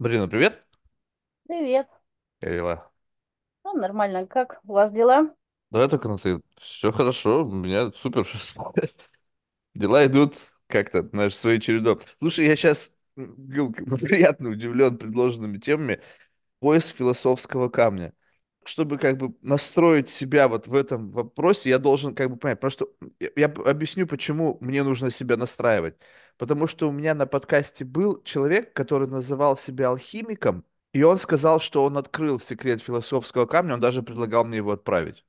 Марина, привет. Привет. Как дела? Ну, нормально. Как у вас дела? Давай только на ты. Все хорошо, у меня супер. Дела идут как-то, знаешь, своей чередой. Слушай, я сейчас был как бы приятно удивлен предложенными темами. Поиск философского камня. Чтобы как бы настроить себя вот в этом вопросе, я должен как бы понять, потому что я объясню, почему мне нужно себя настраивать. Потому что у меня на подкасте был человек, который называл себя алхимиком, и он сказал, что он открыл секрет философского камня, он даже предлагал мне его отправить.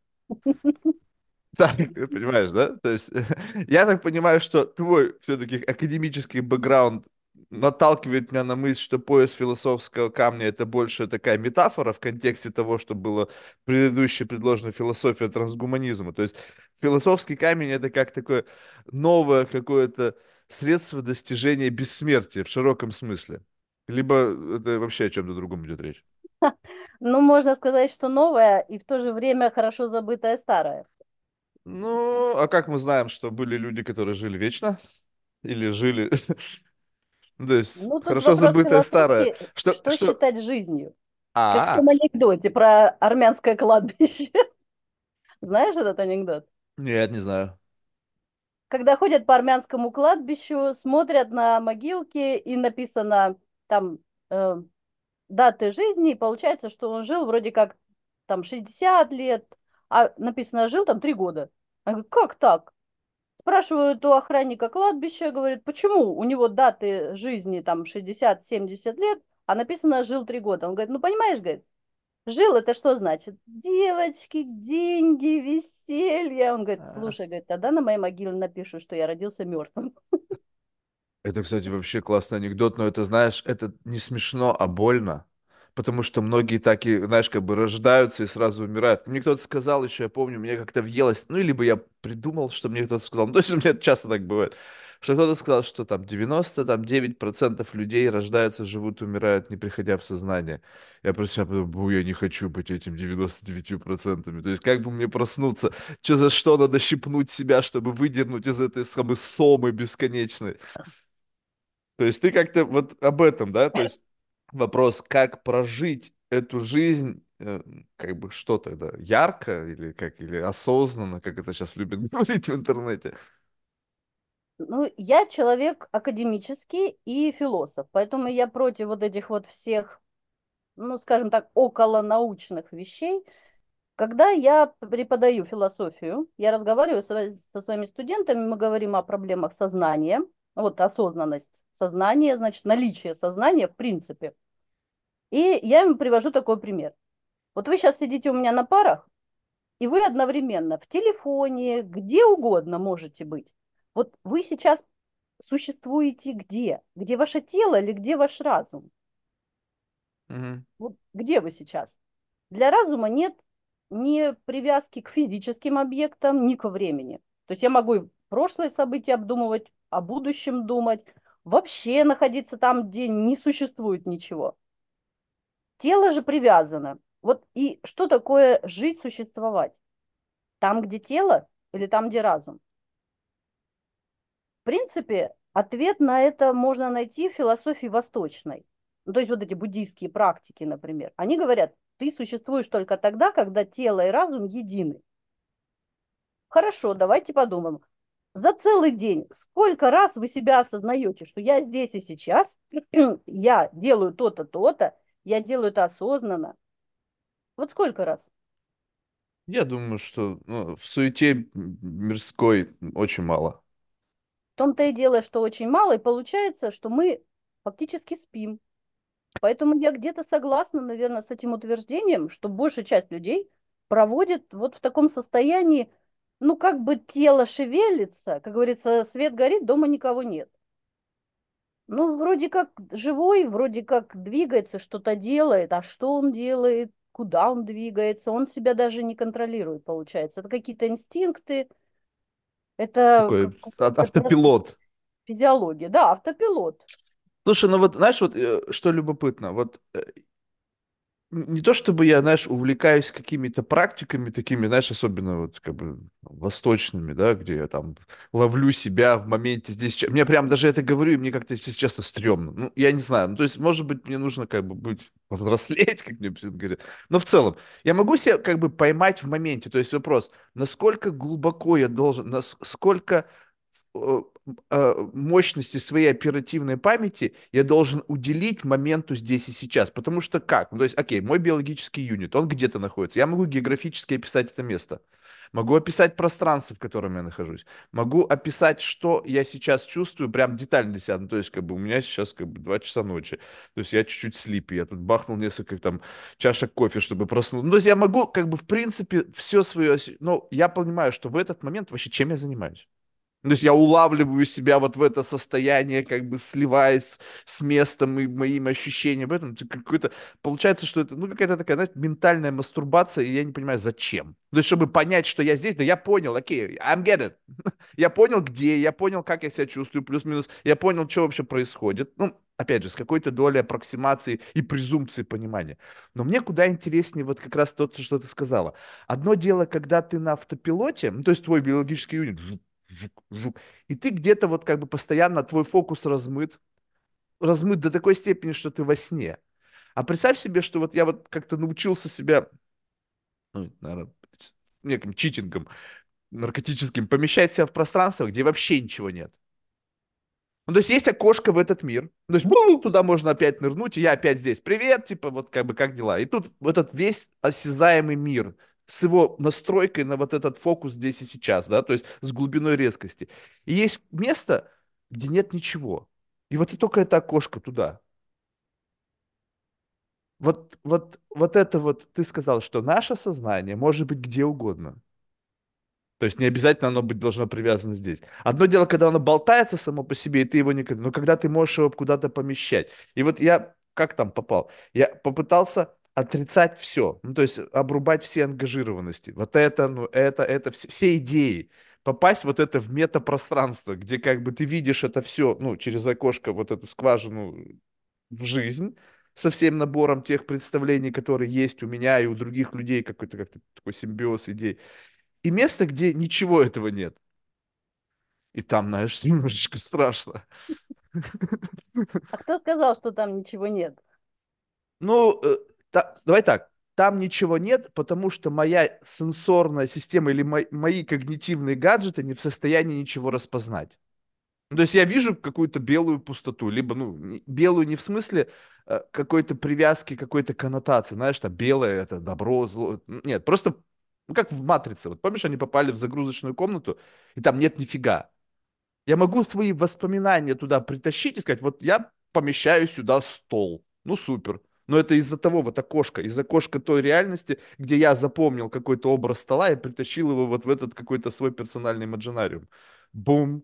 Так, ты понимаешь, да? То есть я так понимаю, что твой все-таки академический бэкграунд наталкивает меня на мысль, что пояс философского камня — это больше такая метафора в контексте того, что было предыдущее предложено философия трансгуманизма. То есть философский камень — это как такое новое какое-то средство достижения бессмертия в широком смысле. Либо это вообще о чем-то другом идет речь. Ну, можно сказать, что новое и в то же время хорошо забытое старое. Ну, а как мы знаем, что были люди, которые жили вечно? Или жили... Ну, то есть, Ну, тут хорошо вопрос забытое старое. философский, Что, что что... считать жизнью? Как в А, том анекдоте про армянское кладбище. Знаешь этот анекдот? нет, не знаю. Когда ходят по армянскому кладбищу, смотрят на могилки и написано там э, даты жизни, и получается, что он жил вроде как там 60 лет, а написано жил там 3 года. Он говорит, как так? Спрашивают у охранника кладбища, говорит, почему у него даты жизни там 60-70 лет, а написано жил 3 года. Он говорит, ну понимаешь, говорит, жил это что значит? Девочки, деньги, веселье. Он говорит, А. слушай, говорит, тогда на моей могиле напишу, что я родился мертвым. Это, кстати, вообще классный анекдот, но это, знаешь, это не смешно, а больно. Потому что многие так и, знаешь, как бы рождаются и сразу умирают. Мне кто-то сказал еще, я помню, мне как-то въелось, ну, либо я придумал, что мне кто-то сказал, ну, то есть у меня часто так бывает, что кто-то сказал, что там 99% людей рождаются, живут, умирают, не приходя в сознание. Я про себя подумал, бу, я не хочу быть этим 99%. То есть как бы мне проснуться, что за что надо щипнуть себя, чтобы выдернуть из этой самой комы бесконечной. То есть ты как-то вот об этом, да? То есть вопрос, как прожить эту жизнь, как бы что тогда, ярко или как, или осознанно, как это сейчас любят говорить в интернете? Ну, я человек академический и философ, поэтому я против вот этих вот всех, ну, скажем так, околонаучных вещей. Когда я преподаю философию, я разговариваю со своими студентами, мы говорим о проблемах сознания, вот осознанность сознания, значит, наличие сознания в принципе. И я им привожу такой пример. Вот вы сейчас сидите у меня на парах, и вы одновременно в телефоне, где угодно можете быть. Вот вы сейчас существуете где? Где ваше тело или где ваш разум? Мгм. Вот где вы сейчас? Для разума нет ни привязки к физическим объектам, ни ко времени. То есть я могу и прошлые события обдумывать, о будущем думать, вообще находиться там, где не существует ничего. Тело же привязано. Вот и что такое жить, существовать? Там, где тело или там, где разум? В принципе, ответ на это можно найти в философии восточной. Ну, то есть вот эти буддийские практики, например. Они говорят, ты существуешь только тогда, когда тело и разум едины. Хорошо, давайте подумаем. За целый день сколько раз вы себя осознаете, что я здесь и сейчас, я делаю то-то, то-то, я делаю это осознанно. Вот сколько раз? Я думаю, что ну, в суете мирской очень мало. В том-то и дело, что очень мало, и получается, что мы фактически спим. Поэтому я где-то согласна, наверное, с этим утверждением, что большая часть людей проводит вот в таком состоянии, ну, как бы тело шевелится, как говорится, свет горит, дома никого нет. Ну, вроде как живой, вроде как двигается, что-то делает, а что он делает, куда он двигается, он себя даже не контролирует, получается. Это какие-то инстинкты, это Такой какая-то автопилот. физиология. Да, автопилот. Слушай, ну вот знаешь, вот что любопытно, вот не то чтобы я, знаешь, увлекаюсь какими-то практиками такими, знаешь, особенно вот как бы восточными, да, где я там ловлю себя в моменте здесь. Мне прям даже это говорю, и мне как-то сейчас часто стрёмно. Ну, я не знаю. Ну, то есть, может быть, мне нужно как бы быть, повзрослеть, как мне все говорят. Но в целом, я могу себя как бы поймать в моменте. То есть вопрос, насколько глубоко я должен, насколько э, мощности своей оперативной памяти я должен уделить моменту здесь и сейчас. Потому что как? Ну, то есть, окей, мой биологический юнит, он где-то находится. Я могу географически описать это место. Могу описать пространство, в котором я нахожусь. Могу описать, что я сейчас чувствую, прям детально для себя. Ну, то есть, как бы у меня сейчас как бы 2 часа ночи. То есть я чуть-чуть слипи. Я тут бахнул несколько там чашек кофе, чтобы проснуться. Ну, то есть я могу как бы в принципе все свое... Но я понимаю, что в этот момент вообще чем я занимаюсь. То есть я улавливаю себя вот в это состояние, как бы сливаясь с местом и моими ощущениями. Поэтому это какой-то, получается, что это, ну, какая-то такая, знаете, ментальная мастурбация, и я не понимаю, зачем. То есть, чтобы понять, что я здесь, да я понял, окей, I'm get it. Я понял, где, я понял, как я себя чувствую, плюс-минус, я понял, что вообще происходит. Ну, опять же, с какой-то долей аппроксимации и презумпции понимания. Но мне куда интереснее вот как раз то, что ты сказала. Одно дело, когда ты на автопилоте, ну, то есть твой биологический юнит, жук. И ты где-то вот как бы постоянно, твой фокус размыт до такой степени, что ты во сне. А представь себе, что вот я вот как-то научился себя, ну, наверное, неким читингом наркотическим, помещать себя в пространство, где вообще ничего нет. Ну, то есть есть окошко в этот мир. То есть туда можно опять нырнуть, и я опять здесь. Привет, типа, вот как бы как дела? И тут вот этот весь осязаемый мир с его настройкой на вот этот фокус здесь и сейчас, да, то есть с глубиной резкости. И есть место, где нет ничего. И вот и только это окошко туда. Вот это вот, ты сказал, что наше сознание может быть где угодно. То есть не обязательно оно быть должно привязано здесь. Одно дело, когда оно болтается само по себе, и ты его не... Но когда ты можешь его куда-то помещать. И вот я как там попал? Я попытался отрицать все. Ну, то есть обрубать все ангажированности. Вот это, ну, это, все идеи. Попасть вот это в метапространство, где как бы ты видишь это все, ну, через окошко, вот эту скважину в жизнь, со всем набором тех представлений, которые есть у меня и у других людей, какой-то как такой симбиоз идей и место, где ничего этого нет. И там, знаешь, немножечко страшно. А кто сказал, что там ничего нет? Ну, давай так. Там ничего нет, потому что моя сенсорная система или мои когнитивные гаджеты не в состоянии ничего распознать. Ну, то есть я вижу какую-то белую пустоту, либо, ну, белую не в смысле какой-то привязки, какой-то коннотации, знаешь, там белое это добро, зло. Нет, просто, ну, как в «Матрице». Вот помнишь, они попали в загрузочную комнату, и там нет нифига. Я могу свои воспоминания туда притащить и сказать, вот я помещаю сюда стол. Ну, супер. Но это из-за того, вот окошко, из окошка той реальности, где я запомнил какой-то образ стола и притащил его вот в этот какой-то свой персональный имаджинариум. Бум.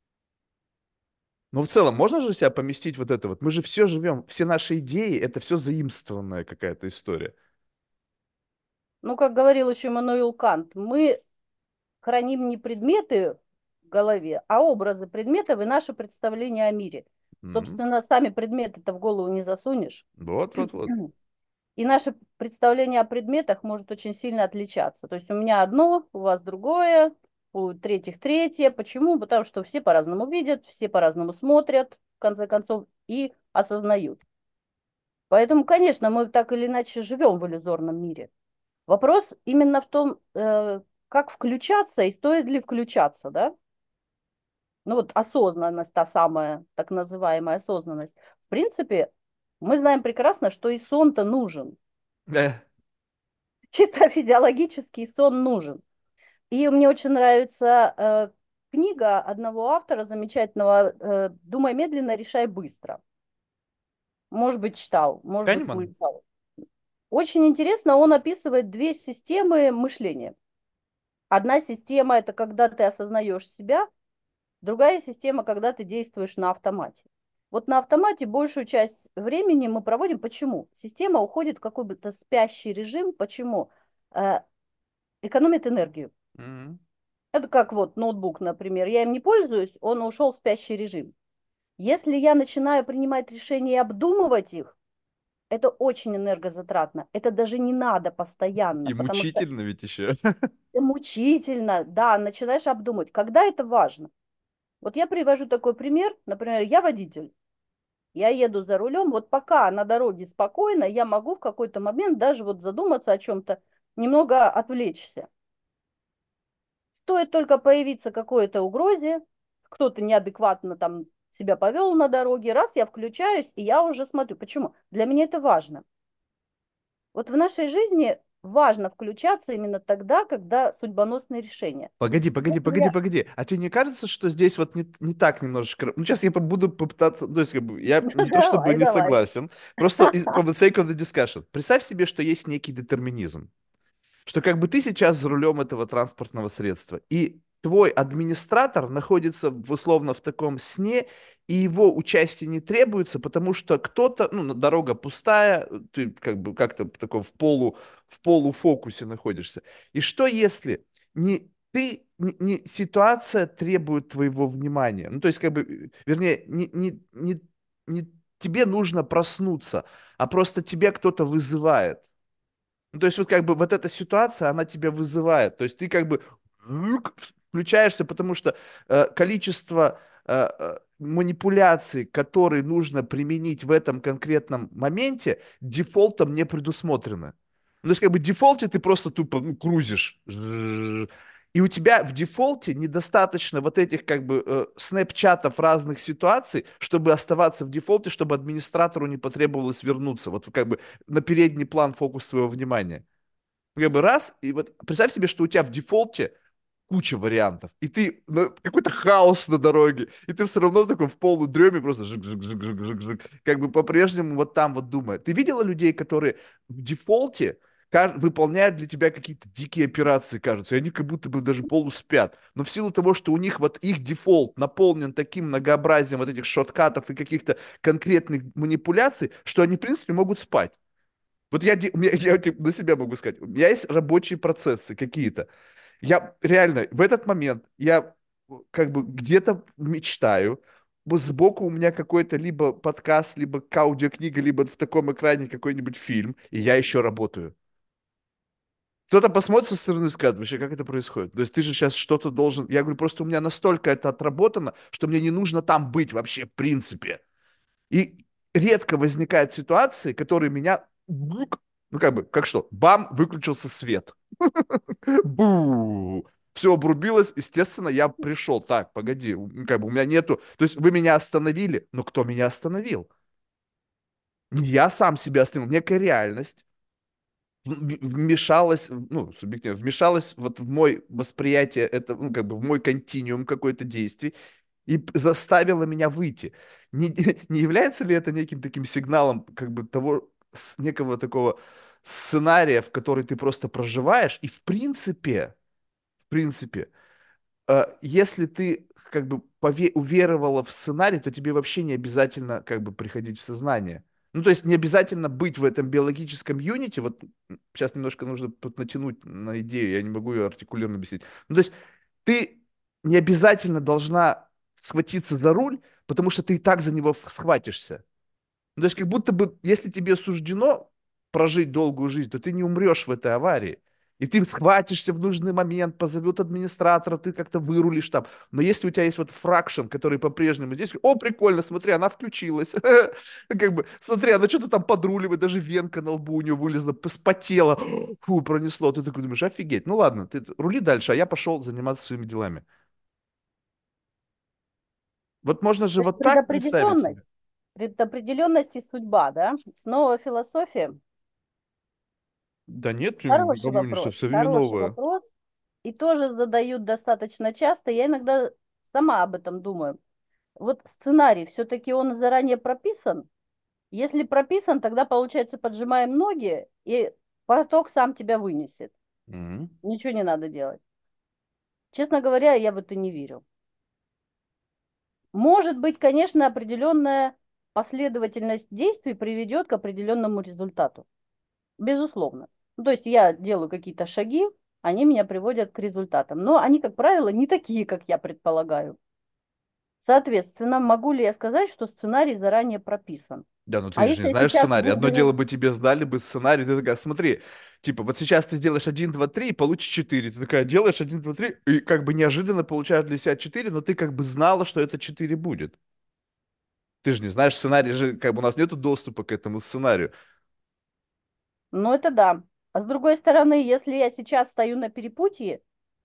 Но в целом, можно же себя поместить вот это вот? Мы же все живем, все наши идеи, это все заимствованная какая-то история. Ну, как говорил еще Иммануил Кант, мы храним не предметы в голове, а образы предметов и наше представление о мире. М. Собственно, сами предметы-то в голову не засунешь. Вот, вот, вот. И наше представление о предметах может очень сильно отличаться. То есть у меня одно, у вас другое, у третьих третье. Почему? Потому что все по-разному видят, все по-разному смотрят, в конце концов, и осознают. Поэтому, конечно, мы так или иначе живем в иллюзорном мире. Вопрос именно в том, как включаться и стоит ли включаться, да? Ну вот осознанность, та самая так называемая осознанность. В принципе, мы знаем прекрасно, что и сон-то нужен. Э, Чисто физиологический сон нужен. И мне очень нравится книга одного автора замечательного «Думай медленно, решай быстро». Может быть, читал, может быть, Канеман? слышал. Очень интересно, он описывает две системы мышления. Одна система– это когда ты осознаешь себя, другая система, когда ты действуешь на автомате. Вот на автомате большую часть времени мы проводим. Почему? Система уходит в какой-то спящий режим. Почему? Э, Экономит энергию. М. Это как вот ноутбук, например. Я им не пользуюсь, он ушел в спящий режим. Если я начинаю принимать решения и обдумывать их, это очень энергозатратно. Это даже не надо постоянно, И потому что мучительно ведь еще. это мучительно, да, начинаешь обдумывать, когда это важно. Вот я привожу такой пример, например, я водитель, я еду за рулем, вот пока на дороге спокойно, я могу в какой-то момент даже вот задуматься о чем-то, немного отвлечься. Стоит только появиться какой-то угрозе, кто-то неадекватно там себя повел на дороге, раз я включаюсь, и я уже смотрю. Почему? Для меня это важно. Вот в нашей жизни важно включаться именно тогда, когда судьбоносные решения. Погоди, погоди, Если погоди, я... погоди. А тебе не кажется, что здесь вот не так немножечко... Ну, сейчас я буду попытаться... То есть, как бы, я Ну, не то чтобы давай, не давай. согласен, просто for the sake of the discussion. Представь себе, что есть некий детерминизм. Что как бы ты сейчас за рулем этого транспортного средства, и твой администратор находится условно в таком сне, и его участие не требуется, потому что кто-то, ну, дорога пустая, ты как бы как-то такой в полуфокусе находишься. И что если не ты, не ситуация требует твоего внимания? Ну, то есть, как бы, вернее, не тебе нужно проснуться, а просто тебя кто-то вызывает. Ну, то есть вот как бы вот эта ситуация, она тебя вызывает. То есть ты как бы включаешься, потому что количество манипуляций, которые нужно применить в этом конкретном моменте, дефолтом не предусмотрены. Ну, то есть как бы в дефолте ты просто тупо ну, крузишь. И у тебя в дефолте недостаточно вот этих как бы снэпчатов разных ситуаций, чтобы оставаться в дефолте, чтобы администратору не потребовалось вернуться. Вот как бы на передний план фокус своего внимания. Как бы раз, и вот представь себе, что у тебя в дефолте куча вариантов, и ты какой-то хаос на дороге, и ты все равно такой в полудреме просто жик-жик-жик-жик-жик-жик, как бы по-прежнему вот там вот думая. Ты видела людей, которые в дефолте выполняют для тебя какие-то дикие операции, кажется, и они как будто бы даже полуспят. Но в силу того, что у них вот их дефолт наполнен таким многообразием вот этих шоткатов и каких-то конкретных манипуляций, что они, в принципе, могут спать. Вот я типа, на себя могу сказать, у меня есть рабочие процессы какие-то. Я реально в этот момент я как бы где-то мечтаю, сбоку у меня какой-то либо подкаст, либо аудиокнига, либо в таком экране какой-нибудь фильм, и я еще работаю. Кто-то посмотрит со стороны и скажет, вообще, как это происходит? То есть ты же сейчас что-то должен... Я говорю, просто у меня настолько это отработано, что мне не нужно там быть вообще в принципе. И редко возникают ситуации, которые меня... Ну, как бы, как что? Бам, выключился свет. Бу! Все обрубилось, естественно, я пришел. Так, погоди, как бы у меня нету... То есть вы меня остановили, но кто меня остановил? Не я сам себя остановил, некая реальность вмешалась, ну, субъективно, вмешалась вот в мой восприятие, это, ну, как бы в мой континуум какой-то действий, и заставила меня выйти. Не, не является ли это неким таким сигналом как бы того, некого такого сценария, в который ты просто проживаешь, и в принципе, если ты как бы уверовала в сценарий, то тебе вообще не обязательно как бы приходить в сознание. Ну, то есть не обязательно быть в этом биологическом юните. Вот сейчас немножко нужно тут натянуть на идею, я не могу ее артикулированно объяснить. Ну, то есть ты не обязательно должна схватиться за руль, потому что ты и так за него схватишься. Ну, то есть как будто бы, если тебе суждено прожить долгую жизнь, то ты не умрешь в этой аварии. И ты схватишься в нужный момент, позовет администратора, ты как-то вырулишь там. Но если у тебя есть вот фракшн, который по-прежнему здесь, о, прикольно, смотри, она включилась. Как бы, смотри, она что-то там подруливает, даже венка на лбу у нее вылезла, спотела. Фу, пронесло. Ты такой думаешь, офигеть. Ну ладно, ты рули дальше, а я пошел заниматься своими делами. Вот можно же То есть вот так представить предопределенность, себе. предопределенность и судьба, да? Снова философия. Да нет, Хороший по-моему, не вопрос, совсем не хороший новое. вопрос. И тоже задают достаточно часто. Я иногда сама об этом думаю. Вот сценарий, все-таки он заранее прописан. Если прописан, тогда, получается, поджимаем ноги, и поток сам тебя вынесет. Мгм. Ничего не надо делать. Честно говоря, я в это не верю. Может быть, конечно, определенная последовательность действий приведет к определенному результату. Безусловно. Ну, то есть я делаю какие-то шаги, они меня приводят к результатам. Но они, как правило, не такие, как я предполагаю. Соответственно, могу ли я сказать, что сценарий заранее прописан? Да, ну А ты же не если я знаешь сейчас сценарий. Одно дело выберу, бы тебе сдали бы сценарий, ты такая, смотри, типа, вот сейчас ты сделаешь один, 2, 3, и получишь 4. Ты такая, делаешь один, 2, 3, и как бы неожиданно получаешь для себя 4, но ты как бы знала, что это 4 будет. Ты же не знаешь сценарий же, как бы у нас нету доступа к этому сценарию. ну это да. А с другой стороны, если я сейчас стою на перепутье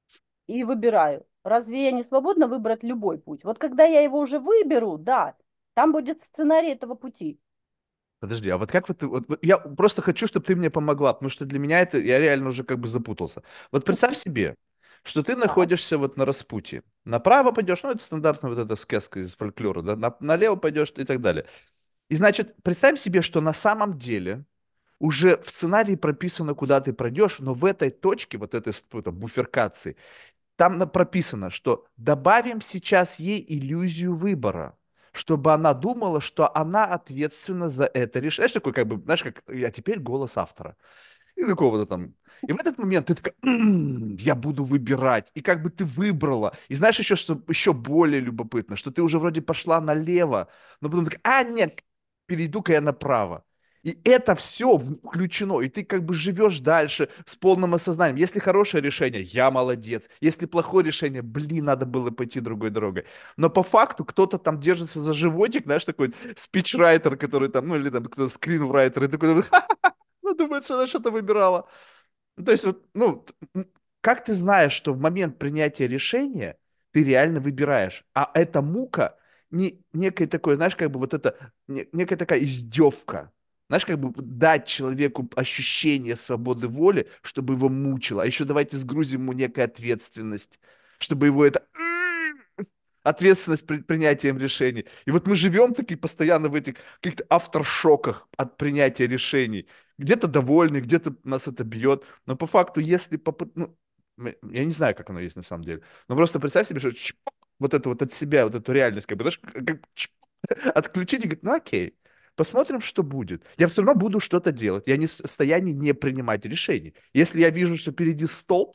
и выбираю, разве я не свободна выбрать любой путь? Вот когда я его уже выберу, да, там будет сценарий этого пути. Подожди, а вот как вот ты, вот я просто хочу, чтобы ты мне помогла, потому что для меня это, я реально уже как бы запутался. Вот представь себе, что ты Так. находишься вот на распутье. Направо пойдешь, ну это стандартная вот эта сказка из фольклора, да, налево пойдешь и так далее. И значит, представь себе, что на самом деле уже в сценарии прописано, куда ты пройдешь, но в этой точке, вот этой это, буферкации, там прописано, что добавим сейчас ей иллюзию выбора, чтобы она думала, что она ответственна за это решение. Знаешь, такой, как бы, знаешь, как я теперь голос автора. И какого-то там. И в этот момент ты такая, я буду выбирать. И как бы ты выбрала. И знаешь еще, что еще более любопытно, что ты уже вроде пошла налево, но потом такая, нет, перейду-ка я направо. И это все включено, и ты как бы живешь дальше с полным осознанием. Если хорошее решение, я молодец. Если плохое решение, блин, надо было пойти другой дорогой. Но по факту кто-то там держится за животик, знаешь, такой спичрайтер, который там, ну или там кто-то скринрайтер, и такой, ну, думает, что она что-то выбирала. Ну, то есть, вот, ну, как ты знаешь, что в момент принятия решения ты реально выбираешь, а эта мука не некая такое, знаешь, как бы вот это, некая такая издевка. Знаешь, как бы дать человеку ощущение свободы воли, чтобы его мучило. А еще давайте сгрузим ему некую ответственность, чтобы его это ответственность при принятием решений. И вот мы живем такие постоянно в этих каких-то авторшоках от принятия решений. Где-то довольны, где-то нас это бьет. Но по факту, если ну, я не знаю, как оно есть на самом деле. Но просто представь себе, что вот это вот от себя, вот эту реальность, как бы, знаешь, отключить и говорить, ну окей, посмотрим, что будет. Я все равно буду что-то делать. Я не в состоянии не принимать решений. Если я вижу, что впереди столб,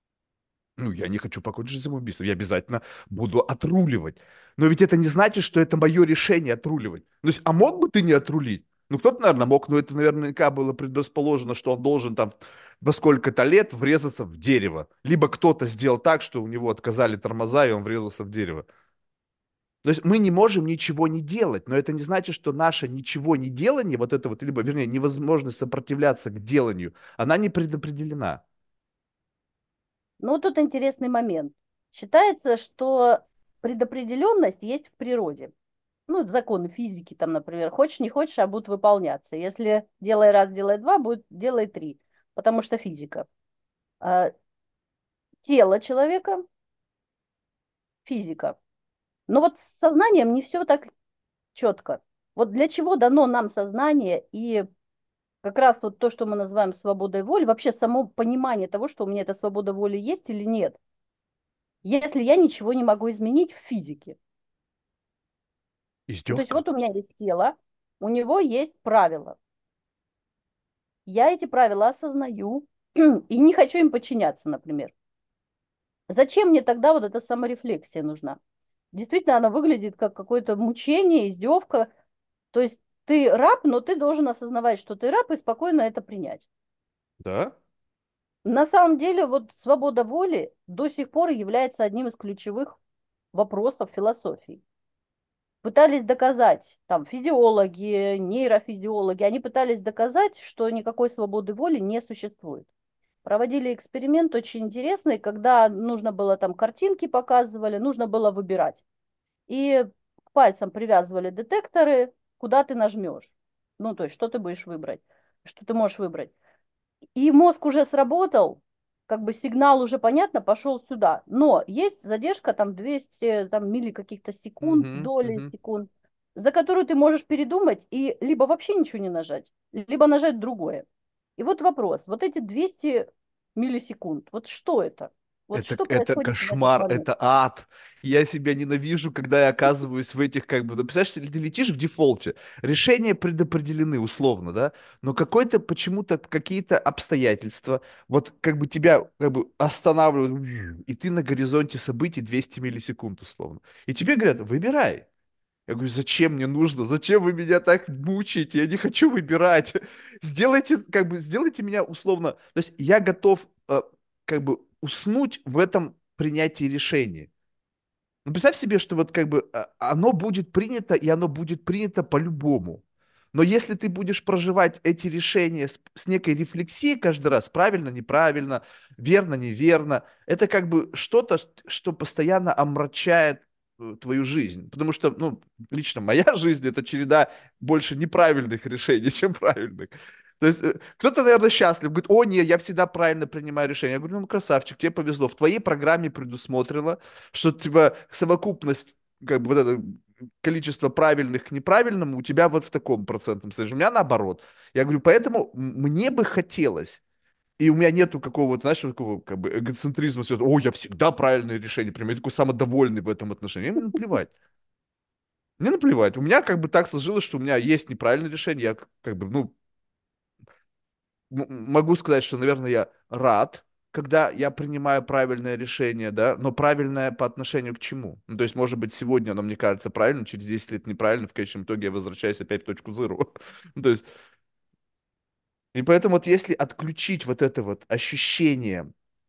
ну, я не хочу покончить самоубийством, я обязательно буду отруливать. Но ведь это не значит, что это мое решение отруливать. Ну, то есть, а мог бы ты не отрулить? Ну, кто-то, наверное, мог, но это наверняка было предрасположено, что он должен там во сколько-то лет врезаться в дерево. Либо кто-то сделал так, что у него отказали тормоза, и он врезался в дерево. То есть мы не можем ничего не делать, но это не значит, что наше ничего не делание, вот это вот, либо, вернее, невозможность сопротивляться к деланию, она не предопределена. Но вот тут интересный момент. Считается, что предопределенность есть в природе. Ну, это законы физики, там, например, хочешь, не хочешь, а будут выполняться. Если делай раз, делай два, будет делай три, потому что физика. А тело человека — физика. Но вот с сознанием не все так четко. Вот для чего дано нам сознание и как раз вот то, что мы называем свободой воли, вообще само понимание того, что у меня эта свобода воли есть или нет, если я ничего не могу изменить в физике. Ну, то есть Издевка. вот у меня есть тело, у него есть правила. Я эти правила осознаю и не хочу им подчиняться, например. Зачем мне тогда вот эта саморефлексия нужна? Действительно, она выглядит как какое-то мучение, издевка. То есть ты раб, но ты должен осознавать, что ты раб, и спокойно это принять. Да? На самом деле, вот свобода воли до сих пор является одним из ключевых вопросов философии. Пытались доказать, там, физиологи, нейрофизиологи, они пытались доказать, что никакой свободы воли не существует. Проводили эксперимент очень интересный, когда нужно было там картинки показывали, нужно было выбирать. И к пальцам привязывали детекторы, куда ты нажмешь. Ну, то есть, что ты будешь выбрать, что ты можешь выбрать. И мозг уже сработал, как бы сигнал уже понятно, пошел сюда. Но есть задержка там 200 там, милли каких-то секунд, Угу, доли угу. секунд, за которую ты можешь передумать и либо вообще ничего не нажать, либо нажать другое. И вот вопрос, вот эти 200 миллисекунд, вот что это? Вот что Это происходит в этот кошмар, момент? это ад. Я себя ненавижу, когда я оказываюсь в этих, как бы, ну, представляешь, ты летишь в дефолте. Решения предопределены условно, да, но какой-то почему-то какие-то обстоятельства, вот как бы тебя как бы останавливают, и ты на горизонте событий 200 миллисекунд условно. И тебе говорят, выбирай. Я говорю, зачем мне нужно? Зачем вы меня так мучаете? Я не хочу выбирать. Сделайте, как бы, сделайте меня условно. То есть я готов, как бы, уснуть в этом принятии решения. Ну, представь себе, что вот как бы оно будет принято, и оно будет принято по-любому. Но если ты будешь проживать эти решения с некой рефлексией каждый раз, правильно, неправильно, верно, неверно, это как бы что-то, что постоянно омрачает твою жизнь. Потому что, ну, лично моя жизнь — это череда больше неправильных решений, чем правильных. То есть кто-то, наверное, счастлив, говорит, о, не, я всегда правильно принимаю решения. Я говорю, ну, красавчик, тебе повезло. В твоей программе предусмотрено, что типа совокупность, как бы вот это количество правильных к неправильному у тебя вот в таком процентном соотношении. У меня наоборот. Я говорю, поэтому мне бы хотелось, и у меня нету какого-то, знаешь, такого как бы эгоцентризма, что, о, я всегда правильное решение принимаю, я такой самодовольный в этом отношении. Мне наплевать. Мне наплевать. У меня как бы так сложилось, что у меня есть неправильное решение, я как бы, ну, могу сказать, что, наверное, я рад, когда я принимаю правильное решение, да, но правильное по отношению к чему? Ну, то есть, может быть, сегодня оно мне кажется правильным, через 10 лет неправильно, в конечном итоге я возвращаюсь опять в точку zero. Ну, то есть, и поэтому вот если отключить вот это вот ощущение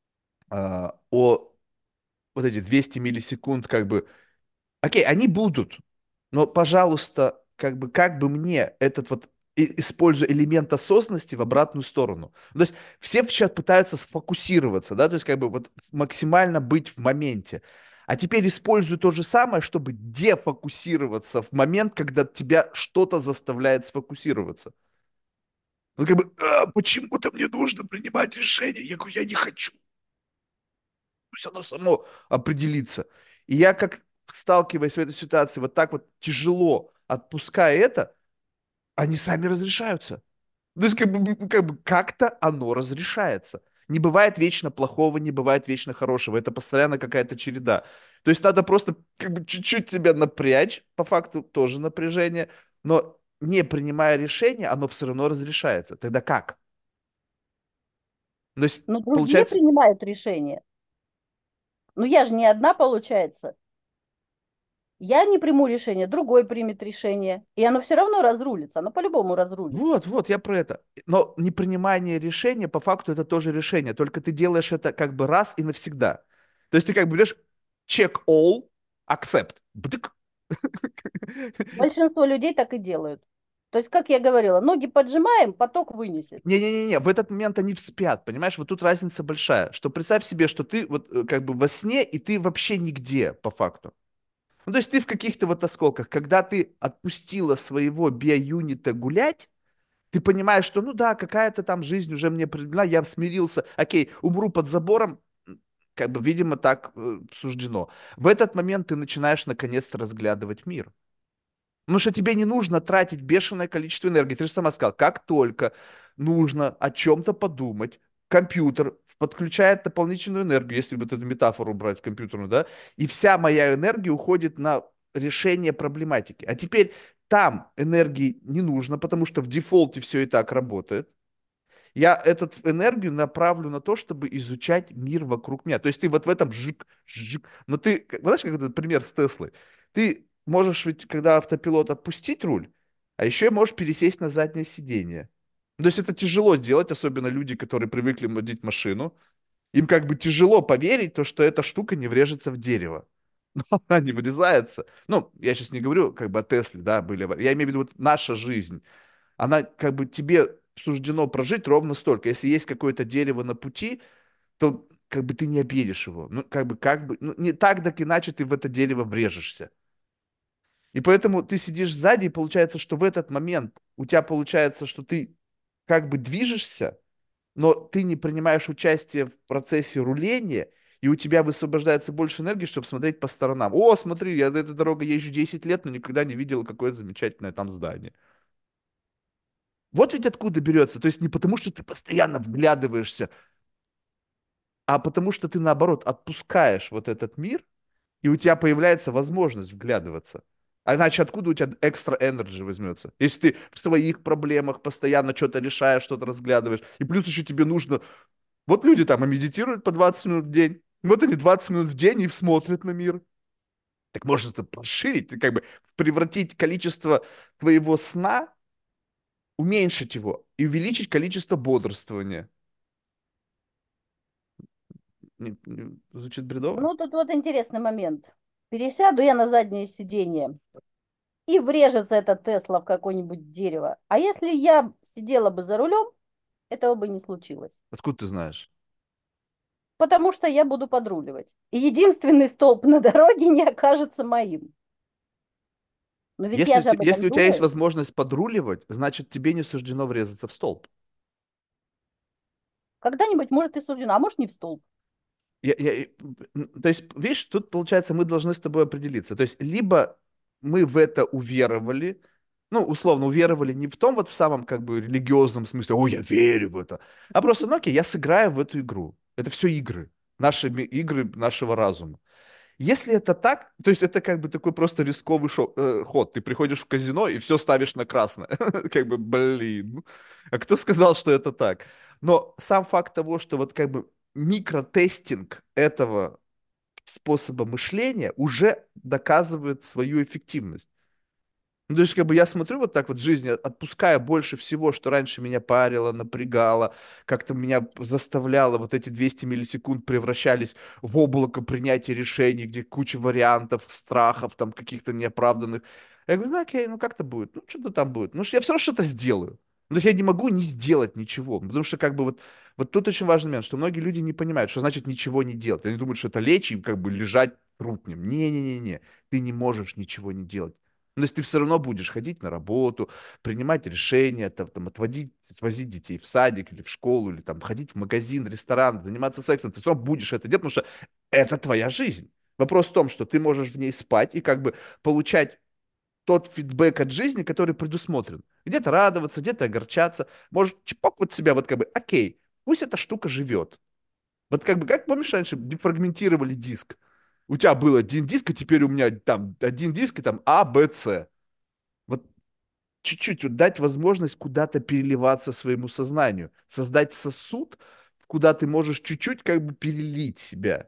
о вот эти 200 миллисекунд как бы. Окей, они будут, но, пожалуйста, как бы мне этот вот, используя элемент осознанности в обратную сторону. То есть все сейчас пытаются сфокусироваться, да, то есть как бы вот максимально быть в моменте. А теперь используй то же самое, чтобы дефокусироваться в момент, когда тебя что-то заставляет сфокусироваться. Вот как бы, почему-то мне нужно принимать решение. Я говорю, я не хочу. Пусть оно само определится. И я как сталкиваясь в этой ситуации вот так вот тяжело отпуская это, они сами разрешаются. То есть как бы как-то оно разрешается. Не бывает вечно плохого, не бывает вечно хорошего. Это постоянно какая-то череда. То есть надо просто как бы чуть-чуть себя напрячь, по факту тоже напряжение, но не принимая решение, оно все равно разрешается. Тогда как? То есть Но другие получается, принимают решения. Ну, я же не одна, получается. Я не приму решение, другой примет решение. И оно все равно разрулится, оно по-любому разрулится. вот, вот, я про это. Но непринимание решения, по факту, это тоже решение, только ты делаешь это как бы раз и навсегда. То есть ты как бы берешь check all, accept. Бдык. Большинство людей так и делают. То есть, как я говорила, ноги поджимаем, поток вынесет. Не-не-не, в этот момент они вспят, понимаешь? Вот тут разница большая, что представь себе, что ты вот как бы во сне, и ты вообще нигде, по факту. Ну, то есть ты в каких-то вот осколках. Когда ты отпустила своего биоюнита гулять, ты понимаешь, что, ну да, какая-то там жизнь уже мне определена, я смирился, окей, умру под забором, как бы, видимо, так суждено. В этот момент ты начинаешь наконец-то разглядывать мир. Потому что тебе не нужно тратить бешеное количество энергии. Ты же сама сказала, как только нужно о чем-то подумать, компьютер подключает дополнительную энергию, если вот эту метафору брать компьютерную, да, и вся моя энергия уходит на решение проблематики. А теперь там энергии не нужно, потому что в дефолте все и так работает. Я эту энергию направлю на то, чтобы изучать мир вокруг меня. То есть ты вот в этом жик, жик. Но ты, знаешь, как этот пример с Теслой? Ты можешь ведь, когда автопилот, отпустить руль, а еще и можешь пересесть на заднее сиденье. То есть это тяжело сделать, особенно люди, которые привыкли водить машину. Им как бы тяжело поверить, то, что эта штука не врежется в дерево. Но она не вырезается. Ну, я сейчас не говорю как бы о Тесле, да, были. Я имею в виду вот наша жизнь. Она как бы тебе суждено прожить ровно столько. Если есть какое-то дерево на пути, то как бы ты не объедешь его. Ну, как бы, ну, не так, так иначе ты в это дерево врежешься. И поэтому ты сидишь сзади, и получается, что в этот момент у тебя получается, что ты как бы движешься, но ты не принимаешь участие в процессе руления, и у тебя высвобождается больше энергии, чтобы смотреть по сторонам. О, смотри, я этой дорогой езжу 10 лет, но никогда не видел какое замечательное там здание. Вот ведь откуда берется. То есть не потому, что ты постоянно вглядываешься, а потому что ты, наоборот, отпускаешь вот этот мир, и у тебя появляется возможность вглядываться. А иначе откуда у тебя экстра энерджи возьмется? Если ты в своих проблемах постоянно что-то решаешь, что-то разглядываешь, и плюс еще тебе нужно. Вот люди там и медитируют по 20 минут в день. Вот они 20 минут в день и смотрят на мир. Так может это расширить, ты как бы превратить количество твоего сна, уменьшить его и увеличить количество бодрствования. Звучит бредово? Ну, тут вот интересный момент. Пересяду я на заднее сиденье, и врежется этот Тесла в какое-нибудь дерево. А если я сидела бы за рулем, этого бы не случилось. Откуда ты знаешь? Потому что я буду подруливать. И единственный столб на дороге не окажется моим. Но ведь я Если, же об этом если у тебя есть думаю. возможность подруливать, значит тебе не суждено врезаться в столб. Когда-нибудь может и суждено, а может не в столб. Я- то есть, видишь, тут получается, мы должны с тобой определиться. То есть, либо мы в это уверовали, ну, условно, уверовали не в том вот в самом как бы религиозном смысле, о, я верю в это, а просто, ну, окей, я сыграю в эту игру. Это все игры, наши игры нашего разума. Если это так, то есть это как бы такой просто рисковый ход. Ты приходишь в казино и все ставишь на красное. Как бы, блин. А кто сказал, что это так? Но сам факт того, что вот как бы микротестинг этого способа мышления уже доказывает свою эффективность. Ну, то есть, как бы я смотрю вот так вот в жизни, отпуская больше всего, что раньше меня парило, напрягало, как-то меня заставляло, вот эти 200 миллисекунд превращались в облако принятия решений, где куча вариантов, страхов, там, каких-то неоправданных. Я говорю, ну, окей, ну, как-то будет, ну, что-то там будет. Ну, что я все равно что-то сделаю. Ну, то есть я не могу не сделать ничего, потому что, как бы, вот тут очень важный момент, что многие люди не понимают, что значит ничего не делать. Они думают, что это лечь и, как бы, лежать трутнем. Не-не-не-не, ты не можешь ничего не делать. Но если ты все равно будешь ходить на работу, принимать решения, там, отвозить детей в садик или в школу, или там ходить в магазин, ресторан, заниматься сексом, ты все равно будешь это делать, потому что это твоя жизнь. Вопрос в том, что ты можешь в ней спать и как бы получать тот фидбэк от жизни, который предусмотрен. Где-то радоваться, где-то огорчаться. Можешь чпок вот себя вот как бы, окей, пусть эта штука живет. Вот как бы, как помнишь, раньше дефрагментировали диск? У тебя был один диск, а теперь у меня там один диск, и там А, Б, С. Вот чуть-чуть вот дать возможность куда-то переливаться своему сознанию, создать сосуд, куда ты можешь чуть-чуть как бы перелить себя.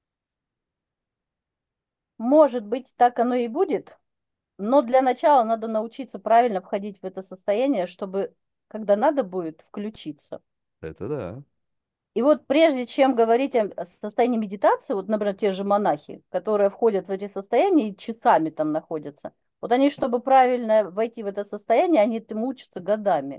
Может быть, так оно и будет, но для начала надо научиться правильно входить в это состояние, чтобы, когда надо будет, включиться. Это да. И вот прежде чем говорить о состоянии медитации, вот, например, те же монахи, которые входят в эти состояния и часами там находятся, вот они, чтобы правильно войти в это состояние, они этому учатся годами.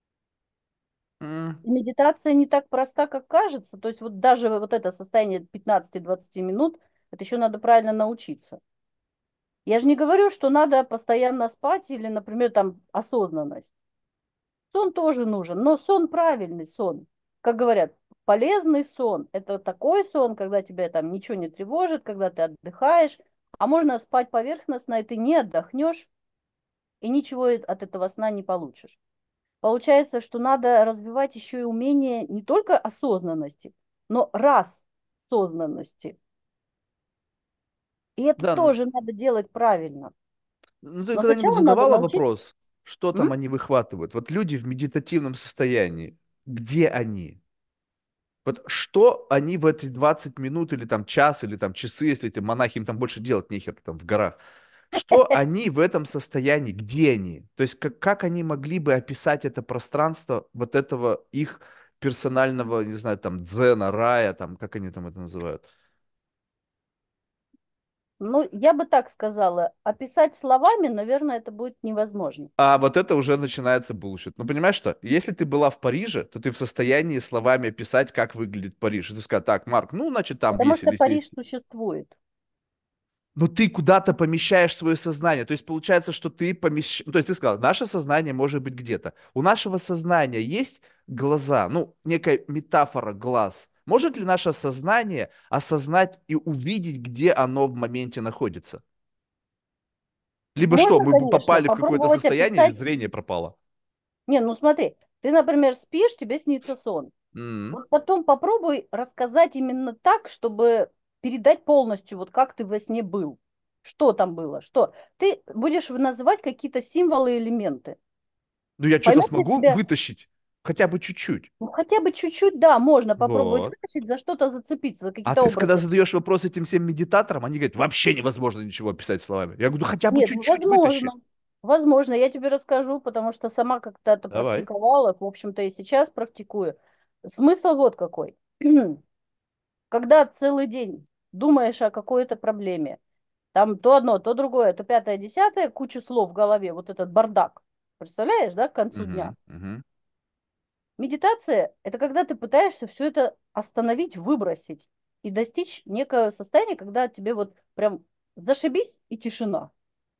М, И медитация не так проста, как кажется. То есть вот даже вот это состояние 15-20 минут, это еще надо правильно научиться. Я же не говорю, что надо постоянно спать или, например, там осознанность. Сон тоже нужен, но сон правильный сон. Как говорят, полезный сон– это такой сон, когда тебя там ничего не тревожит, когда ты отдыхаешь. А можно спать поверхностно, и ты не отдохнешь, и ничего от этого сна не получишь. Получается, что надо развивать еще и умение не только осознанности, но рассознанности. И это Да, тоже надо делать правильно. ну ты Но когда-нибудь сначала надо задавала научить. вопрос, что М? там они выхватывают? Вот люди в медитативном состоянии, где они? Вот что они в эти 20 минут или там час, или там часы, если эти монахи, им там больше делать нехер там в горах, что они в этом состоянии, где они? То есть как они могли бы описать это пространство вот этого их персонального, не знаю, там дзена, рая, там, как они там это называют? Ну, я бы так сказала, описать словами, наверное, это будет невозможно. А вот это уже начинается булщит. Ну, понимаешь что? Если ты была в Париже, то ты в состоянии словами описать, как выглядит Париж. И ты скажешь, так, Марк, ну, значит, там Потому есть что Париж Елисейский. существует. Но ты куда-то помещаешь свое сознание. То есть получается, что ты помещаешь... То есть ты сказал, наше сознание может быть где-то. У нашего сознания есть глаза, ну, некая метафора глаз. Может ли наше сознание осознать и увидеть, где оно в моменте находится? Либо что, Можно, мы бы конечно, попали в какое-то попробовать состояние или описать. зрение пропало? Не, ну смотри, ты, например, спишь, тебе снится сон. М. Вот потом попробуй рассказать именно так, чтобы передать полностью, вот как ты во сне был. Что там было? Что? Ты будешь называть какие-то символы, элементы. Ну, я что-то Поймет ли смогу тебя? вытащить? Хотя бы чуть-чуть. Ну, хотя бы чуть-чуть, да, можно попробовать Вот. вытащить, за что-то зацепиться, за А какие-то ты, когда образы. задаешь вопрос этим всем медитаторам, они говорят, вообще невозможно ничего описать словами. Я говорю, «Ну, хотя бы Нет, чуть-чуть возможно. вытащи. Возможно, я тебе расскажу, потому что сама как-то это Давай. практиковала, в общем-то и сейчас практикую. Смысл вот какой. Когда целый день думаешь о какой-то проблеме, там то одно, то другое, то пятое, десятое, куча слов в голове, вот этот бардак. Представляешь, да, к концу дня? Мгм, мгм. Медитация– это когда ты пытаешься все это остановить, выбросить и достичь некого состояния, когда тебе вот прям зашибись и тишина.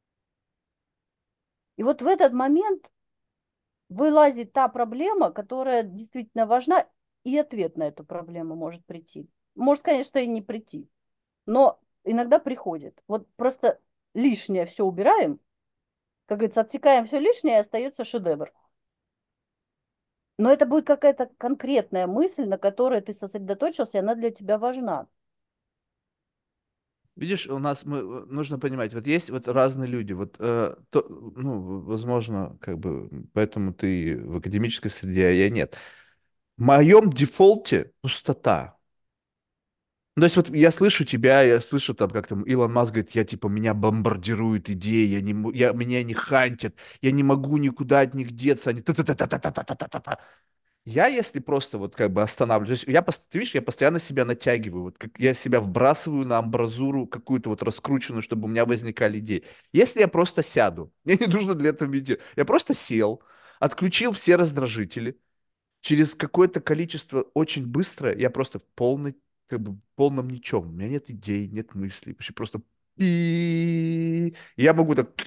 И вот в этот момент вылазит та проблема, которая действительно важна, и ответ на эту проблему может прийти. Может, конечно, и не прийти, но иногда приходит. Вот просто лишнее все убираем, как говорится, отсекаем все лишнее, и остается шедевр. Но это будет какая-то конкретная мысль, на которой ты сосредоточился, и она для тебя важна. Видишь, у нас нужно понимать, вот есть вот разные люди, вот ну, возможно, как бы, поэтому ты в академической среде, а я нет. В моем дефолте пустота. Ну, то есть вот я слышу тебя, я слышу там, как там Илон Маск говорит, я типа, меня бомбардируют идеи, меня не хантят, я не могу никуда от них деться, они та-та-та-та-та-та-та-та-та. Я, если просто вот как бы останавливаюсь, ты видишь, я постоянно себя натягиваю, вот как я себя вбрасываю на амбразуру какую-то вот раскрученную, чтобы у меня возникали идеи. Если я просто сяду, мне не нужно для этого медитировать, я просто сел, отключил все раздражители, через какое-то количество очень быстро я просто в полной, как бы в полном ничем. У меня нет идей, нет мыслей, вообще просто и я могу так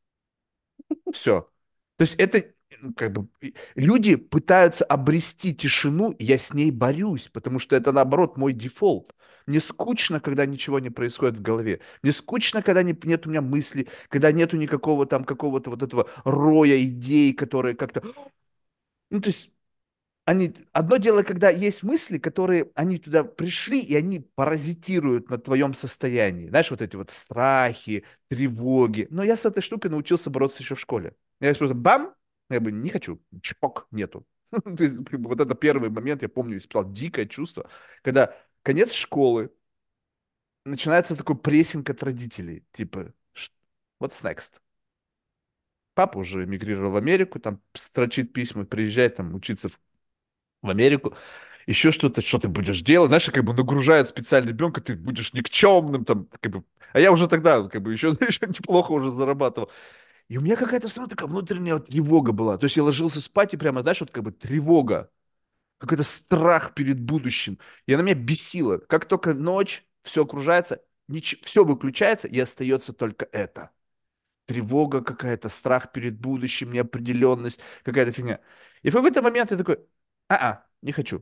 все. То есть это как бы люди пытаются обрести тишину, и я с ней борюсь, потому что это наоборот мой дефолт. Мне скучно, когда ничего не происходит в голове. Мне скучно, когда нет у меня мыслей, когда нету никакого там какого-то вот этого роя идей, которые как-то... Ну, то есть одно дело, когда есть мысли, которые, они туда пришли, и они паразитируют на твоем состоянии. Знаешь, вот эти вот страхи, тревоги. Но я с этой штукой научился бороться еще в школе. Я просто бам, я бы не хочу, чпок, нету. То есть, как бы, вот это первый момент, я помню, испытал дикое чувство, когда конец школы, начинается такой прессинг от родителей, типа, what's next? Папа уже эмигрировал в Америку, там строчит письма, приезжает там учиться в Америку, еще что-то, что ты будешь делать, знаешь, как бы нагружают специально ребенка, ты будешь никчемным, там, как бы, а я уже тогда, как бы, еще, знаешь, неплохо уже зарабатывал. И у меня какая-то, все равно такая внутренняя вот тревога была, то есть я ложился спать и прямо, знаешь, вот как бы тревога, какой-то страх перед будущим, и она меня бесила. Как только ночь, все окружается, все выключается, и остается только это. Тревога какая-то, страх перед будущим, неопределенность, какая-то фигня. И в какой-то момент я такой, не хочу.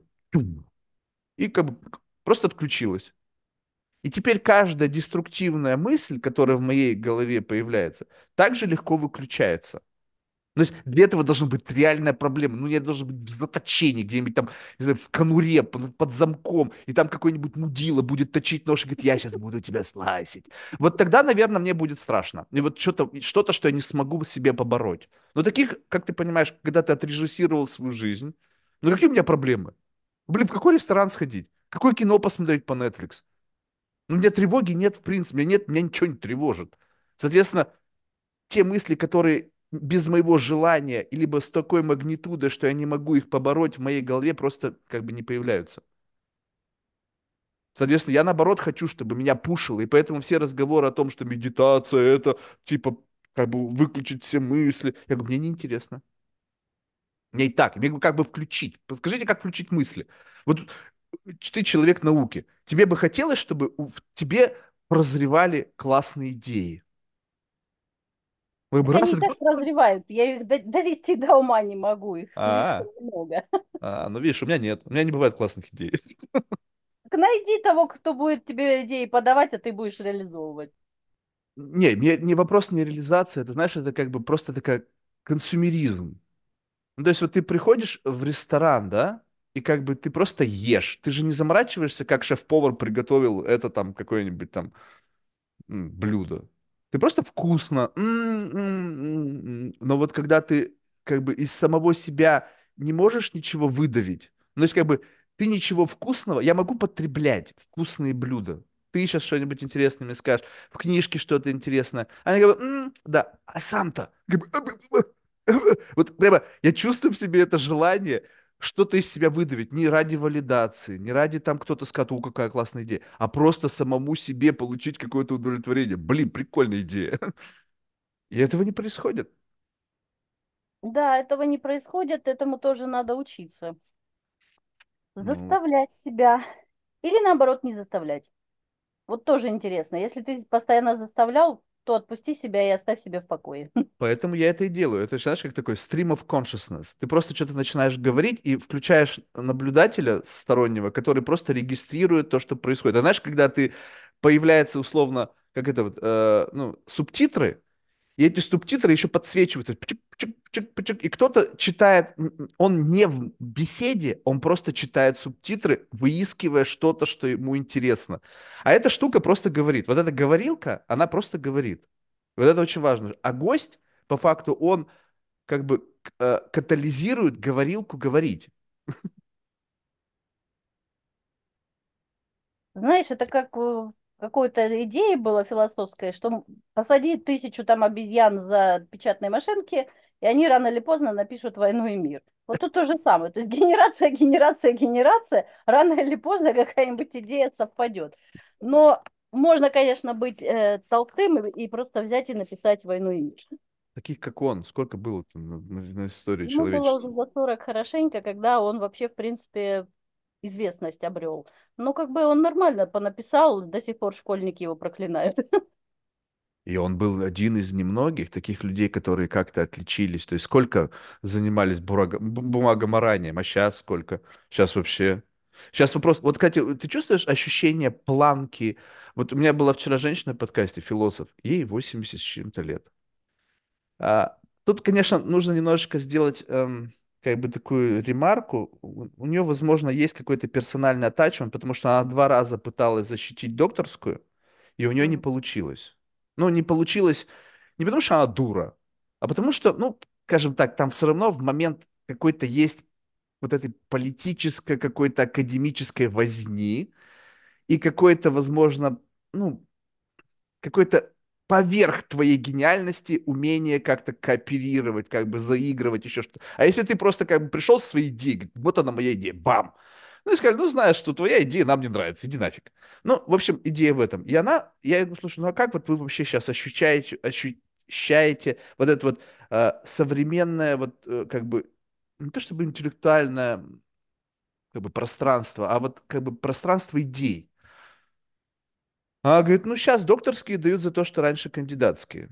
И как бы просто отключилась. И теперь каждая деструктивная мысль, которая в моей голове появляется, также легко выключается. То есть для этого должна быть реальная проблема. Ну, я должен быть в заточении, где-нибудь там, не знаю, в конуре, под замком, и там какой-нибудь мудила будет точить нож и говорит, я сейчас буду тебя слайсить. Вот тогда, наверное, мне будет страшно. И вот что-то, что я не смогу себе побороть. Но таких, как ты понимаешь, когда ты отрежиссировал свою жизнь, ну какие у меня проблемы? Блин, в какой ресторан сходить? Какое кино посмотреть по Netflix? Ну, у меня тревоги нет, в принципе, меня ничего не тревожит. Соответственно, те мысли, которые без моего желания, либо с такой магнитудой, что я не могу их побороть в моей голове, просто как бы не появляются. Соответственно, я наоборот хочу, чтобы меня пушило, и поэтому все разговоры о том, что медитация это типа как бы выключить все мысли, я говорю, мне неинтересно. Мне и так, мне как бы включить. Подскажите, как включить мысли? Вот ты человек науки, тебе бы хотелось, чтобы в тебе прозревали классные идеи? Вы бы Так раз они и и так такой, прозревают, я их довести до ума не могу, их а, слишком много. ну видишь, у меня нет, у меня не бывает классных идей. Так найди того, кто будет тебе идеи подавать, а ты будешь реализовывать. Не вопрос не реализации, это, знаешь, это как бы просто такая консумеризм. Ну, то есть вот ты приходишь в ресторан, да, и как бы ты просто ешь. Ты же не заморачиваешься, как шеф-повар приготовил это там какое-нибудь там блюдо. Ты просто вкусно. Но вот когда ты как бы из самого себя не можешь ничего выдавить. Ну, то есть, как бы, ты ничего вкусного, я могу потреблять вкусные блюда. Ты сейчас что-нибудь интересное мне скажешь, в книжке что-то интересное. Они говорят, да, а сам-то? Как бы, вот прямо я чувствую в себе это желание что-то из себя выдавить, не ради валидации, не ради там кто-то скажет, о, какая классная идея, а просто самому себе получить какое-то удовлетворение. Блин, прикольная идея. И этого не происходит. Да, этого не происходит, этому тоже надо учиться. Ну, Заставлять себя или наоборот не заставлять. Вот тоже интересно. Если ты постоянно заставлял, то отпусти себя и оставь себя в покое. поэтому я это и делаю. Это, знаешь, как такой stream of consciousness. Ты просто что-то начинаешь говорить и включаешь наблюдателя стороннего, который просто регистрирует то, что происходит. А знаешь, когда ты появляется условно, как это вот, ну, субтитры, и эти субтитры еще подсвечиваются. Пчик, пчик, пчик, пчик. И кто-то читает, он не в беседе, он просто читает субтитры, выискивая что-то, что ему интересно. А эта штука просто говорит. Вот эта говорилка, она просто говорит. Вот это очень важно. А гость, по факту, он как бы катализирует говорилку говорить. Знаешь, это как какой-то идея была философская, что посади 1000 там обезьян за печатные машинки, и они рано или поздно напишут «Войну и мир». Вот тут то же самое. То есть генерация, генерация, генерация, рано или поздно какая-нибудь идея совпадет. Но можно, конечно, быть толстым и просто взять и написать «Войну и мир». Таких, как он, сколько было на истории Ему было человечества. уже за 40 хорошенько, когда он вообще, в принципе, известность обрел. Ну, как бы он нормально понаписал, до сих пор школьники его проклинают. И он был один из немногих таких людей, которые как-то отличились. То есть сколько занимались бумагоморанием, а сейчас сколько? Сейчас вообще. Сейчас вопрос. Вот, Катя, ты чувствуешь ощущение планки? Вот у меня была вчера женщина в подкасте, философ, ей 80 с чем-то лет. Тут, конечно, нужно немножечко сделать как бы такую ремарку. У нее, возможно, есть какой-то персональный аттачмент, потому что она 2 раза пыталась защитить докторскую, и у нее не Мгм. получилось. Ну, не получилось не потому, что она дура, а потому что, ну, скажем так, там все равно в момент какой-то есть вот этой политической, какой-то академической возни и какой-то, возможно, ну, какой-то поверх твоей гениальности умение как-то кооперировать, как бы заигрывать, еще что-то. А если ты просто как бы пришел со своей идеей, говорит, вот она моя идея, бам! Ну и сказали, ну знаешь, что твоя идея нам не нравится, иди нафиг. Ну, в общем, идея в этом. И она, я ей говорю, слушай, ну а как вот вы вообще сейчас ощущаете вот это вот современное, вот как бы, не то чтобы интеллектуальное как бы пространство, а вот как бы пространство идей. Она говорит, ну сейчас докторские дают за то, что раньше кандидатские.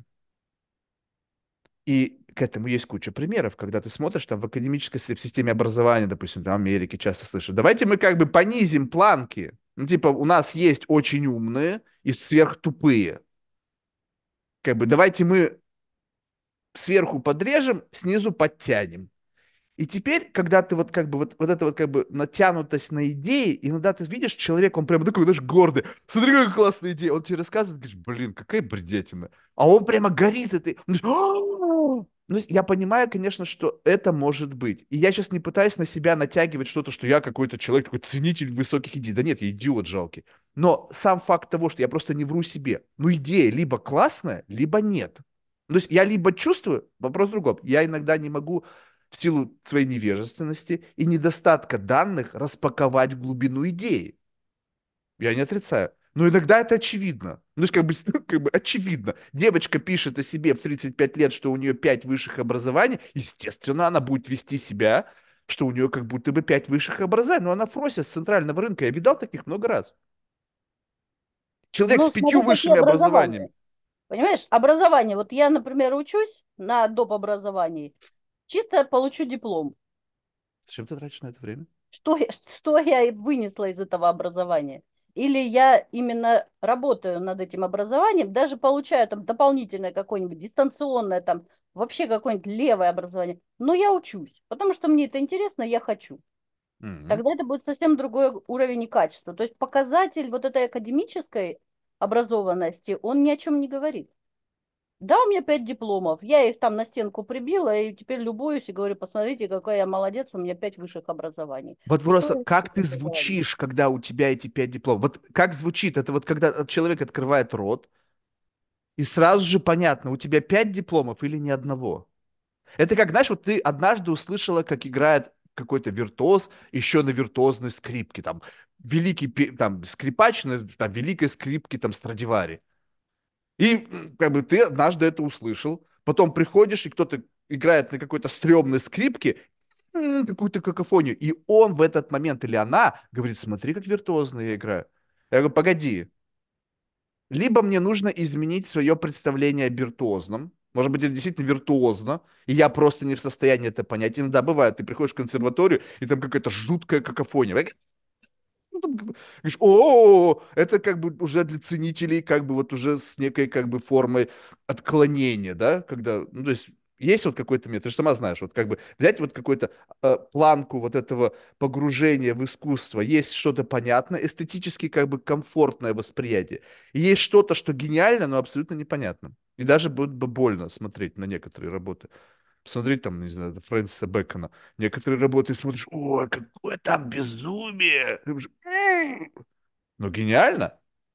И к этому есть куча примеров, когда ты смотришь там в академической в системе образования, допустим, там в Америке часто слышу, давайте мы как бы понизим планки. Ну, типа, у нас есть очень умные и сверхтупые. Как бы давайте мы сверху подрежем, снизу подтянем. И теперь, когда ты вот как бы вот это вот как бы натянутость на идеи, иногда ты видишь человека, он прямо такой, знаешь, гордый. Смотри, какая классная идея. Он тебе рассказывает, говоришь, блин, какая бредятина. А он прямо горит, и ты... он говоришь, «А-а-а!» Ну, я понимаю, конечно, что это может быть. И я сейчас не пытаюсь на себя натягивать что-то, что я какой-то человек, такой ценитель высоких идей. Да нет, я идиот жалкий. Но сам факт того, что я просто не вру себе. Ну, идея либо классная, либо нет. То есть я либо чувствую, вопрос в другом. Я иногда не могу в силу своей невежественности и недостатка данных распаковать глубину идеи. Я не отрицаю. Но иногда это очевидно. Ну, то есть, как бы, как бы очевидно. Девочка пишет о себе в 35 лет, что у нее 5 высших образований. Естественно, она будет вести себя, что у нее как будто бы 5 высших образований. Но она фросит с центрального рынка. Я видал таких много раз. Человек с Ну, 5 смотри, какие высшими образования. образованиями. Понимаешь, образование. Вот я, например, учусь на доп. Образовании, чисто получу диплом. Зачем ты тратишь на это время? Что я и вынесла из этого образования? Или я именно работаю над этим образованием, даже получаю там дополнительное какое-нибудь дистанционное, там вообще какое-нибудь левое образование, но я учусь, потому что мне это интересно, я хочу. Мгм. Тогда это будет совсем другой уровень и качество. То есть показатель вот этой академической образованности, он ни о чем не говорит. Да, у меня 5 дипломов. Я их там на стенку прибила, и теперь любуюсь и говорю, посмотрите, какая я молодец, у меня 5 высших образований. Вот И то просто, как ты высшее образование. звучишь, когда у тебя эти 5 дипломов? Вот как звучит? Это вот когда человек открывает рот, и сразу же понятно, у тебя 5 дипломов или ни одного. Это как, знаешь, вот ты однажды услышала, как играет какой-то виртуоз еще на виртуозной скрипке, там, великий там, скрипач на там, великой скрипке, там, Страдивари. И как бы ты однажды это услышал, потом приходишь, и кто-то играет на какой-то стрёмной скрипке, какую-то какофонию, и он в этот момент или она говорит, смотри, как виртуозно я играю. Я говорю, погоди, либо мне нужно изменить свое представление о виртуозном, может быть, это действительно виртуозно, и я просто не в состоянии это понять. Иногда бывает, ты приходишь в консерваторию, и там какая-то жуткая какофония. Ну, там как бы говоришь, о, это как бы уже для ценителей, как бы вот уже с некой как бы формой отклонения, да, когда, ну, то есть есть вот какой-то метод, ты же сама знаешь, вот как бы взять вот какую-то планку вот этого погружения в искусство, есть что-то понятное, эстетически как бы комфортное восприятие, и есть что-то, что гениально, но абсолютно непонятно. И даже будет бы больно смотреть на некоторые работы. Посмотреть там, не знаю, Фрэнсиса Бэкона. Некоторые работы смотришь, ой, какое там безумие. Ты думаешь, ну, гениально.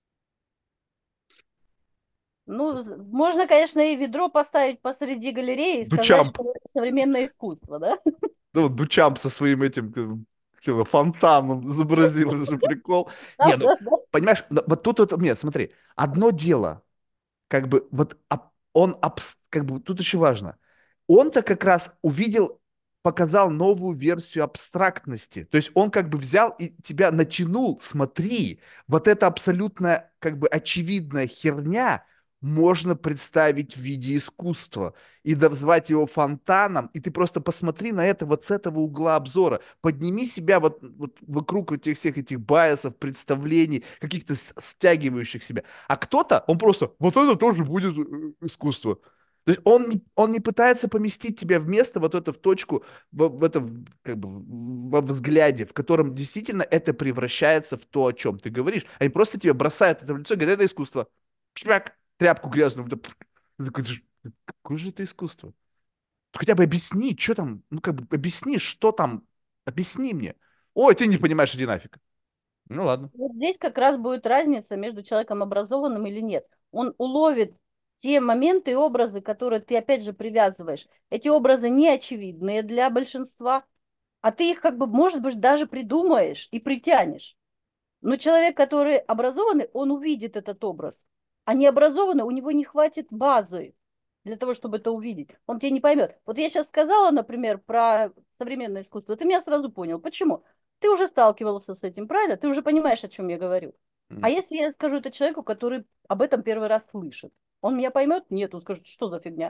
Ну, можно, конечно, и ведро поставить посреди галереи и сказать, Дучамп. что это современное искусство, да? Ну, Дучамп со своим этим фонтаном изобразил, это же прикол. Не, ну, Да-да-да. понимаешь, вот тут вот, нет, смотри, одно дело, как бы вот он, как бы тут очень важно, он-то как раз увидел, показал новую версию абстрактности. То есть он как бы взял и тебя натянул, смотри, вот эта абсолютно как бы очевидная херня можно представить в виде искусства и назвать его фонтаном, и ты просто посмотри на это вот с этого угла обзора, подними себя вот вокруг этих всех этих байесов, представлений, каких-то стягивающих себя. А кто-то, он просто, вот это тоже будет искусство. То есть он не пытается поместить тебя вместо вот это в точку, в этом как бы во взгляде, в котором действительно это превращается в то, о чем ты говоришь. Они просто тебе бросают это в лицо и говорят, это искусство. Шмяк, тряпку грязную. Да, ты такой, какое же это искусство? Ты хотя бы объясни, что там, ну как бы объясни, что там, объясни мне. Ой, ты не понимаешь, иди нафиг. Ну ладно. Вот здесь как раз будет разница между человеком образованным или нет. Он уловит те моменты и образы, которые ты опять же привязываешь. Эти образы не очевидные для большинства, а ты их как бы, может быть, даже придумаешь и притянешь. Но человек, который образованный, он увидит этот образ. А необразованный, у него не хватит базы для того, чтобы это увидеть. Он тебя не поймет. Вот я сейчас сказала, например, про современное искусство. Ты меня сразу понял. Почему? Ты уже сталкивался с этим, правильно? Ты уже понимаешь, о чем я говорю. А если я скажу это человеку, который об этом первый раз слышит? Он меня поймет? Нет, он скажет, что за фигня?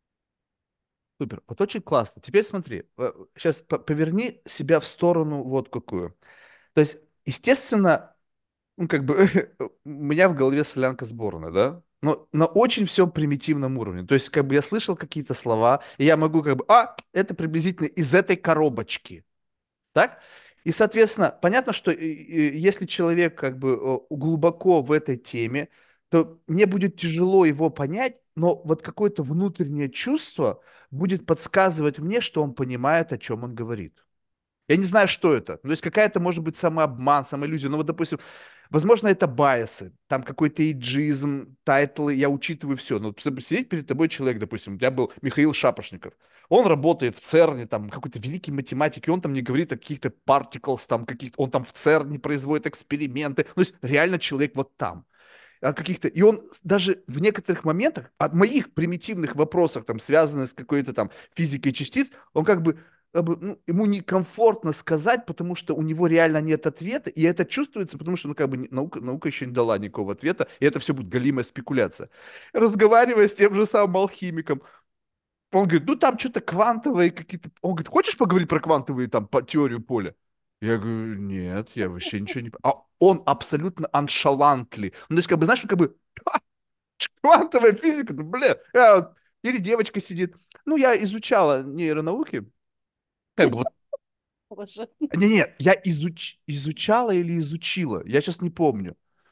Супер, вот очень классно. Теперь смотри, сейчас поверни себя в сторону вот какую. То есть, естественно, ну, как бы у меня в голове солянка сборная, да? Но на очень все примитивном уровне. То есть, как бы я слышал какие-то слова, и я могу как бы, это приблизительно из этой коробочки. Так? И, соответственно, понятно, что если человек как бы глубоко в этой теме, то мне будет тяжело его понять, но вот какое-то внутреннее чувство будет подсказывать мне, что он понимает, о чем он говорит. Я не знаю, что это. Ну, то есть какая-то, может быть, самообман, самоиллюзия. Ну, вот, допустим, возможно, это байесы, там какой-то эйджизм, тайтлы, я учитываю все. Но сидеть перед тобой человек, допустим, у тебя был Михаил Шапошников. Он работает в ЦЕРНе, там, какой-то великий математик, и он там не говорит о каких-то particles, там, каких-то, он там в ЦЕРНе производит эксперименты. Ну, то есть реально человек вот там о каких-то... И он даже в некоторых моментах, от моих примитивных вопросах, там, связанных с какой-то там физикой частиц, он как бы, ну, ему некомфортно сказать, потому что у него реально нет ответа, и это чувствуется, потому что, ну, как бы наука еще не дала никакого ответа, и это все будет галимая спекуляция. Разговаривая с тем же самым алхимиком, он говорит, ну, там что-то квантовые какие-то... Он говорит, хочешь поговорить про квантовые, там, по теорию поля? Я говорю, нет, я вообще ничего не... А он абсолютно аншалантли. Ну, то есть, как бы, знаешь, как бы, квантовая физика, да, бля. Или девочка сидит. Ну, я изучала нейронауки. Как бы вот... Боже. Не-не, я изучала или изучила, я сейчас не помню.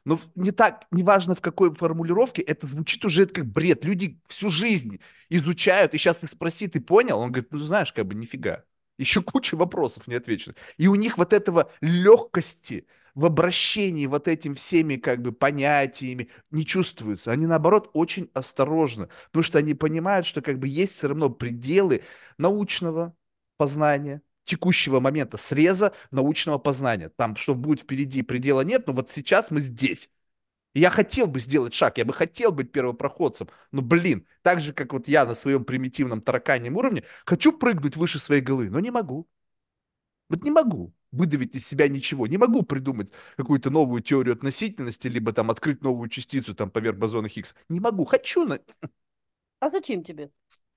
Но не так, неважно в какой формулировке, это звучит уже как бред. Люди всю жизнь изучают, и сейчас ты спроси, ты понял? Он говорит, ну знаешь, как бы нифига. Еще куча вопросов не отвечено. И у них вот этого легкости в обращении вот этим всеми как бы понятиями не чувствуется. Они наоборот очень осторожны, потому что они понимают, что как бы есть все равно пределы научного познания, текущего момента, среза научного познания. Там, что будет впереди, предела нет, но вот сейчас мы здесь. И я хотел бы сделать шаг, я бы хотел быть первопроходцем, но, блин, так же, как вот я на своем примитивном тараканьем уровне, хочу прыгнуть выше своей головы, но не могу. Вот не могу выдавить из себя ничего, не могу придумать какую-то новую теорию относительности, либо там открыть новую частицу там поверх бозона Хиггса. Не могу, хочу, но А зачем тебе?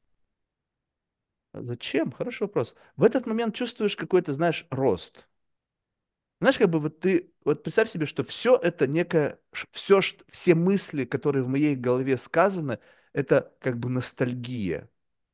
зачем? Хороший вопрос. В этот момент чувствуешь какой-то, знаешь, рост. Знаешь, как бы вот ты, вот представь себе, что все это некое, все, все мысли, которые в моей голове сказаны, это как бы ностальгия.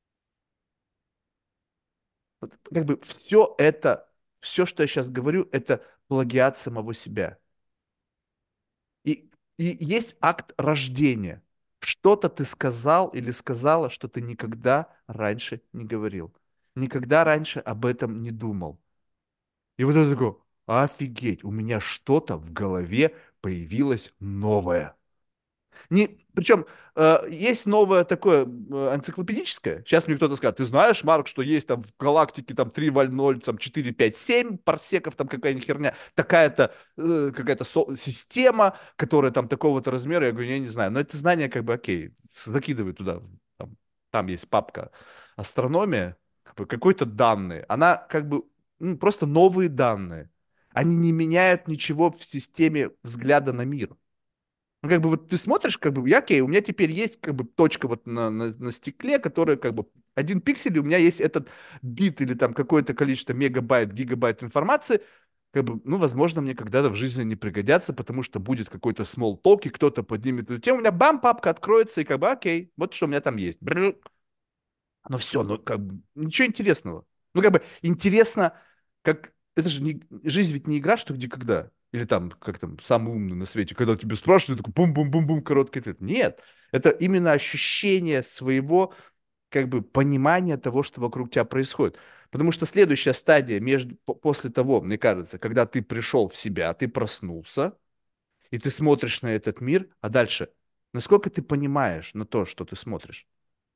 Вот как бы все это, все, что я сейчас говорю, это плагиат самого себя. И, и есть акт рождения. Что-то ты сказал или сказала, что ты никогда раньше не говорил. Никогда раньше об этом не думал. И вот это такое, офигеть, у меня что-то в голове появилось новое. Не, причем есть новое такое энциклопедическое. Сейчас мне кто-то скажет, ты знаешь, Марк, что есть там в галактике там 3 валь 0, там 4, 5, 7 парсеков, там какая-нибудь херня, такая-то какая-то система, которая там такого-то размера. Я говорю, я не знаю. Но это знание как бы окей, закидывай туда. Там, там есть папка астрономия, как бы какой-то данные. Она как бы просто новые данные. Они не меняют ничего в системе взгляда на мир. Ну, как бы вот ты смотришь, как бы, я, окей, у меня теперь есть как бы точка вот на стекле, которая как бы один пиксель, и у меня есть этот бит или там какое-то количество мегабайт, гигабайт информации, как бы, ну, возможно, мне когда-то в жизни не пригодятся, потому что будет какой-то small talk, и кто-то поднимет эту тему, у меня бам, папка откроется, и как бы, окей, вот что у меня там есть. Бррр. Ну все, ну как бы ничего интересного. Ну как бы интересно, как это же не жизнь ведь не игра, что где когда. Или там, как там, самый умный на свете, когда тебя спрашивают, такой бум-бум-бум-бум, короткий ответ. Нет, это именно ощущение своего, как бы, понимания того, что вокруг тебя происходит. Потому что следующая стадия после того, мне кажется, когда ты пришел в себя, ты проснулся, и ты смотришь на этот мир, а дальше, насколько ты понимаешь на то, что ты смотришь?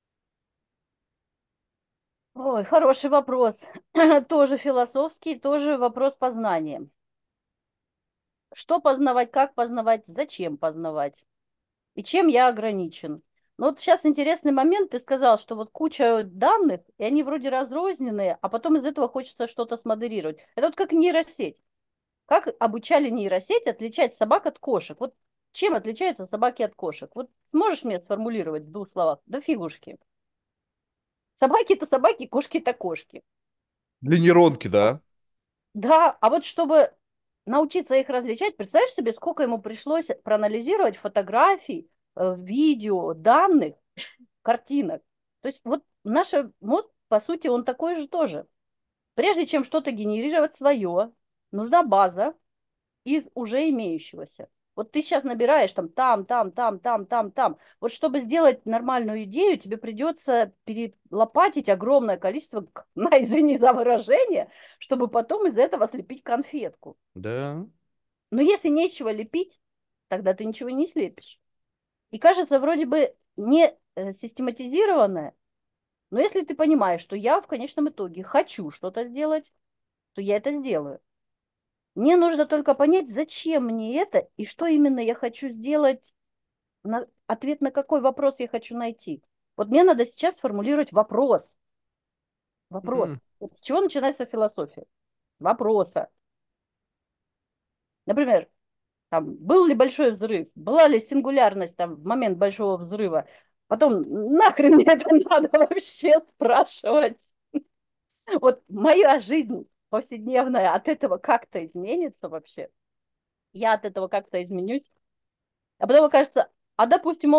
Ой, хороший вопрос. Тоже философский, тоже вопрос познания. Что познавать, как познавать, зачем познавать и чем я ограничен. Ну вот сейчас интересный момент. Ты сказал, что вот куча данных, и они вроде разрозненные, а потом из этого хочется что-то смодерировать. Это вот как нейросеть. Как обучали нейросеть отличать собак от кошек? Вот чем отличаются собаки от кошек? Вот сможешь мне сформулировать в двух словах? Да фигушки. Собаки это собаки, кошки это кошки. Для нейронки, да? Да, а вот чтобы научиться их различать, представляешь себе, сколько ему пришлось проанализировать фотографий, видео, данных, картинок. То есть вот наш мозг, по сути, он такой же тоже. Прежде чем что-то генерировать свое, нужна база из уже имеющегося. Вот ты сейчас набираешь там. Вот чтобы сделать нормальную идею, тебе придется перелопатить огромное количество, извини за выражение, чтобы потом из этого слепить конфетку. Да. Но если нечего лепить, тогда ты ничего не слепишь. И кажется, вроде бы не систематизированное, но если ты понимаешь, что я в конечном итоге хочу что-то сделать, то я это сделаю. Мне нужно только понять, зачем мне это и что именно я хочу сделать, ответ на какой вопрос я хочу найти. Вот мне надо сейчас сформулировать вопрос. Вопрос. М, Вот с чего начинается философия? Вопроса. Например, там, был ли большой взрыв? Была ли сингулярность там, в момент большого взрыва? Потом, нахрен мне это надо вообще спрашивать? Вот моя жизнь повседневная от этого как-то изменится вообще? Я от этого как-то изменюсь? А потом окажется, а допустим, о,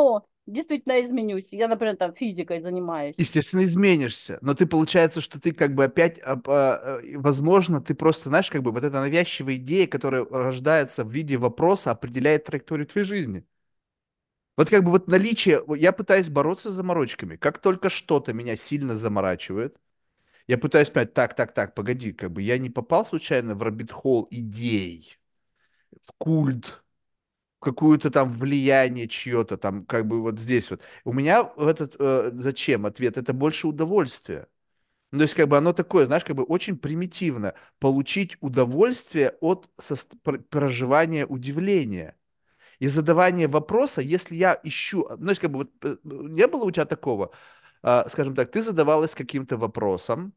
действительно изменюсь. Я, например, там физикой занимаюсь. Естественно, изменишься, но ты получается, что ты как бы опять, возможно, ты просто, знаешь, как бы вот эта навязчивая идея, которая рождается в виде вопроса, определяет траекторию твоей жизни. Вот как бы вот наличие, я пытаюсь бороться с заморочками. Как только что-то меня сильно заморачивает, я пытаюсь понять, так, погоди, как бы я не попал случайно в робит-холл идей, в культ, в какое-то там влияние чье-то там, как бы вот здесь вот. У меня в этот, зачем ответ? Это больше удовольствие. Ну, то есть, как бы оно такое, знаешь, как бы очень примитивно. Получить удовольствие от проживания удивления. И задавание вопроса, если я ищу, ну, то есть, как бы вот, не было у тебя такого, скажем так, ты задавалась каким-то вопросом,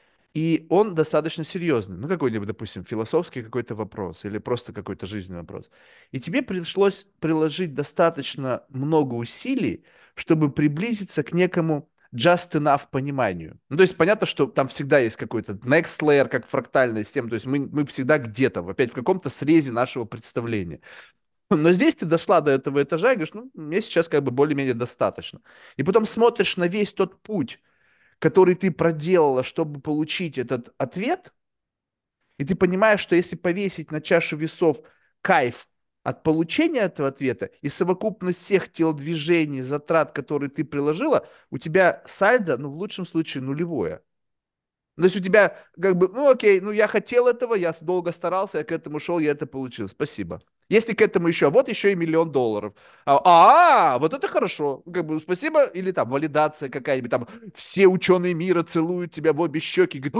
и он достаточно серьезный, ну, какой-нибудь, допустим, философский какой-то вопрос или просто какой-то жизненный вопрос. И тебе пришлось приложить достаточно много усилий, чтобы приблизиться к некому just enough пониманию. Ну, то есть понятно, что там всегда есть какой-то next layer, как фрактальная система, то есть мы всегда где-то, опять в каком-то срезе нашего представления. Но здесь ты дошла до этого этажа и говоришь, ну, мне сейчас как бы более-менее достаточно. И потом смотришь на весь тот путь, который ты проделала, чтобы получить этот ответ, и ты понимаешь, что если повесить на чашу весов кайф от получения этого ответа и совокупность всех телодвижений, затрат, которые ты приложила, у тебя сальдо, ну, в лучшем случае, нулевое. То есть у тебя как бы, ну окей, ну я хотел этого, я долго старался, я к этому шел, я это получил, спасибо. Если к этому еще, вот еще и $1 000 000. Вот это хорошо, как бы спасибо, или там валидация какая-нибудь, там все ученые мира целуют тебя в обе щеки, говорят,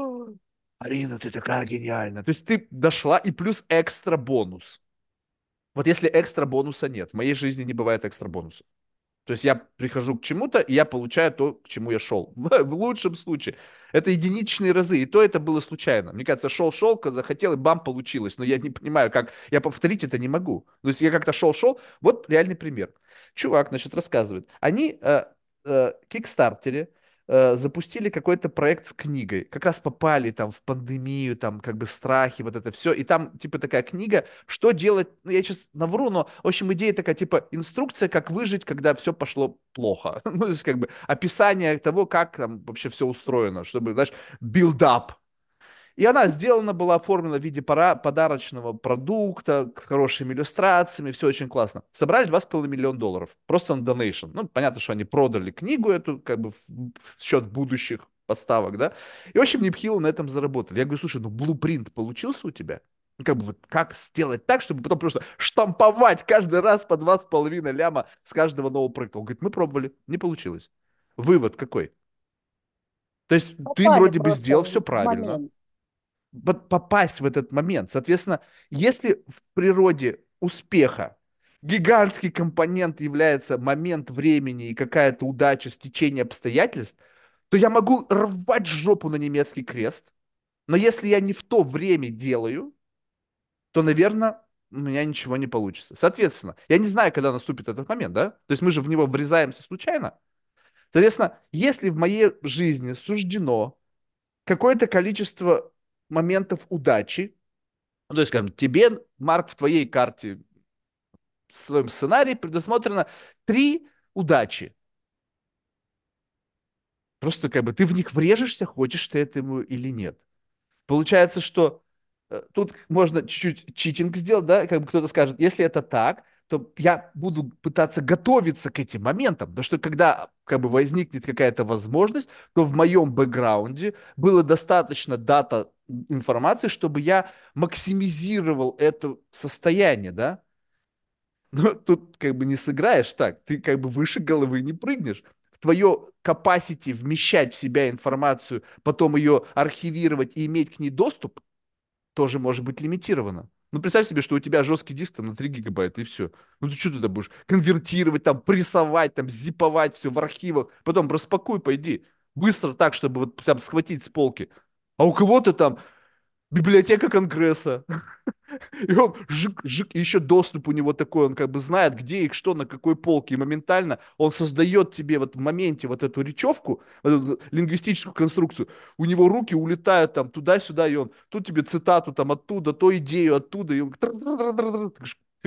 Арина, ты такая гениальная. То есть ты дошла, и плюс экстра бонус. Вот если экстра бонуса нет, в моей жизни не бывает экстра бонуса. То есть я прихожу к чему-то, и я получаю то, к чему я шел. В лучшем случае. Это единичные разы. И то это было случайно. Мне кажется, шел-шел, захотел, и бам, получилось. Но я не понимаю, как... Я повторить это не могу. То есть я как-то шел-шел. Вот реальный пример. Чувак, значит, рассказывает. Они Кикстартере запустили какой-то проект с книгой. Как раз попали там в пандемию, там как бы страхи, вот это все. И там типа такая книга, что делать, ну я сейчас навру, но в общем идея такая, типа инструкция, как выжить, когда все пошло плохо. Ну, то есть как бы описание того, как там вообще все устроено, чтобы, знаешь, build up. И она сделана была, оформлена в виде подарочного продукта, с хорошими иллюстрациями, все очень классно. Собрали $2,5 миллиона, просто на donation. Ну, понятно, что они продали книгу эту, как бы в счет будущих поставок, да. И, в общем, нехило на этом заработали. Я говорю, слушай, ну, блупринт получился у тебя? Ну, как бы вот как сделать так, чтобы потом просто штамповать каждый раз по 2,5 ляма с каждого нового проекта? Он говорит, мы пробовали, не получилось. Вывод какой? То есть ты Попали вроде бы просто сделал все в правильно, момент. попасть в этот момент. Соответственно, если в природе успеха гигантский компонент является момент времени и какая-то удача, стечение обстоятельств, то я могу рвать жопу на немецкий крест, но если я не в то время делаю, то, наверное, у меня ничего не получится. Соответственно, я не знаю, когда наступит этот момент, да? То есть мы же в него врезаемся случайно. Соответственно, если в моей жизни суждено какое-то количество моментов удачи, ну, то есть, скажем, тебе, Марк, в твоей карте, в своем сценарии предусмотрено 3 удачи. Просто как бы ты в них врежешься, хочешь ты этому или нет. Получается, что тут можно чуть-чуть читинг сделать, да, как бы кто-то скажет, если это так, то я буду пытаться готовиться к этим моментам, потому что когда как бы возникнет какая-то возможность, то в моем бэкграунде было достаточно дата информации, чтобы я максимизировал это состояние, да. Но тут как бы не сыграешь так, ты как бы выше головы не прыгнешь. В твое capacity вмещать в себя информацию, потом ее архивировать и иметь к ней доступ, тоже может быть лимитировано. Ну, представь себе, что у тебя жесткий диск там на 3 гигабайта и все. Ну, ты что туда будешь? Конвертировать, там, прессовать, там, зиповать все в архивах. Потом распакуй, пойди. Быстро так, чтобы вот там схватить с полки. А у кого-то там библиотека Конгресса. И он жик, и еще доступ у него такой, он как бы знает, где и что, на какой полке. И моментально он создает тебе вот в моменте вот эту речевку, вот эту лингвистическую конструкцию. У него руки улетают там туда-сюда, и он тут тебе цитату там оттуда, то идею оттуда, и он... Ты говоришь, «Сын,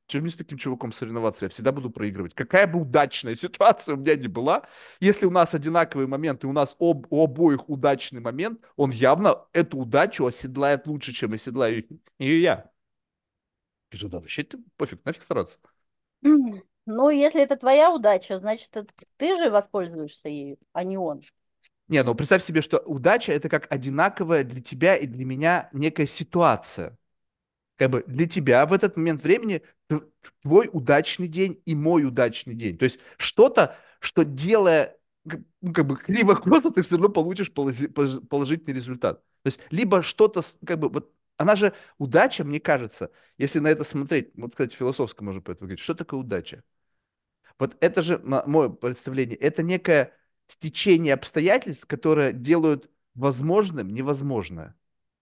Чем мне с таким чуваком соревноваться? Я всегда буду проигрывать. Какая бы удачная ситуация у меня ни была, если у нас одинаковый момент, и у нас у обоих удачный момент, он явно эту удачу оседлает лучше, чем оседлаю и я. И туда вообще пофиг, нафиг стараться. Ну, если это твоя удача, значит, ты же воспользуешься ею, а не он. Не, ну представь себе, что удача это как одинаковая для тебя и для меня некая ситуация. Как бы для тебя в этот момент времени твой удачный день и мой удачный день. То есть что-то, что делая ну, как бы криво-косо, ты все равно получишь положительный результат. То есть либо что-то, как бы, вот она же, удача, мне кажется, если на это смотреть, вот, кстати, философски можно по этому говорить, что такое удача? Вот это же мое представление, это некое стечение обстоятельств, которые делают возможным невозможное.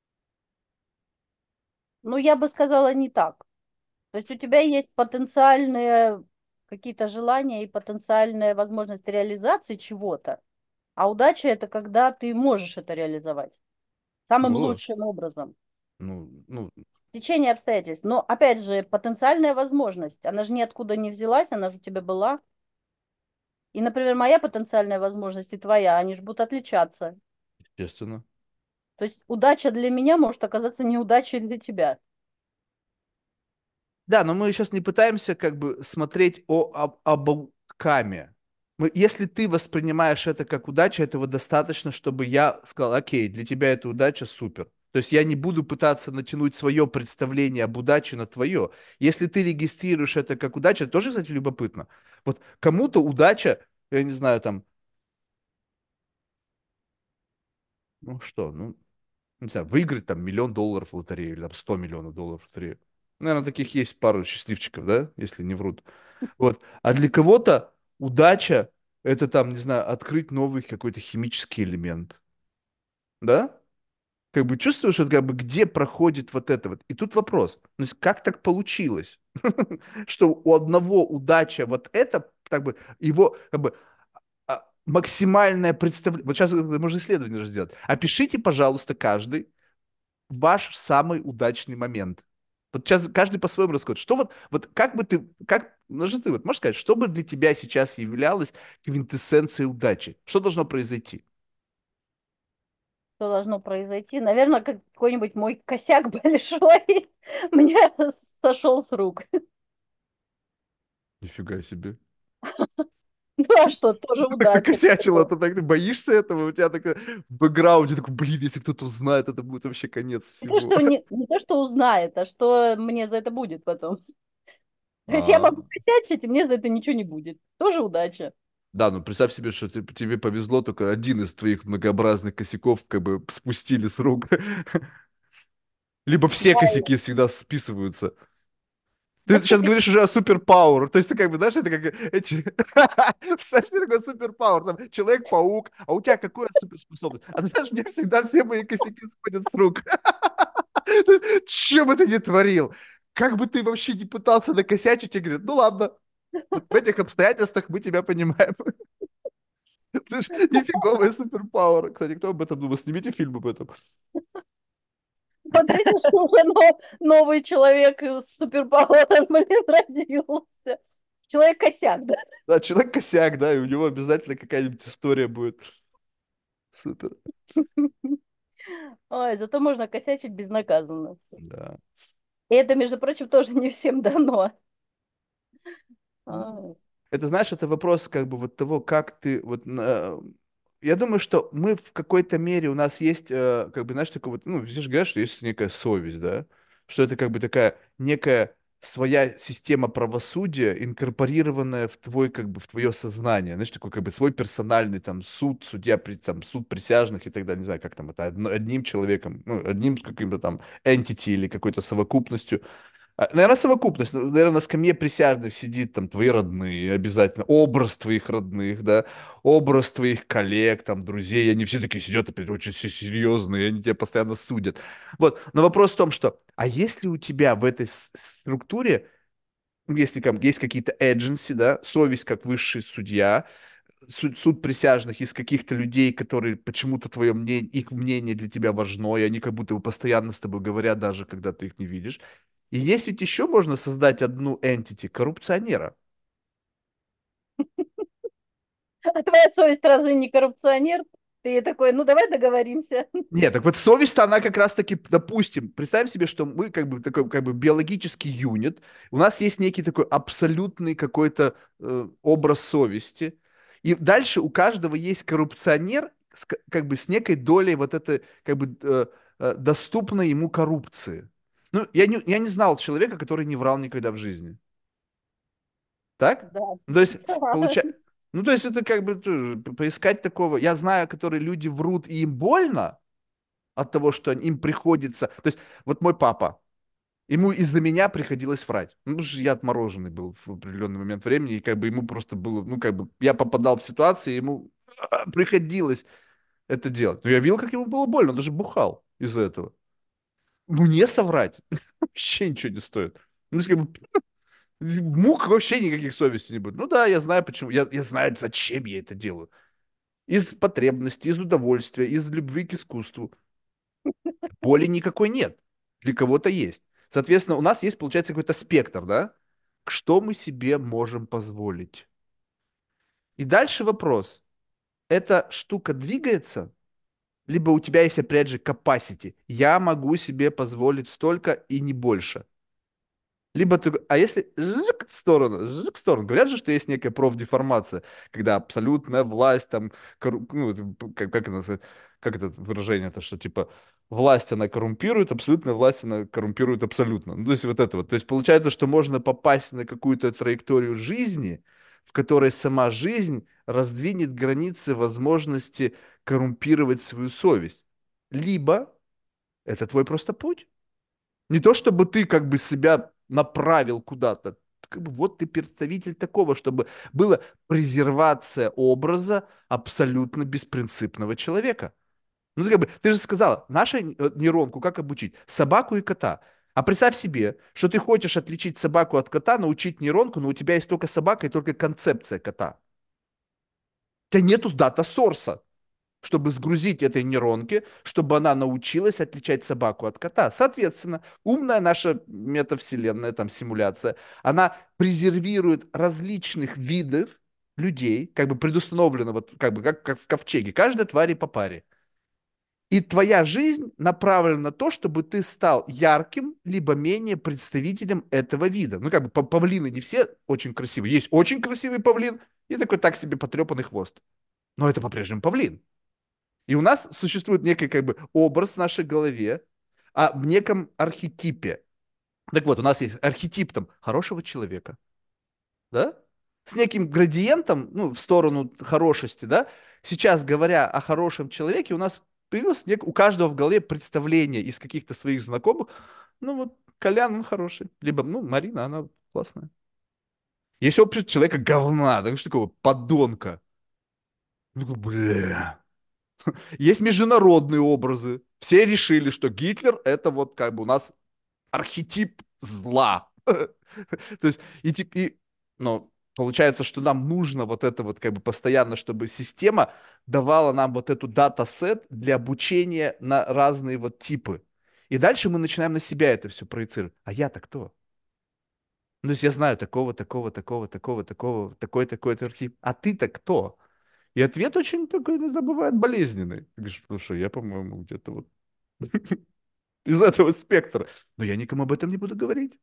Ну, я бы сказала не так. То есть у тебя есть потенциальные какие-то желания и потенциальная возможность реализации чего-то, а удача это когда ты можешь это реализовать самым О, лучшим образом. ну, Течение обстоятельств. Но опять же, потенциальная возможность, она же ниоткуда не взялась, она же у тебя была. И, например, моя потенциальная возможность и твоя, они же будут отличаться. естественно. То есть удача для меня может оказаться неудачей для тебя. Да, но мы сейчас не пытаемся как бы смотреть об ауткаме. Если ты воспринимаешь это как удачу, этого достаточно, чтобы я сказал, окей, для тебя это удача, супер. То есть я не буду пытаться натянуть свое представление об удаче на твое. Если ты регистрируешь это как удача, тоже, кстати, любопытно. Вот кому-то удача, я не знаю, там, ну что, ну, не знаю, выиграть там $1 000 000 в лотерею или там 100 миллионов долларов в лотерею. Наверное, таких есть пару счастливчиков, да, если не врут. Вот. А для кого-то удача — это там, не знаю, открыть новый какой-то химический элемент. Да? Как бы чувствуешь, вот, как бы, где проходит вот это вот. И тут вопрос. То есть как так получилось, что у одного удача вот это, как бы, его, как бы, максимальное представление. Вот сейчас можно исследование же сделать. Опишите, пожалуйста, каждый ваш самый удачный момент. Вот сейчас каждый по-своему расскажет. Что вот как бы ты, как, ну же ты вот можешь сказать, что бы для тебя сейчас являлось квинтэссенцией удачи? Что должно произойти? Что должно произойти? Наверное, какой-нибудь мой косяк большой мне сошел с рук. Нифига себе. Ну а что, тоже Так удача. накосячила, ты так ты боишься этого, у тебя так в бэкграунде такой, блин, если кто-то узнает, это будет вообще конец Не то, всему. что не то, что узнает, а что мне за это будет потом. То есть я А, могу косячить, и мне за это ничего не будет. Тоже удача. да, ну представь себе, что тебе повезло, только один из твоих многообразных косяков как бы спустили с рук. Либо все Да, косяки всегда списываются. Ты сейчас говоришь уже о суперпауэр. То есть ты как бы, знаешь, это как эти... Представляешь, что такое суперпауэр? Там Человек-паук. А у тебя какая суперспособность? А ты знаешь, мне всегда все мои косяки сходят с рук. Чем бы ты ни творил? Как бы ты вообще не пытался накосячить, тебе говорят, ну ладно, вот в этих обстоятельствах мы тебя понимаем. Ты же нифиговый суперпауэр. Кстати, кто об этом думал? Снимите фильм об этом. смотрите, что уже новый человек с суперпоwerом, блин, родился. Человек-косяк, да? Да, человек-косяк, да, и у него обязательно какая-нибудь история будет. Супер. Ой, зато можно косячить безнаказанно. Да. И это, между прочим, тоже не всем дано. Ну, Ой. это, знаешь, это вопрос как бы вот того, как ты вот... Я думаю, что мы в какой-то мере, у нас есть, как бы, знаешь, такой вот, ну, все же говорят, что есть некая совесть, да, что это как бы такая некая своя система правосудия, инкорпорированная в твой, как бы, в твое сознание, знаешь, такой, как бы, свой персональный там суд, судья, там, суд присяжных и так далее, не знаю, как там это, одним человеком, ну, одним каким-то там entity или какой-то совокупностью. Наверное, совокупность. Наверное, на скамье присяжных сидит там твои родные, обязательно. Образ твоих родных, да. Образ твоих коллег, там, друзей. Они все такие сидят, опять очень все серьезные, они тебя постоянно судят. Вот. Но вопрос в том, что, а если у тебя в этой структуре, если там есть какие-то agency, да, совесть как высший судья, суд присяжных из каких-то людей, которые почему-то твое мнение, их мнение для тебя важно, и они как будто бы постоянно с тобой говорят, даже когда ты их не видишь. И есть ведь еще можно создать одну entity — коррупционера. А твоя совесть разве не коррупционер? Ты такой, ну давай договоримся. Нет, так вот совесть-то она как раз-таки, допустим, представим себе, что мы как бы такой как бы биологический юнит, у нас есть некий такой абсолютный какой-то образ совести, и дальше у каждого есть коррупционер как бы с некой долей вот этой как бы доступной ему коррупции. Ну, я не знал человека, который не врал никогда в жизни. Так? Да. Ну, то есть, Да. получается, ну, то есть это как бы тоже поискать такого. Я знаю, которые люди врут, и им больно, от того, что им приходится... То есть вот мой папа, ему из-за меня приходилось врать. Ну, потому что я отмороженный был в определенный момент времени, и как бы ему просто было, ну, как бы я попадал в ситуации, ему приходилось это делать. Но я видел, как ему было больно, он даже бухал из-за этого. Мне соврать вообще ничего не стоит. Ну, то есть, как бы, мук вообще никаких совести не будет. Ну да, я знаю почему, я знаю, зачем я это делаю. Из потребности, из удовольствия, из любви к искусству. Боли никакой нет. Для кого-то есть. Соответственно, у нас есть, получается, какой-то спектр, да? Что мы себе можем позволить? И дальше вопрос. Эта штука двигается, либо у тебя есть, опять же, capacity. Я могу себе позволить столько и не больше. Либо ты, а если жик в сторону, говорят же, что есть некая профдеформация, когда абсолютная власть, там, ну, как, как это выражение-то, что типа власть, она коррумпирует, абсолютная власть, она коррумпирует абсолютно. Ну, то есть вот это вот. То есть получается, что можно попасть на какую-то траекторию жизни, в которой сама жизнь раздвинет границы возможности коррумпировать свою совесть. Либо это твой просто путь. Не то, чтобы ты как бы себя направил куда-то. Как бы вот ты представитель такого, чтобы была презервация образа абсолютно беспринципного человека. Ну, ты, как бы, ты же сказала, нашу нейронку как обучить? Собаку и кота. А представь себе, что ты хочешь отличить собаку от кота, научить нейронку, но у тебя есть только собака и только концепция кота. У тебя нету дата-сорса, чтобы сгрузить этой нейронке, чтобы она научилась отличать собаку от кота. Соответственно, умная наша метавселенная, там, симуляция, она презервирует различных видов людей, как бы предустановлено, вот, как бы, как в ковчеге, каждой твари по паре. И твоя жизнь направлена на то, чтобы ты стал ярким, либо менее представителем этого вида. Ну, как бы павлины не все очень красивые. Есть очень красивый павлин и такой так себе потрепанный хвост. Но это по-прежнему павлин. И у нас существует некий как бы образ в нашей голове в неком архетипе. Так вот, у нас есть архетип там хорошего человека, да? С неким градиентом, ну, в сторону хорошести, да? Сейчас, говоря о хорошем человеке, у нас появилось у каждого в голове представление из каких-то своих знакомых. Ну, вот Колян, он хороший. Либо, ну, Марина, она классная. Есть общество человека говна, да, что такого подонка. Ну, такой, бля. Есть международные образы. Все решили, что Гитлер — это вот как бы у нас архетип зла. То есть, но получается, что нам нужно вот это вот как бы постоянно, чтобы система давала нам вот эту дата-сет для обучения на разные вот типы. И дальше мы начинаем на себя это все проецировать. А я-то кто? Ну, то есть я знаю такого, такого, такого, такого, такого, такой, такой-то архетип. А ты-то кто? И ответ очень такой, иногда бывает болезненный. Ты говоришь, слушай, я, по-моему, где-то вот из этого спектра. Но я никому об этом не буду говорить.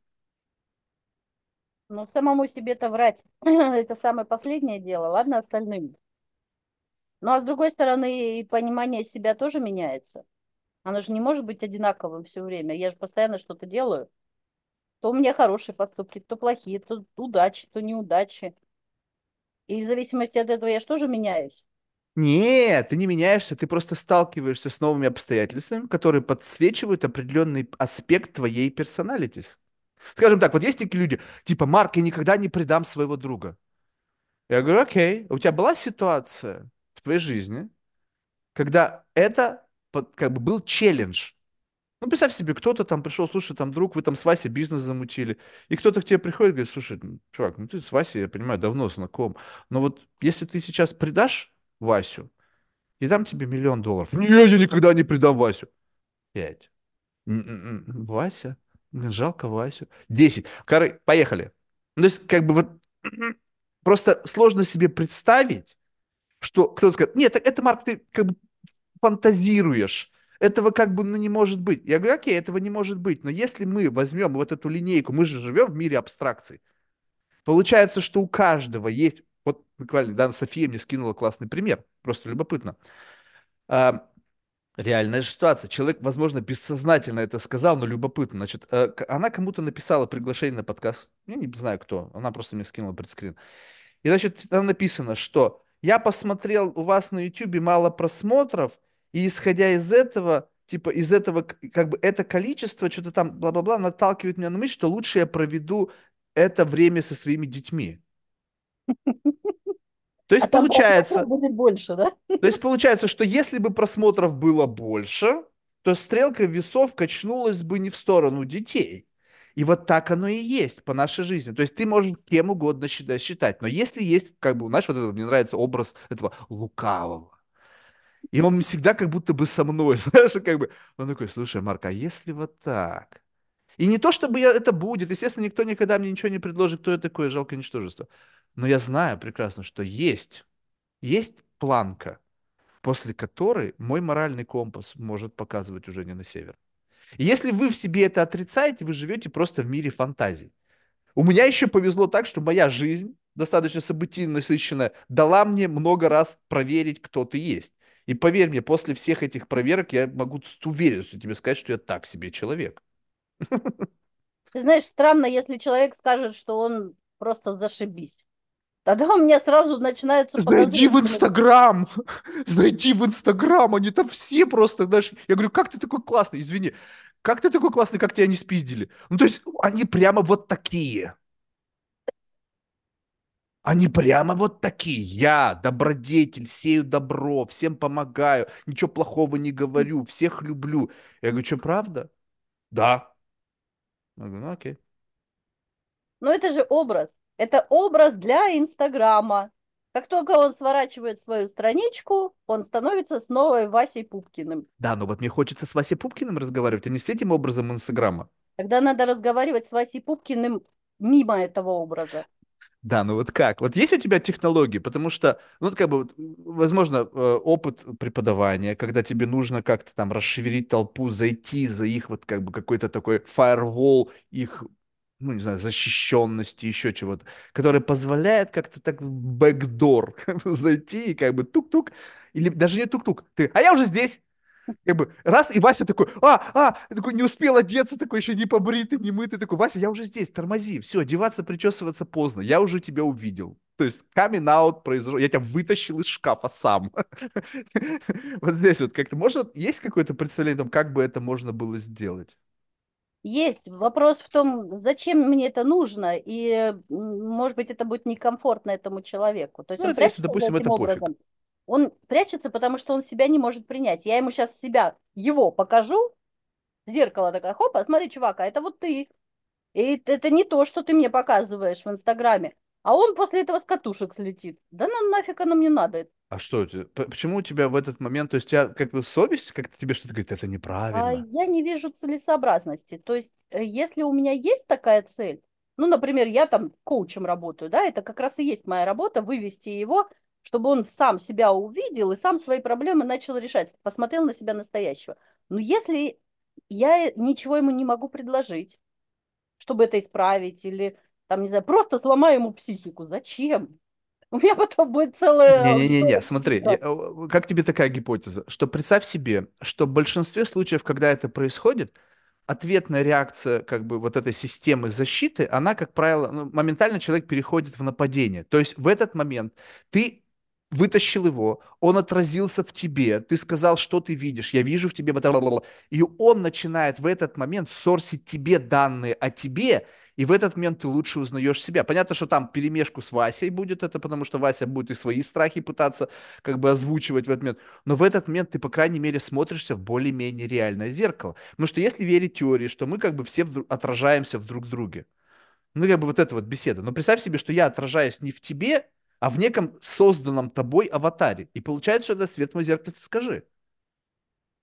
Ну, самому себе-то врать, это самое последнее дело, ладно остальным. Ну, а с другой стороны, и понимание себя тоже меняется. Оно же не может быть одинаковым все время. Я же постоянно что-то делаю. То у меня хорошие поступки, то плохие, то удачи, то неудачи. И в зависимости от этого я же тоже меняюсь. Нет, ты не меняешься, ты просто сталкиваешься с новыми обстоятельствами, которые подсвечивают определенный аспект твоей персоналити. Скажем так, вот есть такие люди, типа, Марк, я никогда не предам своего друга. Я говорю, окей, у тебя была ситуация в твоей жизни, когда это как бы был челлендж. Ну, представь себе, кто-то там пришел, слушай, там, друг, вы там с Васей бизнес замутили, и кто-то к тебе приходит и говорит, слушай, чувак, ну ты с Васей, я понимаю, давно знаком, но вот если ты сейчас предашь Васю, и дам тебе $1 000 000. Не, я никогда не предам Васю. Пять. Вася? Блин, жалко Васю. 10. Поехали. Ну, то есть, как бы вот просто сложно себе представить, что кто-то скажет, нет, это, Марк, ты как бы фантазируешь. Этого как бы ну, не может быть. Я говорю, окей, этого не может быть. Но если мы возьмем вот эту линейку, мы же живем в мире абстракций. Получается, что у каждого есть, вот буквально, да, София мне скинула классный пример, просто любопытно. А, реальная же ситуация. Человек, возможно, бессознательно это сказал, но любопытно. Значит, она кому-то написала приглашение на подкаст. Я не знаю кто. Она просто мне скинула предскрин. И, значит, там написано, что я посмотрел у вас на YouTube мало просмотров, и исходя из этого, типа, из этого, как бы, это количество, что-то там, бла-бла-бла, наталкивает меня на мысль, что лучше я проведу это время со своими детьми. То А есть там просмотров получается, будет больше, да? То есть получается, что если бы просмотров было больше, то стрелка весов качнулась бы не в сторону детей. И вот так оно и есть по нашей жизни. То есть ты можешь кем угодно считать. Но если есть, как бы, знаешь, вот это, мне нравится образ этого лукавого. И он всегда как будто бы со мной, знаешь, и как бы, он такой, слушай, Марк, а если вот так? И не то, чтобы это будет, естественно, никто никогда мне ничего не предложит, кто я такое жалкое ничтожество. Но я знаю прекрасно, что есть планка, после которой мой моральный компас может показывать уже не на север. И если вы в себе это отрицаете, вы живете просто в мире фантазий. У меня еще повезло так, что моя жизнь, достаточно событийно насыщенная, дала мне много раз проверить, кто ты есть. И поверь мне, после всех этих проверок я могу с уверенностью тебе сказать, что я так себе человек. Ты знаешь, странно, если человек скажет, что он просто зашибись. Тогда у меня сразу начинаются Зайди в подозрения. Инстаграм, зайди в Инстаграм, они там все просто, знаешь, я говорю, как ты такой классный, извини, как ты такой классный, как тебя не спиздили? Ну, то есть, они прямо вот такие. Они прямо вот такие. Я добродетель, сею добро, всем помогаю, ничего плохого не говорю, всех люблю. Я говорю, что, правда? Да. Я говорю, ну окей. Но это же образ. Это образ для Инстаграма. Как только он сворачивает свою страничку, он становится снова Васей Пупкиным. Да, но вот мне хочется с Васей Пупкиным разговаривать, а не с этим образом Инстаграма. Тогда надо разговаривать с Васей Пупкиным мимо этого образа. Да, ну вот как? Вот есть у тебя технологии? Потому что, ну, вот как бы, вот, возможно, опыт преподавания, когда тебе нужно как-то там расшевелить толпу, зайти за их вот как бы какой-то такой фаервол их, ну, не знаю, защищенности, еще чего-то, который позволяет как-то так в бэкдор зайти и как бы тук-тук, или даже не тук-тук, ты, а я уже здесь, как бы раз, и Вася такой, такой не успел одеться, такой еще не побритый, не мытый, такой, Вася, я уже здесь, тормози, все, одеваться, причесываться поздно, я уже тебя увидел. То есть камин аут произошел, я тебя вытащил из шкафа сам. Вот здесь вот как-то, может, есть какое-то представление о том, как бы это можно было сделать? Есть вопрос в том, зачем мне это нужно, и, может быть, это будет некомфортно этому человеку. То есть Ну, он это если, прячется за допустим, это этим пофиг. образом. Он прячется, потому что он себя не может принять. Я ему сейчас себя, его покажу, зеркало такое, хоп, а смотри, чувак, а это вот ты. И это не то, что ты мне показываешь в Инстаграме. А он после этого с катушек слетит. Да ну нафиг оно мне надо. А что у тебя, почему у тебя в этот момент, то есть у тебя как бы совесть как-то тебе что-то говорит, это А неправильно? я не вижу целесообразности. То есть, если у меня есть такая цель, ну, например, я там коучем работаю, да, это как раз и есть моя работа, вывести его, чтобы он сам себя увидел и сам свои проблемы начал решать, посмотрел на себя настоящего. Но если я ничего ему не могу предложить, чтобы это исправить, или там, не знаю, просто сломаю ему психику, зачем? У меня потом будет целая Не-не-не-не, аудитория. смотри, как тебе такая гипотеза? Что представь себе, что в большинстве случаев, когда это происходит, ответная реакция как бы вот этой системы защиты, она, как правило, ну, моментально человек переходит в нападение. То есть в этот момент ты вытащил его, он отразился в тебе, ты сказал, что ты видишь, я вижу в тебе, и он начинает в этот момент сорсить тебе данные о тебе, и в этот момент ты лучше узнаешь себя. Понятно, что там перемешку с Васей будет это, потому что Вася будет и свои страхи пытаться как бы озвучивать в этот момент. Но в этот момент ты, по крайней мере, смотришься в более-менее реальное зеркало. Потому что если верить теории, что мы как бы все отражаемся в друг друге, ну как бы вот эта вот беседа. Но представь себе, что я отражаюсь не в тебе, а в неком созданном тобой аватаре. И получается, что это свет мой зеркальце, скажи.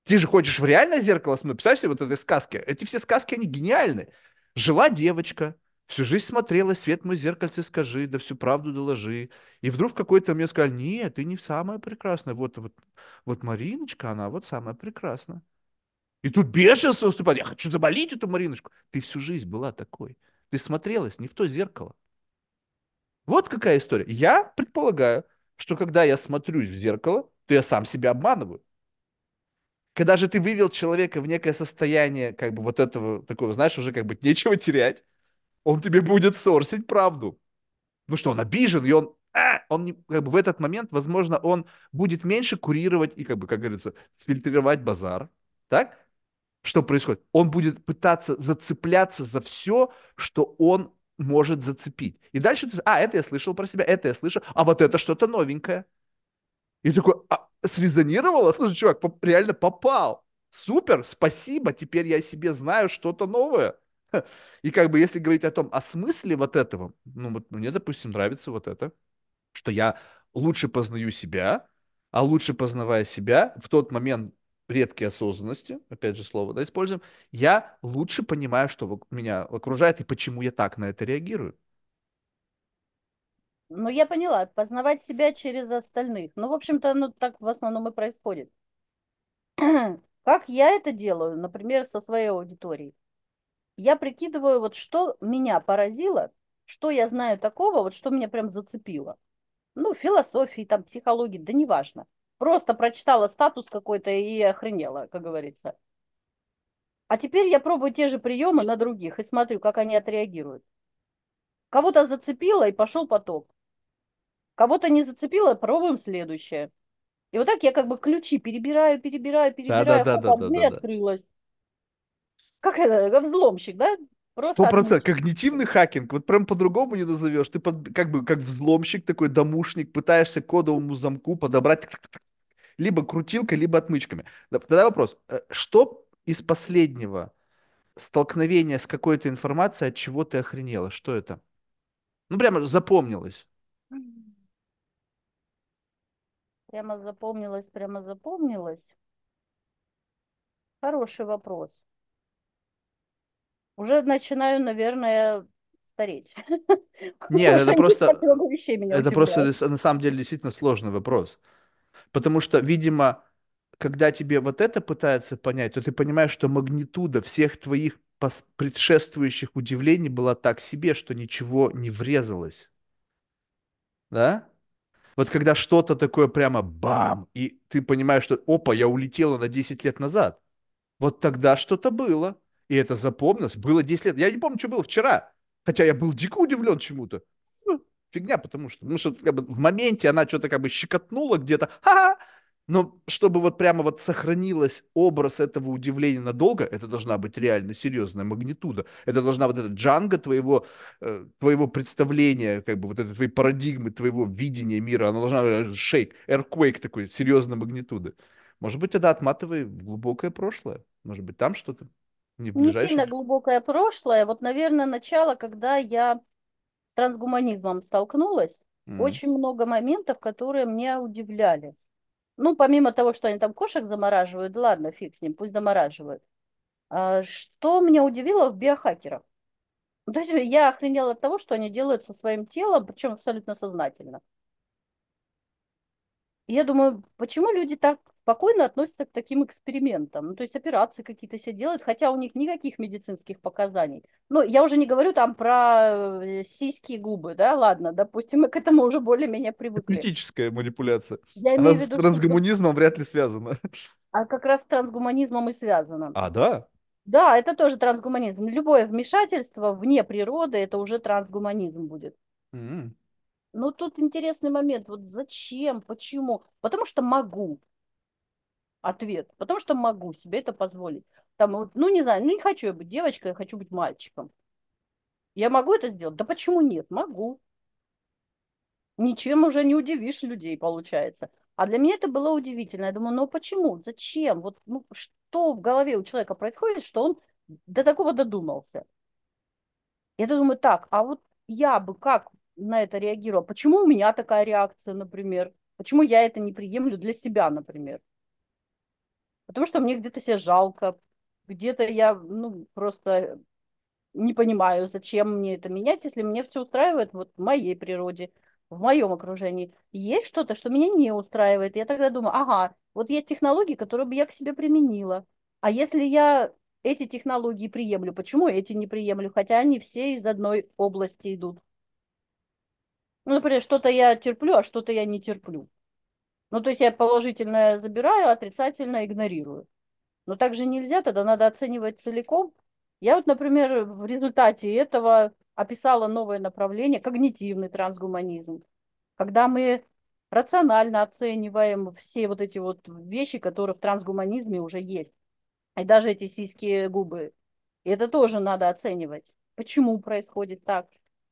Ты же хочешь в реальное зеркало смотреть. Представляешь себе вот этой сказки? Эти все сказки, они гениальны. Жила девочка, всю жизнь смотрела, свет мой зеркальце скажи, да всю правду доложи. И вдруг в какой-то момент сказали, нет, ты не самая прекрасная. Вот Мариночка, она вот самая прекрасная. И тут бешенство наступает. Я хочу заболеть эту Мариночку. Ты всю жизнь была такой. Ты смотрелась не в то зеркало. Вот какая история. Я предполагаю, что когда я смотрюсь в зеркало, то я сам себя обманываю. Когда же ты вывел человека в некое состояние, как бы вот этого такого, знаешь, уже как бы нечего терять, он тебе будет сорсить правду. Ну что, он обижен, и он не, как бы в этот момент, возможно, он будет меньше курировать и, как бы, как говорится, сфильтровать базар. Так? Что происходит? Он будет пытаться зацепляться за все, что он может зацепить. И дальше ты, это я слышал про себя, это я слышал, а вот это что-то новенькое. И такой, срезонировало? Слушай, чувак, реально попал. Супер, спасибо, теперь я о себе знаю что-то новое. И как бы если говорить о смысле вот этого, ну вот мне, допустим, нравится вот это, что я лучше познаю себя, а лучше познавая себя, в тот момент редкой осознанности, опять же слово, да, используем, я лучше понимаю, что меня окружает и почему я так на это реагирую. Ну, я поняла, познавать себя через остальных. Ну, в общем-то, ну, так в основном и происходит. Как я это делаю, например, со своей аудиторией? Я прикидываю, вот что меня поразило, что я знаю такого, вот что меня прям зацепило. Ну, философии, там, психологии, да неважно. Просто прочитала статус какой-то и охренела, как говорится. А теперь я пробую те же приемы на других и смотрю, как они отреагируют. Кого-то зацепило и пошел поток. Кого-то не зацепило, пробуем следующее. И вот так я как бы ключи перебираю, перебираю, перебираю. Хопа, дверь Да-да-да-да-да-да. открылась. Как это, как взломщик, да? Сто Просто процентов. отмычка. Когнитивный хакинг. Вот прям по-другому не назовешь. Ты как бы как взломщик, такой домушник, пытаешься к кодовому замку подобрать либо крутилкой, либо отмычками. Тогда вопрос. Что из последнего столкновения с какой-то информацией, от чего ты охренела? Что это? Ну, прямо запомнилось. Прямо запомнилось, прямо запомнилось. Хороший вопрос. Уже начинаю, наверное, стареть. Нет, Уже не так много вещей меня это просто удивляет. на самом деле действительно сложный вопрос. Потому что, видимо, когда тебе вот это пытаются понять, то ты понимаешь, что магнитуда всех твоих предшествующих удивлений была так себе, что ничего не врезалось. Да? Вот когда что-то такое прямо бам, и ты понимаешь, что опа, я улетела на 10 лет назад. Вот тогда что-то было. И это запомнилось. Было 10 лет. Я не помню, что было вчера. Хотя я был дико удивлен чему-то. Фигня, потому что как бы, в моменте она что-то как бы щекотнула где-то. Ха-ха! Но чтобы вот прямо вот сохранилось образ этого удивления надолго, это должна быть реально серьезная магнитуда. Это должна вот эта джанга твоего представления, как бы вот этой твоей парадигмы, твоего видения мира, она должна шейк, earthquake такой, серьезной магнитуды. Может быть, тогда отматывай в глубокое прошлое. Может быть, там что-то не в Не сильно ближайшем. глубокое прошлое. Вот, наверное, начало, когда я с трансгуманизмом столкнулась, М. очень много моментов, которые меня удивляли. Ну, помимо того, что они там кошек замораживают, да ладно, фиг с ним, пусть замораживают. Что меня удивило в биохакерах? Ну, то есть я охренела от того, что они делают со своим телом, причем абсолютно сознательно. И я думаю, почему люди так спокойно относятся к таким экспериментам? Ну, то есть операции какие-то все делают, хотя у них никаких медицинских показаний. Ну, я уже не говорю там про сиськи и губы, да, ладно, допустим, мы к этому уже более-менее привыкли. Косметическая манипуляция. Я Она имею в с виду, что трансгуманизмом вряд ли связана. как раз с трансгуманизмом и связано. А, да? Да, это тоже трансгуманизм. Любое вмешательство вне природы, это уже трансгуманизм будет. М. Но тут интересный момент. Вот зачем? Почему? Потому что могу. Ответ. Потому что могу себе это позволить. Там, вот, ну, не знаю, ну, не хочу я быть девочкой, я хочу быть мальчиком. Я могу это сделать? Да почему нет? Могу. Ничем уже не удивишь людей, получается. А для меня это было удивительно. Я думаю, ну почему? Зачем? Вот ну, что в голове у человека происходит, что он до такого додумался? Я думаю, так, а вот я бы как на это реагировала? Почему у меня такая реакция, например? Почему я это не приемлю для себя, например? Потому что мне где-то себя жалко, где-то я, ну, просто не понимаю, зачем мне это менять, если мне все устраивает вот в моей природе, в моем окружении. Есть что-то, что меня не устраивает. Я тогда думаю, ага, вот есть технологии, которые бы я к себе применила. А если я эти технологии приемлю, почему эти не приемлю? Хотя они все из одной области идут. Ну, например, что-то я терплю, а что-то я не терплю. Ну, то есть я положительное забираю, а отрицательное игнорирую. Но так же нельзя, тогда надо оценивать целиком. Я вот, например, в результате этого описала новое направление, когнитивный трансгуманизм, когда мы рационально оцениваем все вот эти вот вещи, которые в трансгуманизме уже есть. И даже эти сиськи, губы. И это тоже надо оценивать. Почему происходит так?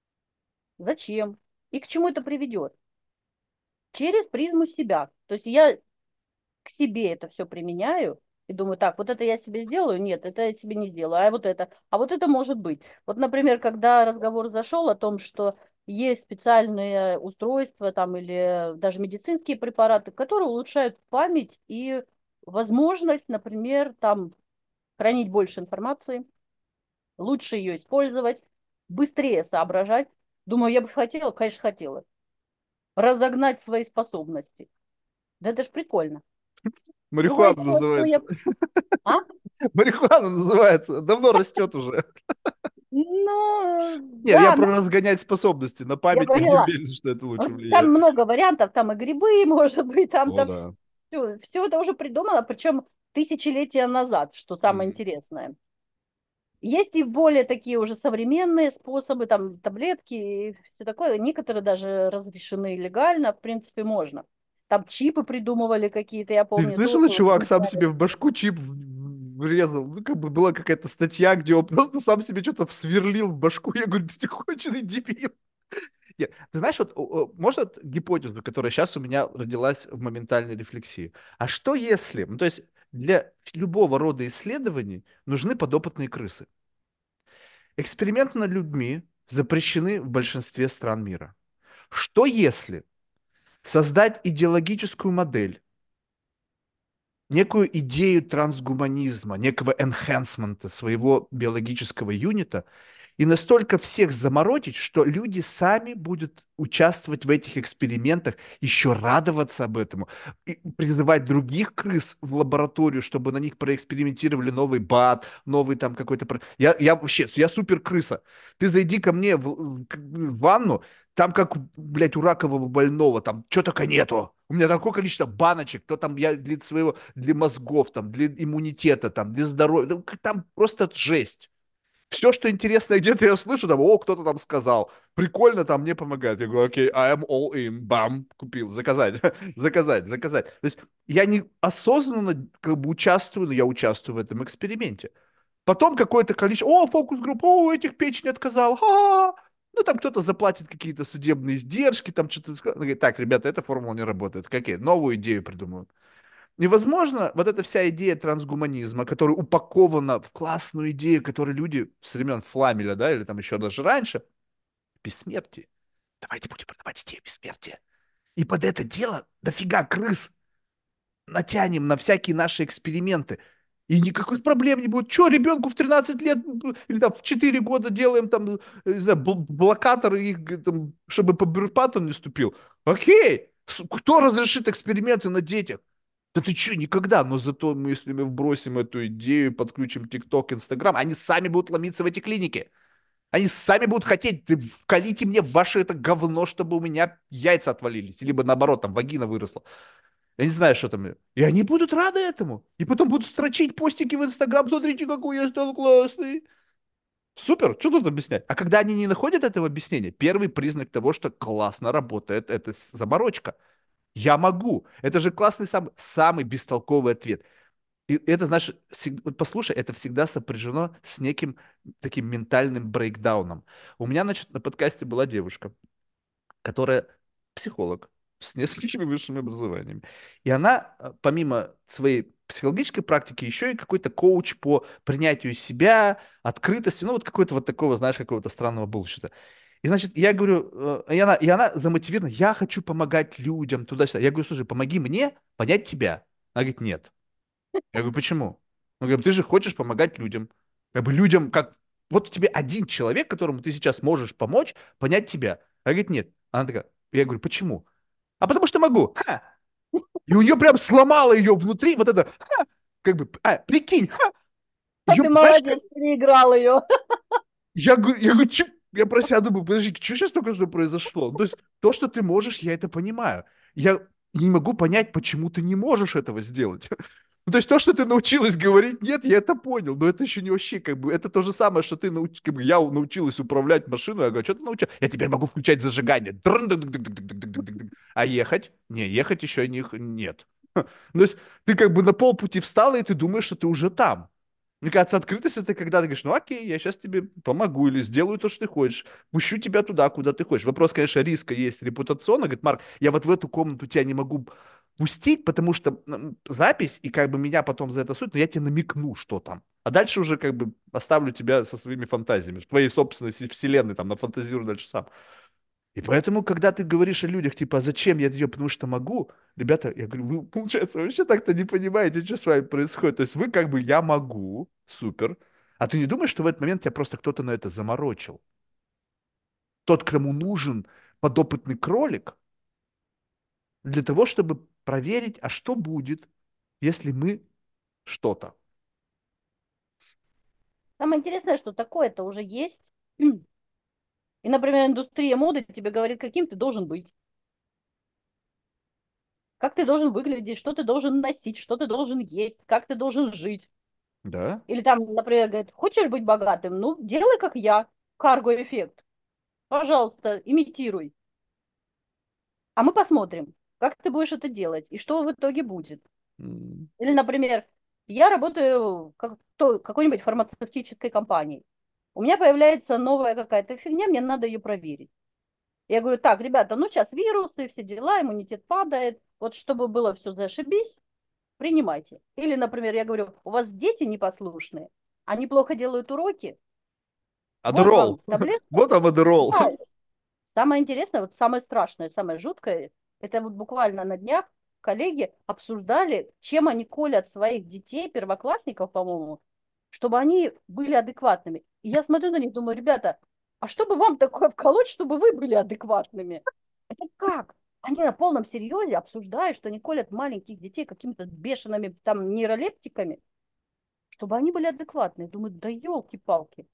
Зачем? И к чему это приведет? Через призму себя. То есть я к себе это все применяю и думаю, так, вот это я себе сделаю, нет, это я себе не сделаю, а вот это может быть. Вот, например, когда разговор зашел о том, что есть специальные устройства там или даже медицинские препараты, которые улучшают память и возможность, например, там хранить больше информации, лучше ее использовать, быстрее соображать. Думаю, я бы хотела, конечно, хотела разогнать свои способности. Да это ж прикольно. Другое Марихуана дело, что называется. я... А? Марихуана называется. Давно растет уже. Ну, Нет, я да, ну, про разгонять способности на я память. Я не поняла. уверен, что это лучше Вот там влияет. много вариантов, там и грибы, может быть, О, там-то да. все это уже придумано, причем тысячелетия назад, что самое Мгм. интересное. Есть и более такие уже современные способы, там таблетки и все такое. Некоторые даже разрешены легально, в принципе, можно. Там чипы придумывали какие-то, я Ты помню, слышала, тоже чувак сам внедряли. себе в башку чип врезал? Ну, как бы была какая-то статья, где он просто сам себе что-то сверлил в башку. Я говорю, ты конченый дебил. Нет, ты знаешь, вот может гипотезу, которая сейчас у меня родилась в моментальной рефлексии. А что если, ну, то есть для любого рода исследований нужны подопытные крысы. Эксперименты над людьми запрещены в большинстве стран мира. Что если создать идеологическую модель, некую идею трансгуманизма, некого энхэнсмента своего биологического юнита, и настолько всех заморочить, что люди сами будут участвовать в этих экспериментах, еще радоваться об этом, и призывать других крыс в лабораторию, чтобы на них проэкспериментировали новый БАД, новый там какой-то... Я вообще, я супер крыса. Ты зайди ко мне в ванну, там как, блядь, у ракового больного, там что только нету. У меня такое количество баночек, то там я для своего, для мозгов, там, для иммунитета, там, для здоровья. Там просто жесть. Все, что интересное где-то я слышу, там, о, кто-то там сказал, прикольно, там мне помогает. Я говорю, окей, I am all in, бам, купил, заказать, заказать, заказать. То есть я не осознанно как бы участвую, но я участвую в этом эксперименте. Потом какое-то количество, о, фокус-группа, о, этих печень отказал, ха-ха. Ну, там кто-то заплатит какие-то судебные издержки, там что-то... Говорит, так, ребята, эта формула не работает. Какие? Новую идею придумывают. Невозможно вот эта вся идея трансгуманизма, которая упакована в классную идею, которую люди с времен Фламеля, да, или там еще даже раньше, бессмертие. Давайте будем продавать идею бессмертия. И под это дело дофига крыс натянем на всякие наши эксперименты. И никаких проблем не будет. Че, ребенку в 13 лет или там в 4 года делаем там, не знаю, блокаторы их, там, чтобы по бюрпату не ступил. Окей, кто разрешит эксперименты на детях? Да ты что, никогда. Но зато мы, если мы вбросим эту идею, подключим ТикТок, Инстаграм, они сами будут ломиться в эти клиники. Они сами будут хотеть, ты вкалите мне в ваше это говно, чтобы у меня яйца отвалились. Либо наоборот, там вагина выросла. Я не знаю, что там. И они будут рады этому. И потом будут строчить постики в Инстаграм. Смотрите, какой я стал классный. Супер, что тут объяснять? А когда они не находят этого объяснения, первый признак того, что классно работает, это заморочка. Я могу. Это же классный самый бестолковый ответ. И это, знаешь, вот послушай, это всегда сопряжено с неким таким ментальным брейкдауном. У меня, значит, на подкасте была девушка, которая психолог с несколькими высшими образованиями. И она, помимо своей психологической практики, еще и какой-то коуч по принятию себя, открытости, ну вот какой-то вот такого, знаешь, какого-то странного булщита. И, значит, я говорю, и она замотивирована, я хочу помогать людям туда-сюда. Я говорю, слушай, помоги мне понять тебя. Она говорит, нет. Я говорю, почему? Он говорит, ты же хочешь помогать людям. Как бы людям, как... Вот у тебя один человек, которому ты сейчас можешь помочь, понять тебя. А говорит, нет. Она такая, я говорю, почему? А потому что могу. Ха! И у нее прям сломало ее внутри вот это, ха! Как бы, прикинь, ха! А Ее, ты знаешь, молодец, переиграл ее. я говорю, чё? Я про себя думаю, подожди, что сейчас только что произошло? То есть то, что ты можешь, я это понимаю. Я не могу понять, почему ты не можешь этого сделать. Ну, то есть то, что ты научилась говорить нет, я это понял, но это еще не вообще, как бы, это то же самое, что ты как бы, я научилась управлять машиной, я говорю, что ты научилась? Я теперь могу включать зажигание. Дрын-дын-дын-дын-дын-дын-дын-дын. А ехать? Не, ехать еще нет. То есть ты как бы на полпути встала, и ты думаешь, что ты уже там. Мне кажется, открытость это когда ты говоришь, ну окей, я сейчас тебе помогу или сделаю то, что ты хочешь, пущу тебя туда, куда ты хочешь. Вопрос, конечно, риска есть репутационно. Говорит, Марк, я вот в эту комнату тебя не могу пустить, потому что запись, и как бы меня потом за это суд, но я тебе намекну, что там. А дальше уже как бы оставлю тебя со своими фантазиями, в твоей собственной вселенной, там, нафантазируй дальше сам. И поэтому, когда ты говоришь о людях, типа, а зачем я ее, потому что могу, ребята, я говорю, вы, получается, вообще так-то не понимаете, что с вами происходит. То есть вы как бы, я могу, супер, а ты не думаешь, что в этот момент тебя просто кто-то на это заморочил? Тот, кому нужен подопытный кролик, для того, чтобы проверить, а что будет, если мы что-то. Самое интересное, что такое-то уже есть. И, например, индустрия моды тебе говорит, каким ты должен быть, как ты должен выглядеть, что ты должен носить, что ты должен есть, как ты должен жить. Да? Или там, например, говорит, хочешь быть богатым? Ну, делай как я. Карго-эффект. Пожалуйста, имитируй. А мы посмотрим, как ты будешь это делать и что в итоге будет. М. Или, например, я работаю какой-нибудь фармацевтической компанией. У меня появляется новая какая-то фигня, мне надо ее проверить. Я говорю, так, ребята, ну сейчас вирусы, все дела, иммунитет падает. Вот чтобы было все зашибись, принимайте. Или, например, я говорю, у вас дети непослушные, они плохо делают уроки, вот вам Адерол. таблетка. Вот он, Адерол. Да, самое интересное, вот самое страшное, самое жуткое, это вот буквально на днях коллеги обсуждали, чем они колят своих детей, первоклассников, по-моему, чтобы они были адекватными. И я смотрю на них, думаю, ребята, а что бы вам такое вколоть, чтобы вы были адекватными? Это как? Они на полном серьезе обсуждают, что они колят маленьких детей какими-то бешеными там нейролептиками, чтобы они были адекватные. Думаю, да елки-палки.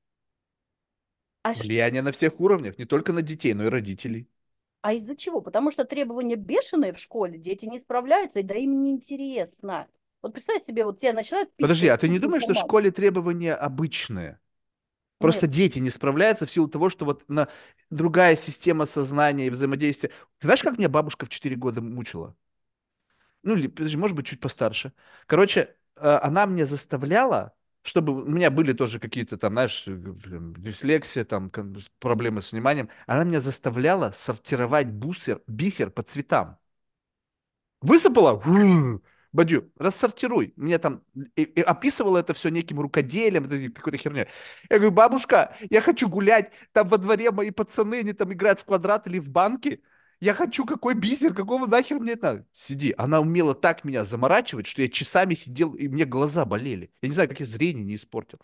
А Влияние на всех уровнях, не только на детей, но и родителей. А из-за чего? Потому что требования бешеные в школе, дети не справляются, и да им не интересно. Вот представь себе, вот тебя начинают Подожди, а пичкать ты не кучу думаешь, что в информации. школе требования обычные? Просто Нет, дети не справляются в силу того, что вот другая система сознания и взаимодействия. Ты знаешь, как меня бабушка в 4 года мучила? Ну, или, подожди, может быть, чуть постарше. Короче, она мне заставляла, чтобы у меня были тоже какие-то там, знаешь, дислексия, там, проблемы с вниманием. Она меня заставляла сортировать бисер по цветам. Высыпала? Бадю, рассортируй. Мне там и описывала это все неким рукоделием, какой-то херней. Я говорю, бабушка, я хочу гулять. Там во дворе мои пацаны, они там играют в квадрат или в банки. Я хочу какой бисер, какого нахер мне это надо? Сиди. Она умела так меня заморачивать, что я часами сидел, и мне глаза болели. Я не знаю, как я зрение не испортил.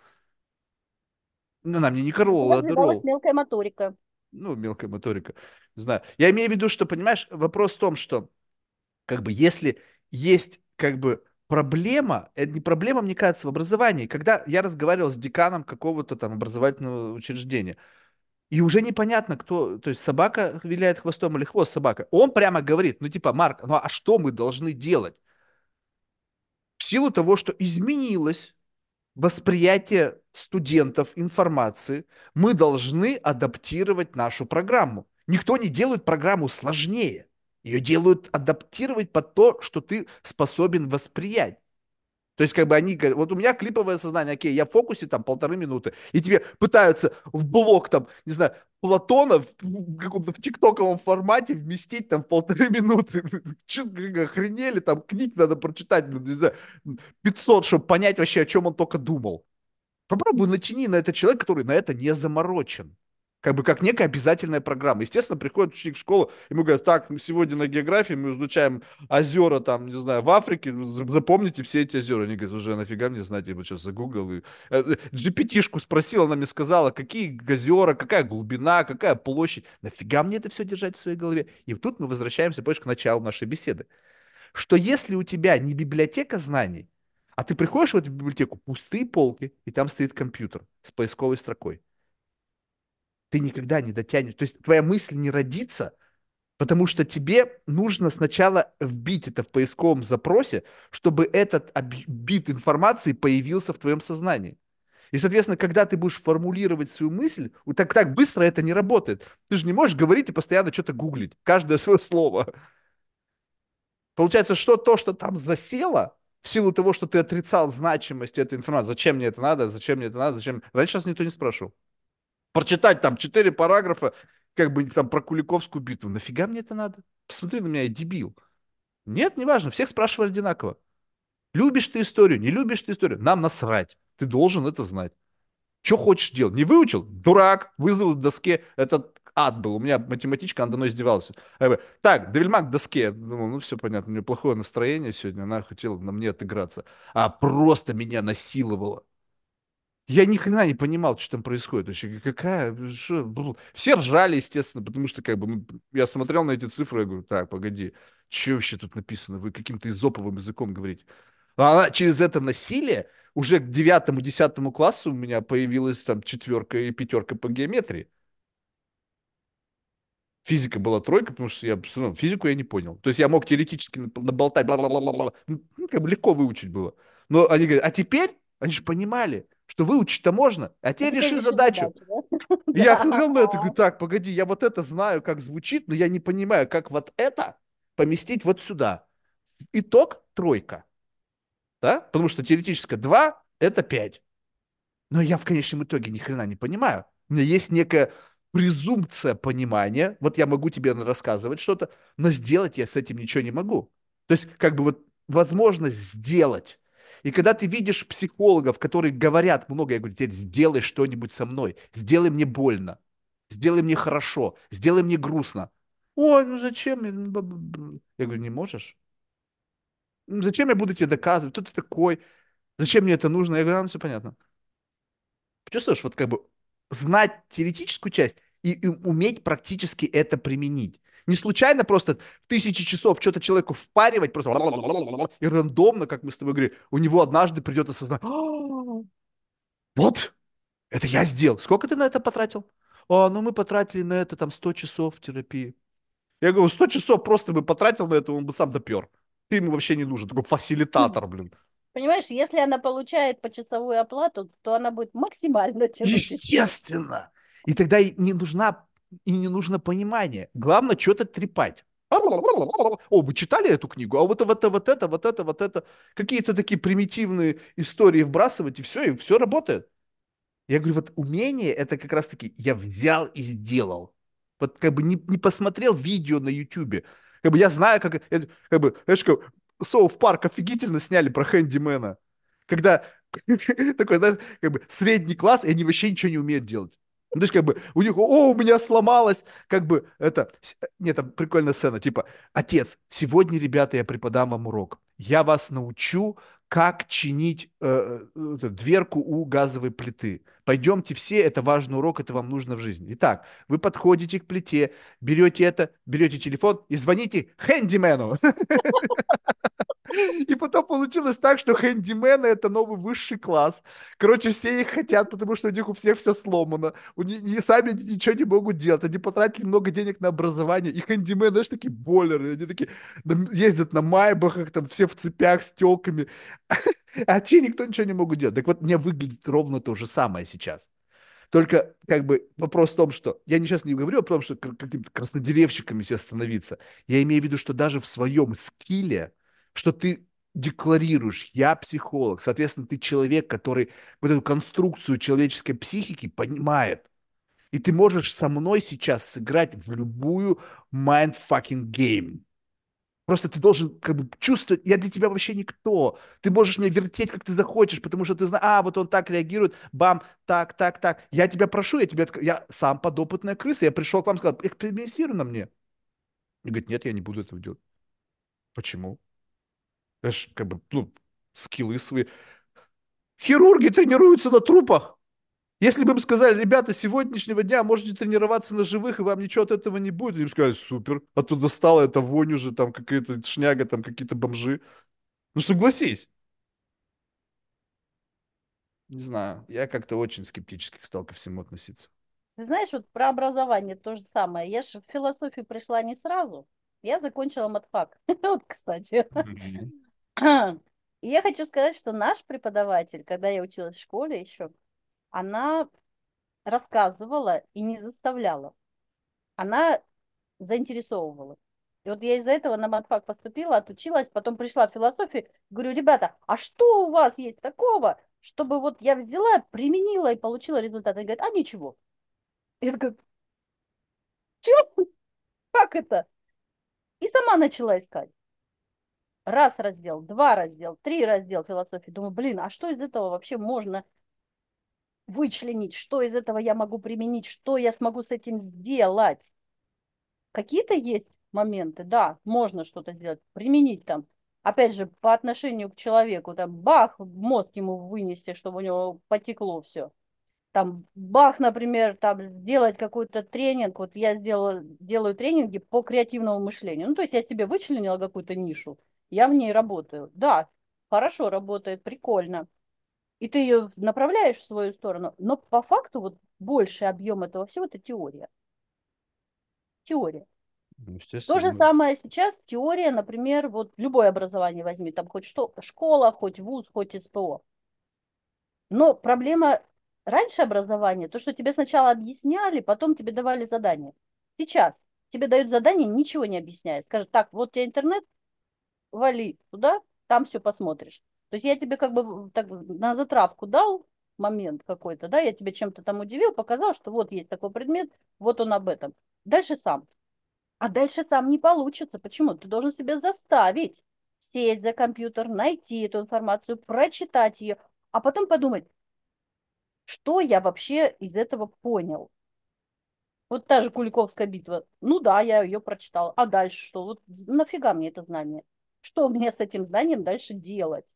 Ну, она мне не у тебя колола, развивалась адерол. мелкая моторика. Ну, мелкая моторика. Не знаю. Я имею в виду, что, понимаешь, вопрос в том, что как бы если есть как бы проблема, это не проблема, мне кажется, в образовании. Когда я разговаривал с деканом какого-то там образовательного учреждения, и уже непонятно, кто, то есть собака виляет хвостом или хвост собака, он прямо говорит, ну типа, Марк, ну а что мы должны делать? В силу того, что изменилось восприятие студентов информации, мы должны адаптировать нашу программу. Никто не делает программу сложнее. Ее делают адаптировать под то, что ты способен восприять. То есть, как бы они говорят, вот у меня клиповое сознание, окей, я в фокусе там 1,5 минуты, и тебе пытаются в блок там, не знаю, Платона в каком-то в тиктоковом формате вместить там в 1,5 минуты. Че, охренели, там книг надо прочитать, ну, не знаю, 500, чтобы понять вообще, о чем он только думал. Попробуй натяни на это человек, который на это не заморочен. Как бы как некая обязательная программа. Естественно, приходит ученик в школу, ему говорят, так, сегодня на географии мы изучаем озера, там, не знаю, в Африке, запомните все эти озера. Они говорят, уже нафига мне знать, я бы сейчас загуглил. GPT-шку спросил, она мне сказала, какие озера, какая глубина, какая площадь. Нафига мне это все держать в своей голове? И тут мы возвращаемся, больше к началу нашей беседы. Что если у тебя не библиотека знаний, а ты приходишь в эту библиотеку, пустые полки, и там стоит компьютер с поисковой строкой, ты никогда не дотянешь. То есть твоя мысль не родится, потому что тебе нужно сначала вбить это в поисковом запросе, чтобы этот бит информации появился в твоем сознании. И, соответственно, когда ты будешь формулировать свою мысль, вот так быстро это не работает. Ты же не можешь говорить и постоянно что-то гуглить, каждое свое слово. Получается, что то, что там засело, в силу того, что ты отрицал значимость этой информации, зачем мне это надо, зачем мне это надо, зачем... Раньше нас никто не спрашивал. Прочитать там 4 параграфа, как бы там про Куликовскую битву. Нафига мне это надо? Посмотри на меня, я дебил. Нет, неважно, всех спрашивали одинаково. Любишь ты историю, не любишь ты историю, нам насрать. Ты должен это знать. Что хочешь делать? Не выучил? Дурак. Вызову к доске. Это ад был. У меня математичка, она давно издевалась. Я говорю, так, Девельмак к доске. Я думал, ну все понятно, у нее плохое настроение сегодня, она хотела на мне отыграться. А просто меня насиловала. Я ни хрена не понимал, что там происходит. Вообще, какая, что, все ржали, естественно, потому что как бы ну, я смотрел на эти цифры, я говорю, так, погоди, что вообще тут написано? Вы каким-то изоповым языком говорите. А она через это насилие уже к 9-10 классу у меня появилась там 4 и 5 по геометрии. Физика была 3, потому что я все равно физику я не понял. То есть я мог теоретически наболтать, бла-бла-бла-бла-бла. Ну, как бы легко выучить было. Но они говорят, а теперь, они же понимали, что выучить-то можно, а А теперь теперь реши реши задачу. задачу, да? И я Да. смотрел на это, говорю, так, погоди, я вот это знаю, как звучит, но я не понимаю, как вот это поместить вот сюда. Итог 3, да? Потому что теоретически 2 это 5. Но я в конечном итоге ни хрена не понимаю. У меня есть некая презумпция понимания. Вот я могу тебе рассказывать что-то, но сделать я с этим ничего не могу. То есть, как бы вот возможность сделать. И когда ты видишь психологов, которые говорят много, я говорю, теперь сделай что-нибудь со мной, сделай мне больно, сделай мне хорошо, сделай мне грустно. Ой, ну зачем мне? Я говорю, не можешь? Зачем я буду тебе доказывать, кто ты такой, зачем мне это нужно? Я говорю, все понятно. Чувствуешь, вот как бы знать теоретическую часть и уметь практически это применить. Не случайно просто в 1000 часов что-то человеку впаривать просто и рандомно, как мы с тобой говорили, у него однажды придет осознание. Вот, это я сделал. Сколько ты на это потратил? Ну мы потратили на это там 100 часов терапии. Я говорю, 100 часов просто бы потратил на это, он бы сам допер. Ты ему вообще не нужен, такой фасилитатор, блин. Понимаешь, если она получает почасовую оплату, то она будет максимально тянуть эффект. Естественно. И тогда и не нужно понимание. Главное, что-то трепать. О, вы читали эту книгу? А вот это. Какие-то такие примитивные истории вбрасывать, и все работает. Я говорю, вот умение это как раз-таки я взял и сделал. Вот как бы не посмотрел видео на Ютубе. Как бы я знаю, как бы, знаешь, как Соуф Парк офигительно сняли про хэндимена. Когда такой, знаешь, как бы средний класс, и они вообще ничего не умеют делать. Ну, то есть, как бы, у них, у меня сломалось, как бы, это, нет, там прикольная сцена, типа, отец, сегодня, ребята, я преподам вам урок. Я вас научу, как чинить дверку у газовой плиты. Пойдемте все, это важный урок, это вам нужно в жизни. Итак, вы подходите к плите, берете это, берете телефон и звоните хэндимену. И потом получилось так, что хэндимены это новый высший класс. Короче, все их хотят, потому что у них у всех все сломано. Сами ничего не могут делать. Они потратили много денег на образование. И хэндимены, знаешь, такие бойлеры. Они такие ездят на майбахах, там все в цепях с телками. А те никто ничего не могут делать. Так вот, мне выглядит ровно то же самое сейчас. Только как бы вопрос в том, что я сейчас не говорю о том, что какими-то краснодеревщиками себе становиться. Я имею в виду, что даже в своем скилле, что ты декларируешь, я психолог, соответственно, ты человек, который вот эту конструкцию человеческой психики понимает. И ты можешь со мной сейчас сыграть в любую mind fucking game. Просто ты должен как бы чувствовать, я для тебя вообще никто. Ты можешь меня вертеть, как ты захочешь, потому что ты знаешь, вот он так реагирует, бам, так, так, так. Я тебя прошу, я сам подопытная крыса, я пришел к вам и сказал, экспериментируй на мне. И говорит, нет, я не буду этого делать. Почему? Это ж как бы, ну, скиллы свои. Хирурги тренируются на трупах. Если бы им сказали, ребята, с сегодняшнего дня можете тренироваться на живых, и вам ничего от этого не будет, им сказали, супер, а то достала эта вонь уже, там какая-то шняга, там какие-то бомжи. Ну, согласись. Не знаю, я как-то очень скептически стал ко всему относиться. Ты знаешь, вот про образование то же самое. Я же в философию пришла не сразу. Я закончила матфак. Вот, кстати. Мгм. И я хочу сказать, что наш преподаватель, когда я училась в школе еще, она рассказывала и не заставляла. Она заинтересовывала. И вот я из-за этого на матфак поступила, отучилась, потом пришла в философию. Говорю, ребята, а что у вас есть такого, чтобы вот я взяла, применила и получила результат? Они говорят, а ничего. Я такая, чё? Как это? И сама начала искать. Раз раздел, два раздел, три раздел философии. Думаю, блин, а что из этого вообще можно вычленить? Что из этого я могу применить? Что я смогу с этим сделать? Какие-то есть моменты, да, можно что-то сделать, применить там. Опять же, по отношению к человеку, там, бах, мозг ему вынести, чтобы у него потекло все. Там, бах, например, там, сделать какой-то тренинг. Вот я делаю тренинги по креативному мышлению. Ну, то есть я себе вычленила какую-то нишу, я в ней работаю. Да, хорошо работает, прикольно. И ты ее направляешь в свою сторону, но по факту вот больший объем этого всего– это теория. Теория. Ну, То же естественно. самое сейчас теория, например, вот любое образование возьми, там хоть что, школа, хоть вуз, хоть СПО. Но проблема раньше образования, то, что тебе сначала объясняли, потом тебе давали задание. Сейчас тебе дают задание, ничего не объясняя. Скажут, так, вот тебе интернет, вали туда, там все посмотришь. То есть я тебе как бы так, на затравку дал момент какой-то, да, я тебе чем-то там удивил, показал, что вот есть такой предмет, вот он об этом. Дальше сам. А дальше сам не получится. Почему? Ты должен себя заставить сесть за компьютер, найти эту информацию, прочитать ее, а потом подумать, что я вообще из этого понял. Вот та же Куликовская битва. Ну да, я ее прочитала. А дальше что? Вот нафига мне это знание? Что мне с этим знанием дальше делать?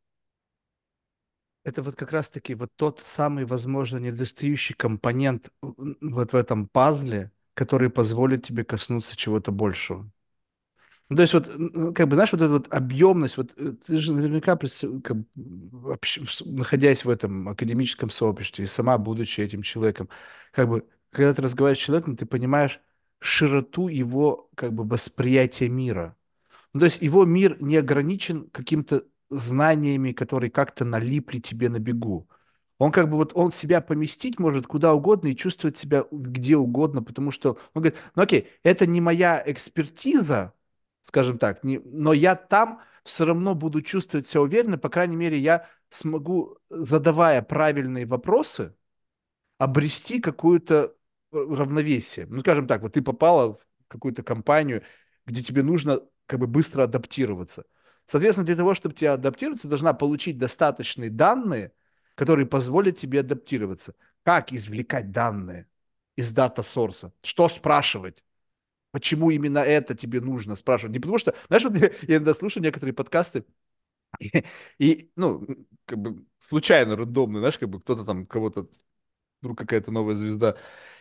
Это вот как раз-таки вот тот самый, возможно, недостающий компонент вот в этом пазле, который позволит тебе коснуться чего-то большего. Ну, то есть вот, как бы, знаешь, вот эта вот объемность, вот ты же наверняка, как бы, находясь в этом академическом сообществе и сама будучи этим человеком, как бы, когда ты разговариваешь с человеком, ты понимаешь широту его, как бы, восприятия мира. Ну, то есть его мир не ограничен каким-то знаниями, которые как-то налипли тебе на бегу. Он как бы вот, он себя поместить может куда угодно и чувствовать себя где угодно, потому что он говорит, ну окей, это не моя экспертиза, скажем так, но я там все равно буду чувствовать себя уверенно, по крайней мере, я смогу, задавая правильные вопросы, обрести какое-то равновесие. Ну, скажем так, вот ты попала в какую-то компанию, где тебе нужно как бы быстро адаптироваться. Соответственно, для того, чтобы тебе адаптироваться, ты должна получить достаточные данные, которые позволят тебе адаптироваться. Как извлекать данные из дата-сорса? Что спрашивать? Почему именно это тебе нужно спрашивать? Не потому что, знаешь, вот я иногда слушаю некоторые подкасты, ну, как бы случайно, рандомно, знаешь, как бы кто-то там кого-то вдруг какая-то новая звезда.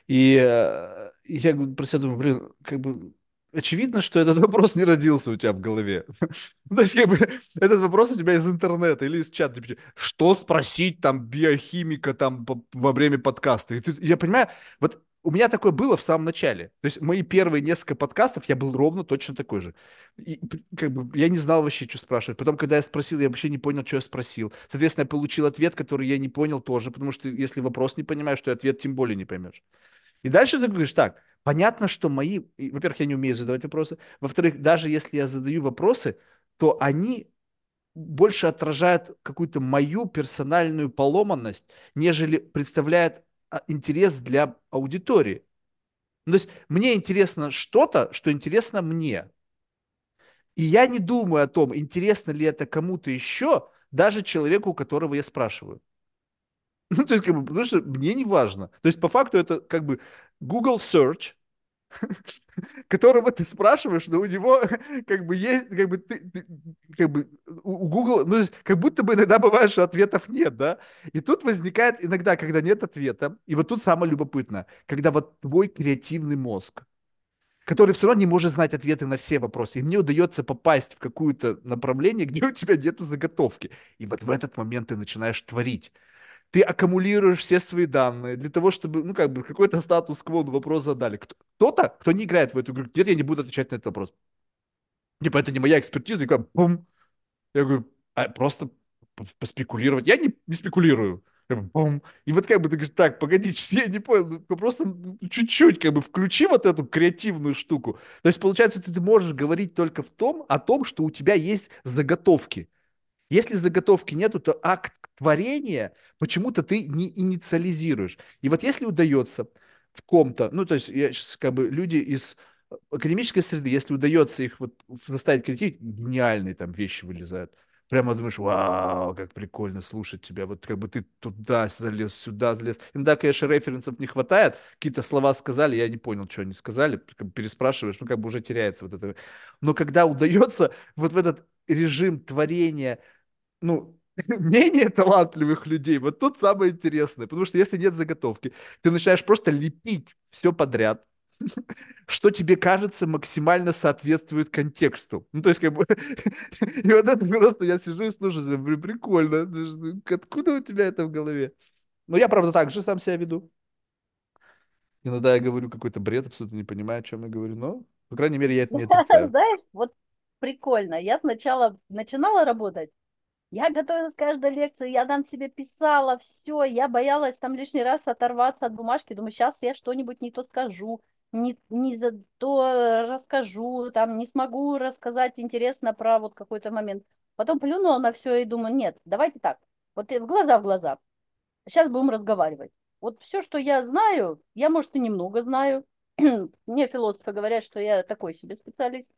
И я про себя думаю, блин, как бы очевидно, что этот вопрос не родился у тебя в голове. Ну, то есть, как бы, этот вопрос у тебя из интернета или из чата. Типа, что спросить там биохимика там во время подкаста? Я понимаю, вот у меня такое было в самом начале. То есть мои первые несколько подкастов я был ровно точно такой же. И, как бы, я не знал вообще, что спрашивать. Потом, когда я спросил, я вообще не понял, что я спросил. Соответственно, я получил ответ, который я не понял тоже, потому что если вопрос не понимаешь, то и ответ тем более не поймешь. И дальше ты говоришь, так, понятно, что во-первых, я не умею задавать вопросы, во-вторых, даже если я задаю вопросы, то они больше отражают какую-то мою персональную поломанность, нежели представляют интерес для аудитории. Ну, то есть мне интересно что-то, что интересно мне. И я не думаю о том, интересно ли это кому-то еще, даже человеку, у которого я спрашиваю. Ну, то есть, как бы, потому что мне не важно. То есть, по факту, это как бы Google Search, которого ты спрашиваешь, но у него как бы есть, как бы как бы у Google, ну, то есть, как будто бы иногда бывает, что ответов нет, да? И тут возникает иногда, когда нет ответа, и вот тут самое любопытное, когда вот твой креативный мозг, который все равно не может знать ответы на все вопросы, и мне удается попасть в какое-то направление, где у тебя нет заготовки. И вот в этот момент ты начинаешь творить. Ты аккумулируешь все свои данные для того, чтобы, ну, как бы, какой-то статус-кво на вопрос задали. Кто-то, кто не играет в эту игру, нет, я не буду отвечать на этот вопрос. Типа, это не моя экспертиза, и как, бум. Я говорю, просто поспекулировать. Я не спекулирую. Я говорю, бум. И вот как бы ты говоришь, так, погоди, я не понял, ну, просто чуть-чуть как бы включи вот эту креативную штуку. То есть, получается, ты можешь говорить только о том, что у тебя есть заготовки. Если заготовки нету, то акт творения почему-то ты не инициализируешь. И вот если удается в ком-то, ну, то есть я сейчас как бы люди из академической среды, если удается их вот заставить креативить, гениальные там вещи вылезают. Прямо думаешь, вау, как прикольно слушать тебя. Вот как бы ты туда залез, сюда залез. Иногда, конечно, референсов не хватает. Какие-то слова сказали, я не понял, что они сказали. Как бы переспрашиваешь, ну как бы уже теряется вот это. Но когда удается вот в этот режим творения, ну, менее талантливых людей, вот тут самое интересное, потому что если нет заготовки, ты начинаешь просто лепить все подряд, что тебе кажется максимально соответствует контексту. Ну, то есть, как бы, и вот это просто, я сижу и слушаю, прикольно, откуда у тебя это в голове? Но я, правда, так же сам себя веду. Иногда я говорю какой-то бред, абсолютно не понимаю, о чем я говорю, но, по крайней мере, я это не отрицаю. Знаешь, вот прикольно. Я сначала начинала работать, я готовилась к каждой лекции, я там себе писала все, я боялась там лишний раз оторваться от бумажки, думаю, сейчас я что-нибудь не то скажу, не за то расскажу, там не смогу рассказать интересно про вот какой-то момент. Потом плюнула на все и думаю, нет, давайте так, вот в глаза, сейчас будем разговаривать. Вот все, что я знаю, я, может, и немного знаю. Мне философы говорят, что я такой себе специалист.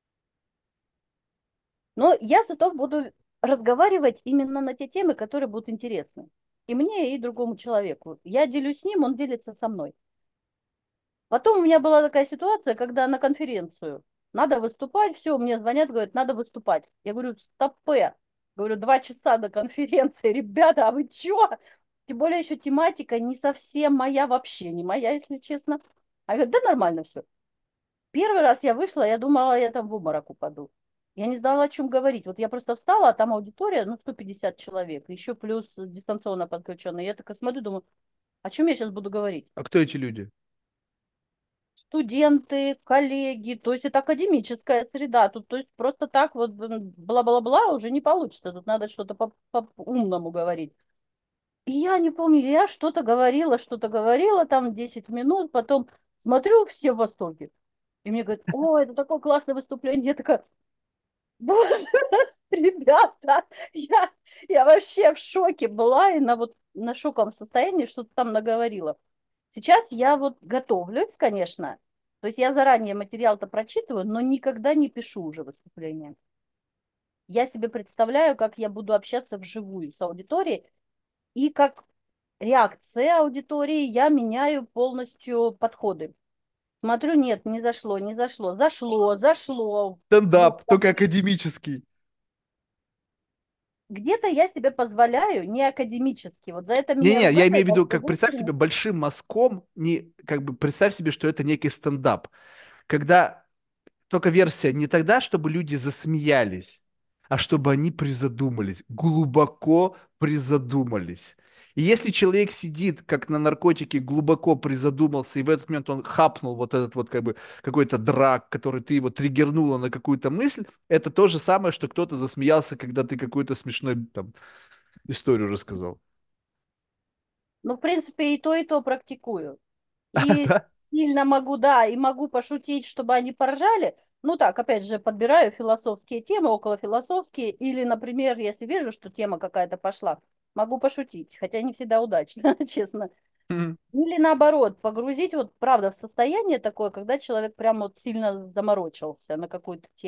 Но я зато буду разговаривать именно на те темы, которые будут интересны. И мне, и другому человеку. Я делюсь с ним, он делится со мной. Потом у меня была такая ситуация, когда на конференцию надо выступать, все, мне звонят, говорят, надо выступать. Я говорю, стопэ. Говорю, 2 часа до конференции, ребята, а вы чё? Тем более еще тематика не совсем моя, вообще не моя, если честно. А я говорю, да нормально все. Первый раз я вышла, я думала, я там в обморок упаду. Я не знала, о чем говорить. Вот я просто встала, а там аудитория, ну, 150 человек, еще плюс дистанционно подключенные. Я такая смотрю, думаю, о чем я сейчас буду говорить? А кто эти люди? Студенты, коллеги, то есть это академическая среда. Тут, то есть просто так вот бла-бла-бла уже не получится. Тут надо что-то по-умному говорить. И я не помню, я что-то говорила там 10 минут, потом смотрю, все в восторге. И мне говорят, о, это такое классное выступление. Я такая, боже, ребята, я, я вообще в шоке была и на вот на шоковом состоянии что-то там наговорила. Сейчас я вот готовлюсь, конечно, то есть я заранее материал-то прочитываю, но никогда не пишу уже выступления. Я себе представляю, как я буду общаться вживую с аудиторией, и как реакция аудитории я меняю полностью подходы. Смотрю, нет, не зашло, не зашло, зашло, зашло. Вот Стендап, только академический. где-то я себе позволяю не академически. Вот за это меня Не-не, я имею в ругают, виду, что как представь себе внутренне. большим мазком, не, как бы представь себе, что это некий стендап. Когда только версия не тогда, чтобы люди засмеялись, а чтобы они призадумались, глубоко призадумались. И если человек сидит, как на наркотике, глубоко призадумался, и в этот момент он хапнул вот этот вот как бы какой-то драк, который ты его триггернула на какую-то мысль, это то же самое, что кто-то засмеялся, когда ты какую-то смешную там историю рассказал. Ну, в принципе, и то практикую. И Да? сильно могу, да, и могу пошутить, чтобы они поржали. Ну так, опять же, подбираю философские темы, околофилософские. Или, например, если вижу, что тема какая-то пошла, могу пошутить, хотя не всегда удачно, честно. Мгм. Или наоборот, погрузить вот, правда, в состояние такое, когда человек прям вот сильно заморочился на какую-то тему.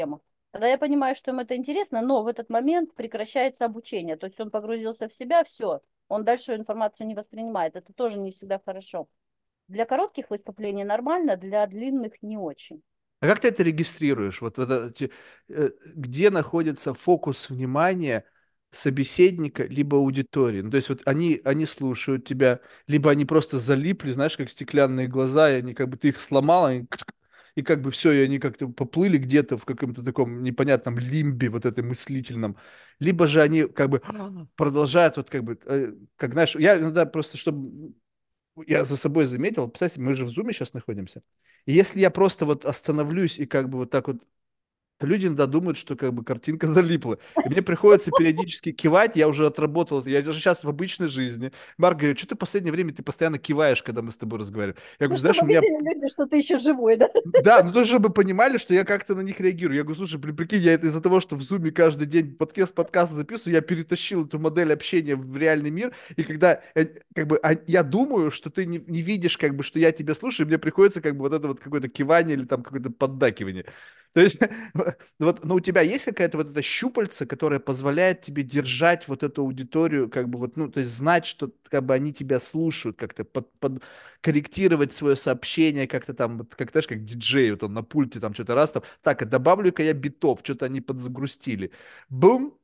Тогда я понимаю, что им это интересно, но в этот момент прекращается обучение. То есть он погрузился в себя, все, он дальше информацию не воспринимает. Это тоже не всегда хорошо. Для коротких выступлений нормально, для длинных не очень. А как ты это регистрируешь? Вот, где находится фокус внимания собеседника либо аудитории? Ну, то есть вот они слушают тебя, либо они просто залипли, знаешь, как стеклянные глаза, и они как бы ты их сломал, и как бы все, и они как-то поплыли где-то в каком-то таком непонятном лимбе вот этой мыслительном. Либо же они как бы продолжают вот как бы, как знаешь, я иногда просто, чтобы я за собой заметил, представьте, мы же в зуме сейчас находимся. И если я просто вот остановлюсь и как бы вот так вот, то люди иногда думают, что как бы картинка залипла. И мне приходится периодически кивать, я уже отработал это, я даже сейчас в обычной жизни. Марк говорит, что ты в последнее время, ты постоянно киваешь, когда мы с тобой разговариваем. Я Ну, говорю, знаешь, чтобы у меня видели люди, что ты еще живой, да? да, ну тоже чтобы понимали, что я как-то на них реагирую. Я говорю, слушай, прикинь, я это из-за того, что в Зуме каждый день подкаст записываю, я перетащил эту модель общения в реальный мир, и когда как бы я думаю, что ты не видишь, как бы, что я тебя слушаю, и мне приходится как бы вот это вот какое-то кивание или там какое-то поддакивание. То есть, вот, но у тебя есть какая-то вот эта щупальца, которая позволяет тебе держать вот эту аудиторию, как бы вот, ну, то есть знать, что как бы они тебя слушают, как-то корректировать свое сообщение как-то там, вот, как, знаешь, как диджей, вот он на пульте там что-то раз там, так, а добавлю-ка я битов, что-то они подзагрустили. Бум!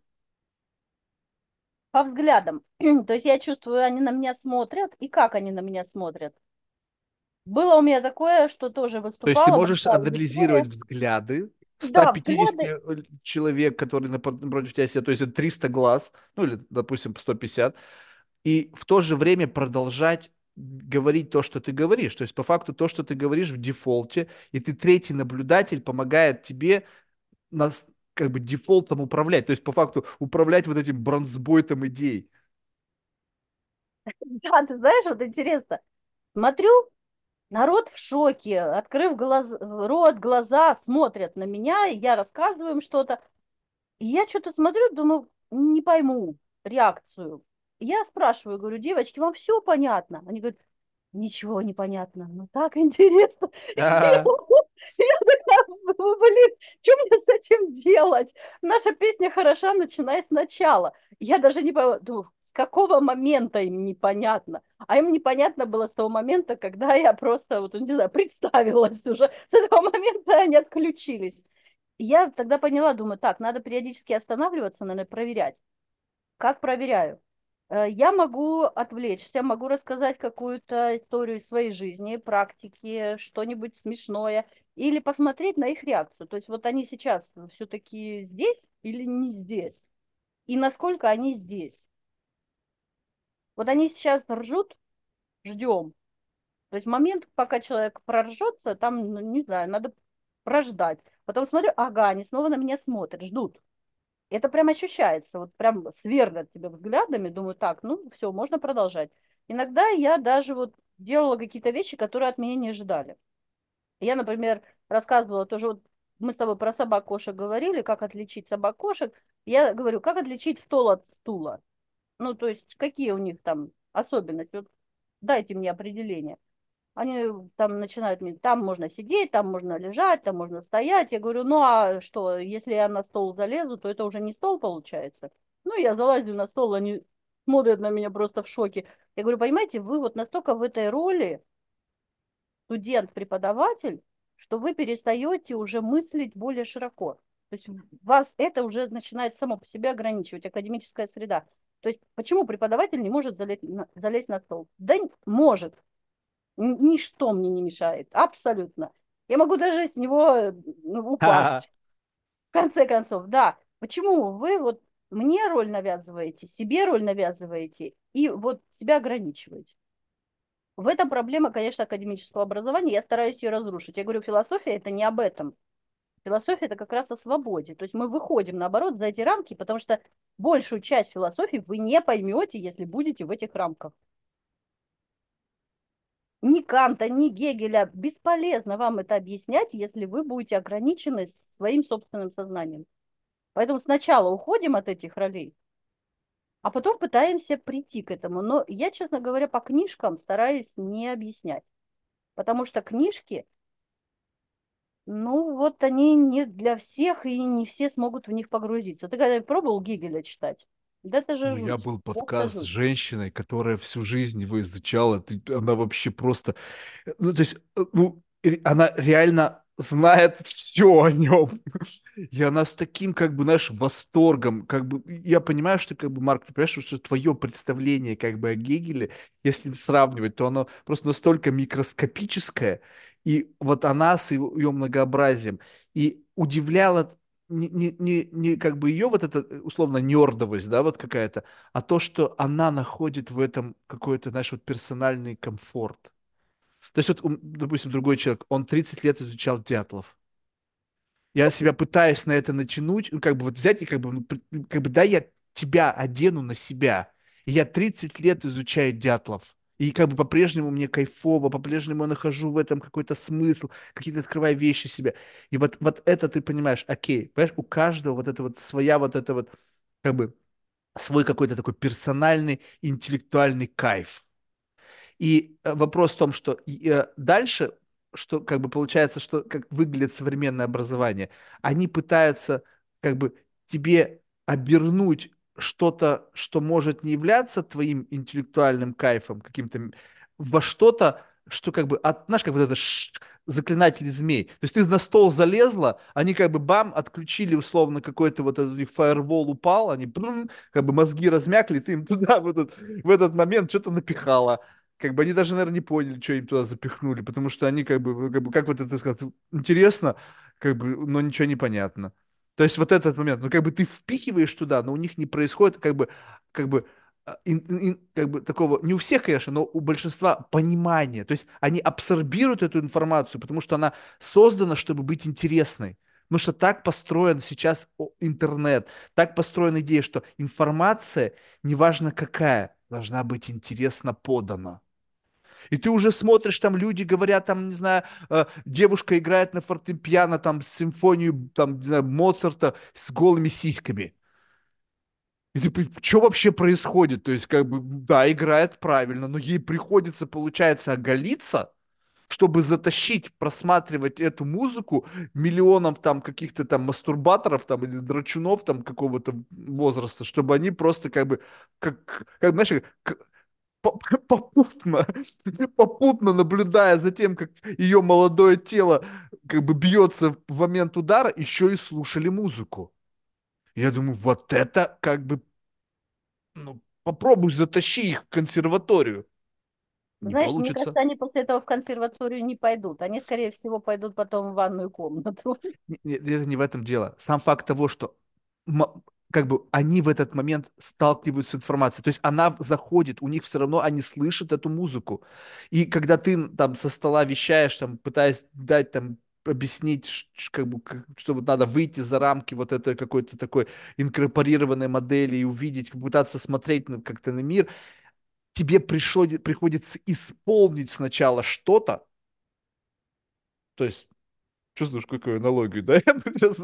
По взглядам. То есть я чувствую, они на меня смотрят, и как они на меня смотрят. Было у меня такое, что тоже То есть ты выступала, можешь большая анализировать аудитория. взгляды Да, 150 взгляды. человек, которые напротив тебя сидят, то есть это 300 глаз, ну или, допустим, 150, и в то же время продолжать говорить то, что ты говоришь. То есть по факту то, что ты говоришь в дефолте, и ты третий наблюдатель помогает тебе нас как бы дефолтом управлять. То есть, по факту, управлять вот этим бронзбойтом идей. Да, ты знаешь, вот интересно. Смотрю, народ в шоке, открыв рот, глаза, смотрят на меня, и я рассказываю им что-то. И я что-то смотрю, думаю, не пойму реакцию. И я спрашиваю, говорю, девочки, вам все понятно? Они говорят, ничего не понятно. Ну так интересно. А, Я такая, блин, что мне с этим делать? Наша песня хороша, начиная сначала. Я даже не понимаю, думаю, с какого момента им непонятно. А им непонятно было с того момента, когда я просто, вот, не знаю, представилась уже. С этого момента они отключились. И я тогда поняла, думаю, так, надо периодически останавливаться, наверное, проверять. Как проверяю? Я могу отвлечься, могу рассказать какую-то историю из своей жизни, практики, что-нибудь смешное, или посмотреть на их реакцию. То есть вот они сейчас все-таки здесь или не здесь? И насколько они здесь? Вот они сейчас ржут, ждем. То есть момент, пока человек проржется, там, ну, не знаю, надо прождать. Потом смотрю, ага, они снова на меня смотрят, ждут. Это прям ощущается, вот прям сверлят тебя взглядами, думаю, так, ну все, можно продолжать. Иногда я даже вот делала какие-то вещи, которые от меня не ожидали. Я, например, рассказывала тоже, вот мы с тобой про собак-кошек говорили, как отличить собак-кошек. Я говорю, как отличить стол от стула. Ну, то есть, какие у них там особенности. Вот дайте мне определение. Они там начинают мне, там можно сидеть, там можно лежать, там можно стоять. Я говорю, ну а что, если я на стол залезу, то это уже не стол получается. Ну, я залазю на стол, они смотрят на меня просто в шоке. Я говорю, понимаете, вы вот настолько в этой роли студент-преподаватель, что вы перестаете уже мыслить более широко. То есть вас это уже начинает само по себе ограничивать, академическая среда. То есть почему преподаватель не может залезть на стол? Да может, ничто мне не мешает, абсолютно. Я могу даже с него а, упасть, в конце концов, да. Почему вы вот мне роль навязываете, себе роль навязываете и вот себя ограничиваете? В этом проблема, конечно, академического образования. Я стараюсь ее разрушить. Я говорю, философия это не об этом. Философия это как раз о свободе. То есть мы выходим, наоборот, за эти рамки, потому что большую часть философии вы не поймете, если будете в этих рамках. Ни Канта, ни Гегеля. Бесполезно вам это объяснять, если вы будете ограничены своим собственным сознанием. Поэтому сначала уходим от этих ролей, а потом пытаемся прийти к этому. Но я, честно говоря, по книжкам стараюсь не объяснять. Потому что книжки Ну, вот они не для всех, и не все смогут в них погрузиться. Ты когда пробовал Гегеля читать? Да это У же меня жуть. был Просто подкаст с жуть. женщиной, которая всю жизнь его изучала. Она вообще просто... Ну, то есть, ну, она реально знает все о нем. И она с таким, как бы, знаешь, восторгом, как бы, я понимаю, что, как бы, Марк, ты понимаешь, что твое представление, как бы, о Гегеле, если сравнивать, то оно просто настолько микроскопическое, и вот она с ее многообразием, и удивляла не как бы ее вот эта условно нердовость, да, вот какая-то, а то, что она находит в этом какой-то, знаешь, вот персональный комфорт. То есть вот, допустим, другой человек, он 30 лет изучал дятлов. Я себя пытаюсь на это натянуть, ну, как бы вот взять и как бы, ну, как бы, да, я тебя одену на себя. И я 30 лет изучаю дятлов. И как бы по-прежнему мне кайфово, по-прежнему я нахожу в этом какой-то смысл, какие-то открываю вещи себе. И вот это ты понимаешь, окей, понимаешь, у каждого вот это вот своя вот это вот, как бы, свой какой-то такой персональный интеллектуальный кайф. И вопрос в том, что дальше, что как бы получается, что как выглядит современное образование, они пытаются как бы тебе обернуть что-то, что может не являться твоим интеллектуальным кайфом, каким-то во что-то, что как бы, знаешь, как вот это заклинатель змей. То есть ты на стол залезла, они как бы бам, отключили условно какой-то вот этот у них фаервол упал, они как бы мозги размякли, ты им туда в этот момент что-то напихала. Как бы они даже, наверное, не поняли, что им туда запихнули, потому что они как бы как вот это сказать, интересно, как бы, но ничего не понятно. То есть вот этот момент, ну как бы ты впихиваешь туда, но у них не происходит как бы, как бы такого, не у всех, конечно, но у большинства понимания. То есть они абсорбируют эту информацию, потому что она создана, чтобы быть интересной. Потому что так построен сейчас интернет, так построена идея, что информация, неважно какая, должна быть интересно подана. И ты уже смотришь, там люди говорят, там, не знаю, девушка играет на фортепиано, там, симфонию, там, не знаю, Моцарта с голыми сиськами. И ты, что вообще происходит? То есть, как бы, да, играет правильно, но ей приходится, получается, оголиться, чтобы затащить, просматривать эту музыку миллионов там каких-то там мастурбаторов там или драчунов там какого-то возраста, чтобы они просто как бы, знаешь, попутно, попутно наблюдая за тем, как ее молодое тело как бы бьется в момент удара, еще и слушали музыку. Я думаю, вот это как бы, ну, попробуй затащи их в консерваторию. Не Знаешь, мне получится. кажется, они после этого в консерваторию не пойдут. Они, скорее всего, пойдут потом в ванную комнату. Это не в этом дело. Сам факт того, что как бы они в этот момент сталкиваются с информацией. То есть она заходит, у них все равно они слышат эту музыку. И когда ты там со стола вещаешь, там, пытаясь дать там объяснить, как бы, что вот надо выйти за рамки вот этой какой-то такой инкорпорированной модели и увидеть, пытаться смотреть как-то на мир, тебе приходится исполнить сначала что-то, то есть чувствуешь, какую аналогию, да? Я сейчас...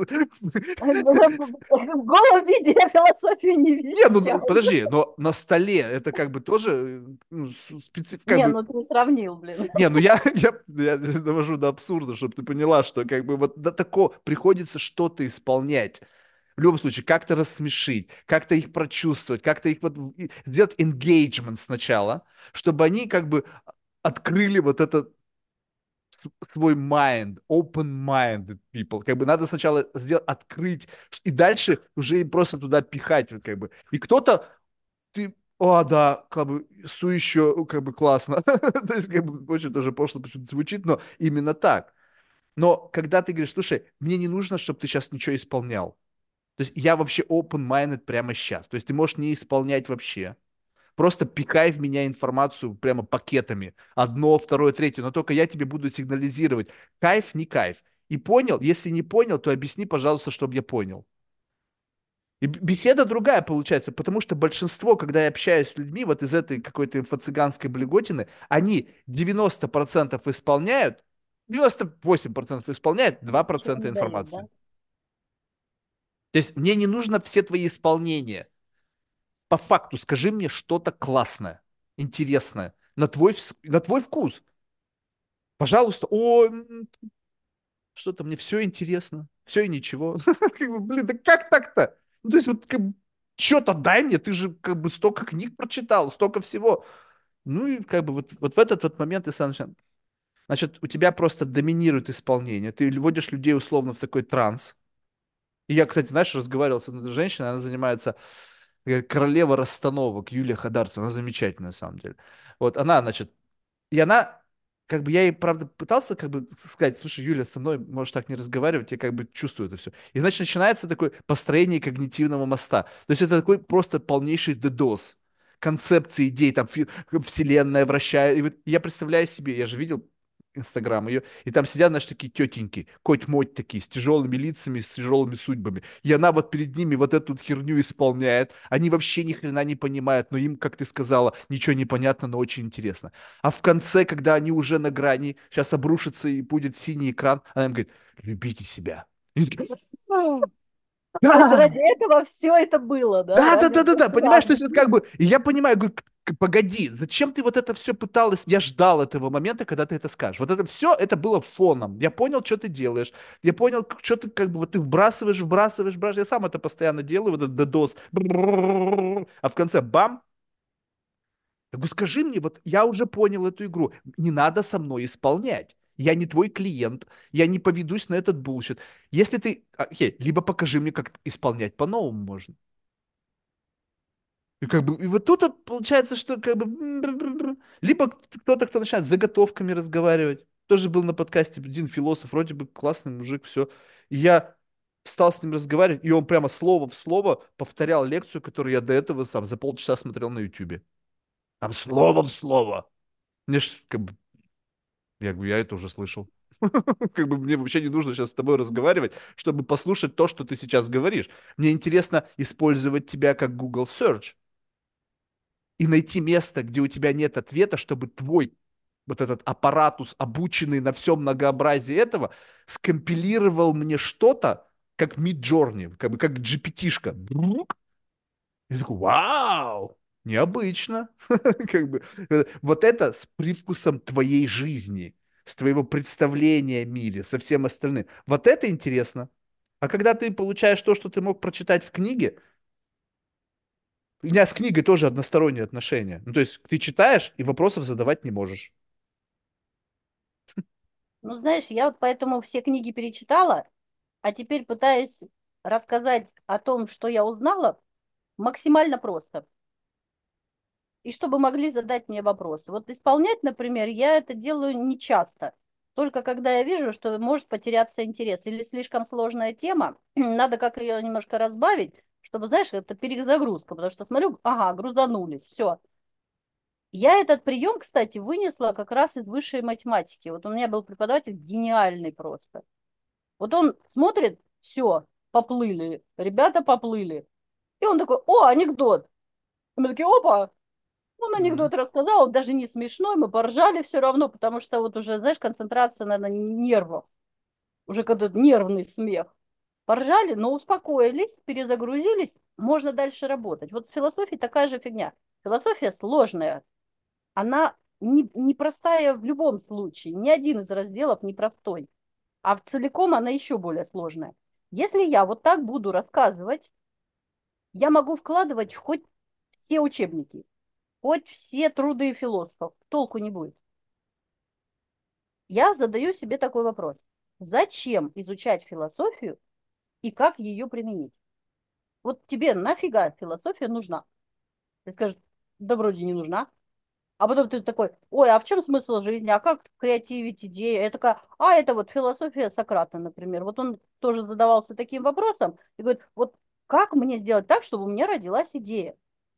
В голом виде я философию не Не, ну вещаю. подожди, но на столе это как бы тоже ну, как Не, бы... ну ты сравнил, блин. Не, ну я довожу до абсурда, чтобы ты поняла, что как бы вот до такого приходится что-то исполнять. В любом случае, как-то рассмешить, как-то их прочувствовать, как-то их вот сделать engagement сначала, чтобы они как бы открыли вот этот свой mind, open-minded people. Как бы надо сначала сделать, открыть, и дальше уже им просто туда пихать, вот, как бы. И кто-то, ты, о, да, как бы, еще, как бы, классно. То есть, как бы, очень тоже пошло почему-то звучит, но именно так. Но когда ты говоришь, слушай, мне не нужно, чтобы ты сейчас ничего исполнял. То есть я вообще open-minded прямо сейчас. То есть ты можешь не исполнять вообще. Просто пихай в меня информацию прямо пакетами. Одно, второе, третье. Но только я тебе буду сигнализировать. Кайф, не кайф. И понял? Если не понял, то объясни, пожалуйста, чтобы я понял. И беседа другая получается, потому что большинство, когда я общаюсь с людьми вот из этой какой-то инфо-цыганской блеготины, они 90% исполняют, 98% исполняют, Ничего 2% не дает, да? информации. То есть мне не нужно все твои исполнения. По факту скажи мне что-то классное, интересное, на твой вкус. Пожалуйста. О, что-то мне все интересно, все и ничего. Как бы, блин, да как так-то? Ну, то есть вот как бы, что-то дай мне, ты же как бы столько книг прочитал, столько всего. Ну и как бы вот в этот вот момент ты сам начинаешь. Значит, у тебя просто доминирует исполнение. Ты вводишь людей условно в такой транс. И я, кстати, знаешь, разговаривал с одной женщиной, она занимается королева расстановок, Юлия Хадарцева, она замечательная на самом деле. Вот она, значит, и она, как бы я ей, правда, пытался как бы сказать, слушай, Юля, со мной можешь так не разговаривать, я как бы чувствую это все. И, значит, начинается такое построение когнитивного моста. То есть это такой просто полнейший дедос концепции идей, там вселенная вращает. И вот я представляю себе, я же видел Инстаграм ее, и там сидят, знаешь, такие тетеньки, коть-моть такие, с тяжелыми лицами, с тяжелыми судьбами. И она вот перед ними вот эту вот херню исполняет. Они вообще ни хрена не понимают, но им, как ты сказала, ничего не понятно, но очень интересно. А в конце, когда они уже на грани, сейчас обрушится и будет синий экран, она им говорит, любите себя. И они такие, Вот да, ради этого все это было, да, да, да, ради да, да, этой да, понимаешь, то есть вот правды. как бы, и я понимаю, говорю, погоди, зачем ты вот это все пыталась, я ждал этого момента, когда ты это скажешь. Вот это все, это было фоном. Я понял, что ты делаешь, я понял, что ты как бы, вот ты вбрасываешь, вбрасываешь, вбрасываешь, я сам это постоянно делаю, вот этот додос, а в конце бам. Я говорю, скажи мне, вот я уже понял эту игру, не надо со мной исполнять. Я не твой клиент, я не поведусь на этот булщит. Если ты, окей, либо покажи мне, как исполнять по-новому можно. И как бы, и вот тут вот получается, что как бы, либо кто-то, кто начинает с заготовками разговаривать. Тоже был на подкасте один философ, вроде бы классный мужик, все. И я стал с ним разговаривать, и он прямо слово в слово повторял лекцию, которую я до этого сам за полчаса смотрел на Ютубе. Там слово в слово. Мне ж, как бы, я говорю, я это уже слышал. Как бы мне вообще не нужно сейчас с тобой разговаривать, чтобы послушать то, что ты сейчас говоришь. Мне интересно использовать тебя как Google Search и найти место, где у тебя нет ответа, чтобы твой вот этот аппаратус, обученный на всем многообразии этого, скомпилировал мне что-то, как Midjourney, как бы как GPT-шка. Я такой, вау, необычно. Как бы, вот это с привкусом твоей жизни, с твоего представления о мире, со всем остальным. Вот это интересно. А когда ты получаешь то, что ты мог прочитать в книге, у меня с книгой тоже односторонние отношения. Ну, то есть ты читаешь и вопросов задавать не можешь. Ну, знаешь, я вот поэтому все книги перечитала, а теперь пытаюсь рассказать о том, что я узнала, максимально просто. И чтобы могли задать мне вопросы. Вот исполнять, например, я это делаю не часто. Только когда я вижу, что может потеряться интерес или слишком сложная тема, надо как ее немножко разбавить, чтобы, знаешь, это перезагрузка, потому что смотрю, ага, грузанулись, все. Я этот прием, кстати, вынесла как раз из высшей математики. Вот у меня был преподаватель гениальный просто. Вот он смотрит, все, поплыли, ребята поплыли. И он такой, о, анекдот. И мы такие, опа, он Мгм. анекдот рассказал, он даже не смешной, мы поржали все равно, потому что вот уже, знаешь, концентрация, наверное, нервов, уже когда нервный смех. Поржали, но успокоились, перезагрузились, можно дальше работать. Вот с философией такая же фигня. Философия сложная, она не простая в любом случае, ни один из разделов не простой, а в целиком она еще более сложная. Если я вот так буду рассказывать, я могу вкладывать хоть все учебники, хоть все труды философов, толку не будет. Я задаю себе такой вопрос. Зачем изучать философию и как ее применить? Вот тебе нафига философия нужна? Ты скажешь, да вроде не нужна. А потом ты такой, ой, а в чем смысл жизни? А как креативить идеи? Я такая, а это вот философия Сократа, например. Вот он тоже задавался таким вопросом и говорит, вот как мне сделать так, чтобы у меня родилась идея?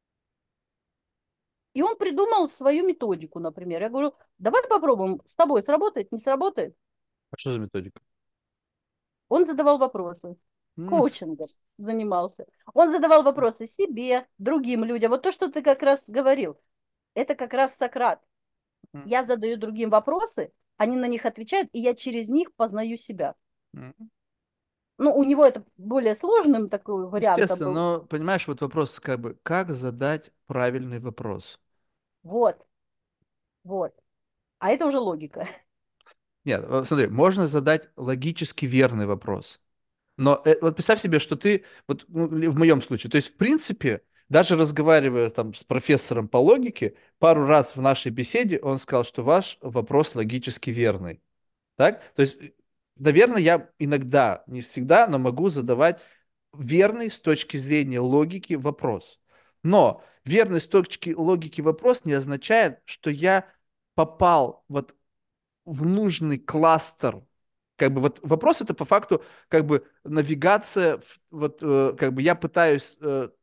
И он придумал свою методику, например. Я говорю, давай попробуем, с тобой сработает, не сработает? А что за методика? Он задавал вопросы, М, коучингом занимался. Он задавал вопросы себе, другим людям. Вот то, что ты как раз говорил, это как раз Сократ. м, Я задаю другим вопросы, они на них отвечают, и я через них познаю себя. м. Ну, у него это более сложным такой вариантом Естественно, был. но понимаешь, вот вопрос как бы, как задать правильный вопрос? Вот, вот. А это уже логика. Нет, смотри, можно задать логически верный вопрос. Но вот представь себе, что ты, вот ну, в моем случае, то есть в принципе, даже разговаривая там с профессором по логике, пару раз в нашей беседе он сказал, что ваш вопрос логически верный. Так? То есть, наверное, я иногда, не всегда, но могу задавать верный с точки зрения логики вопрос. Но верный с точки логики вопрос не означает, что я попал вот в нужный кластер. Как бы вот вопрос это по факту как бы навигация, вот как бы я пытаюсь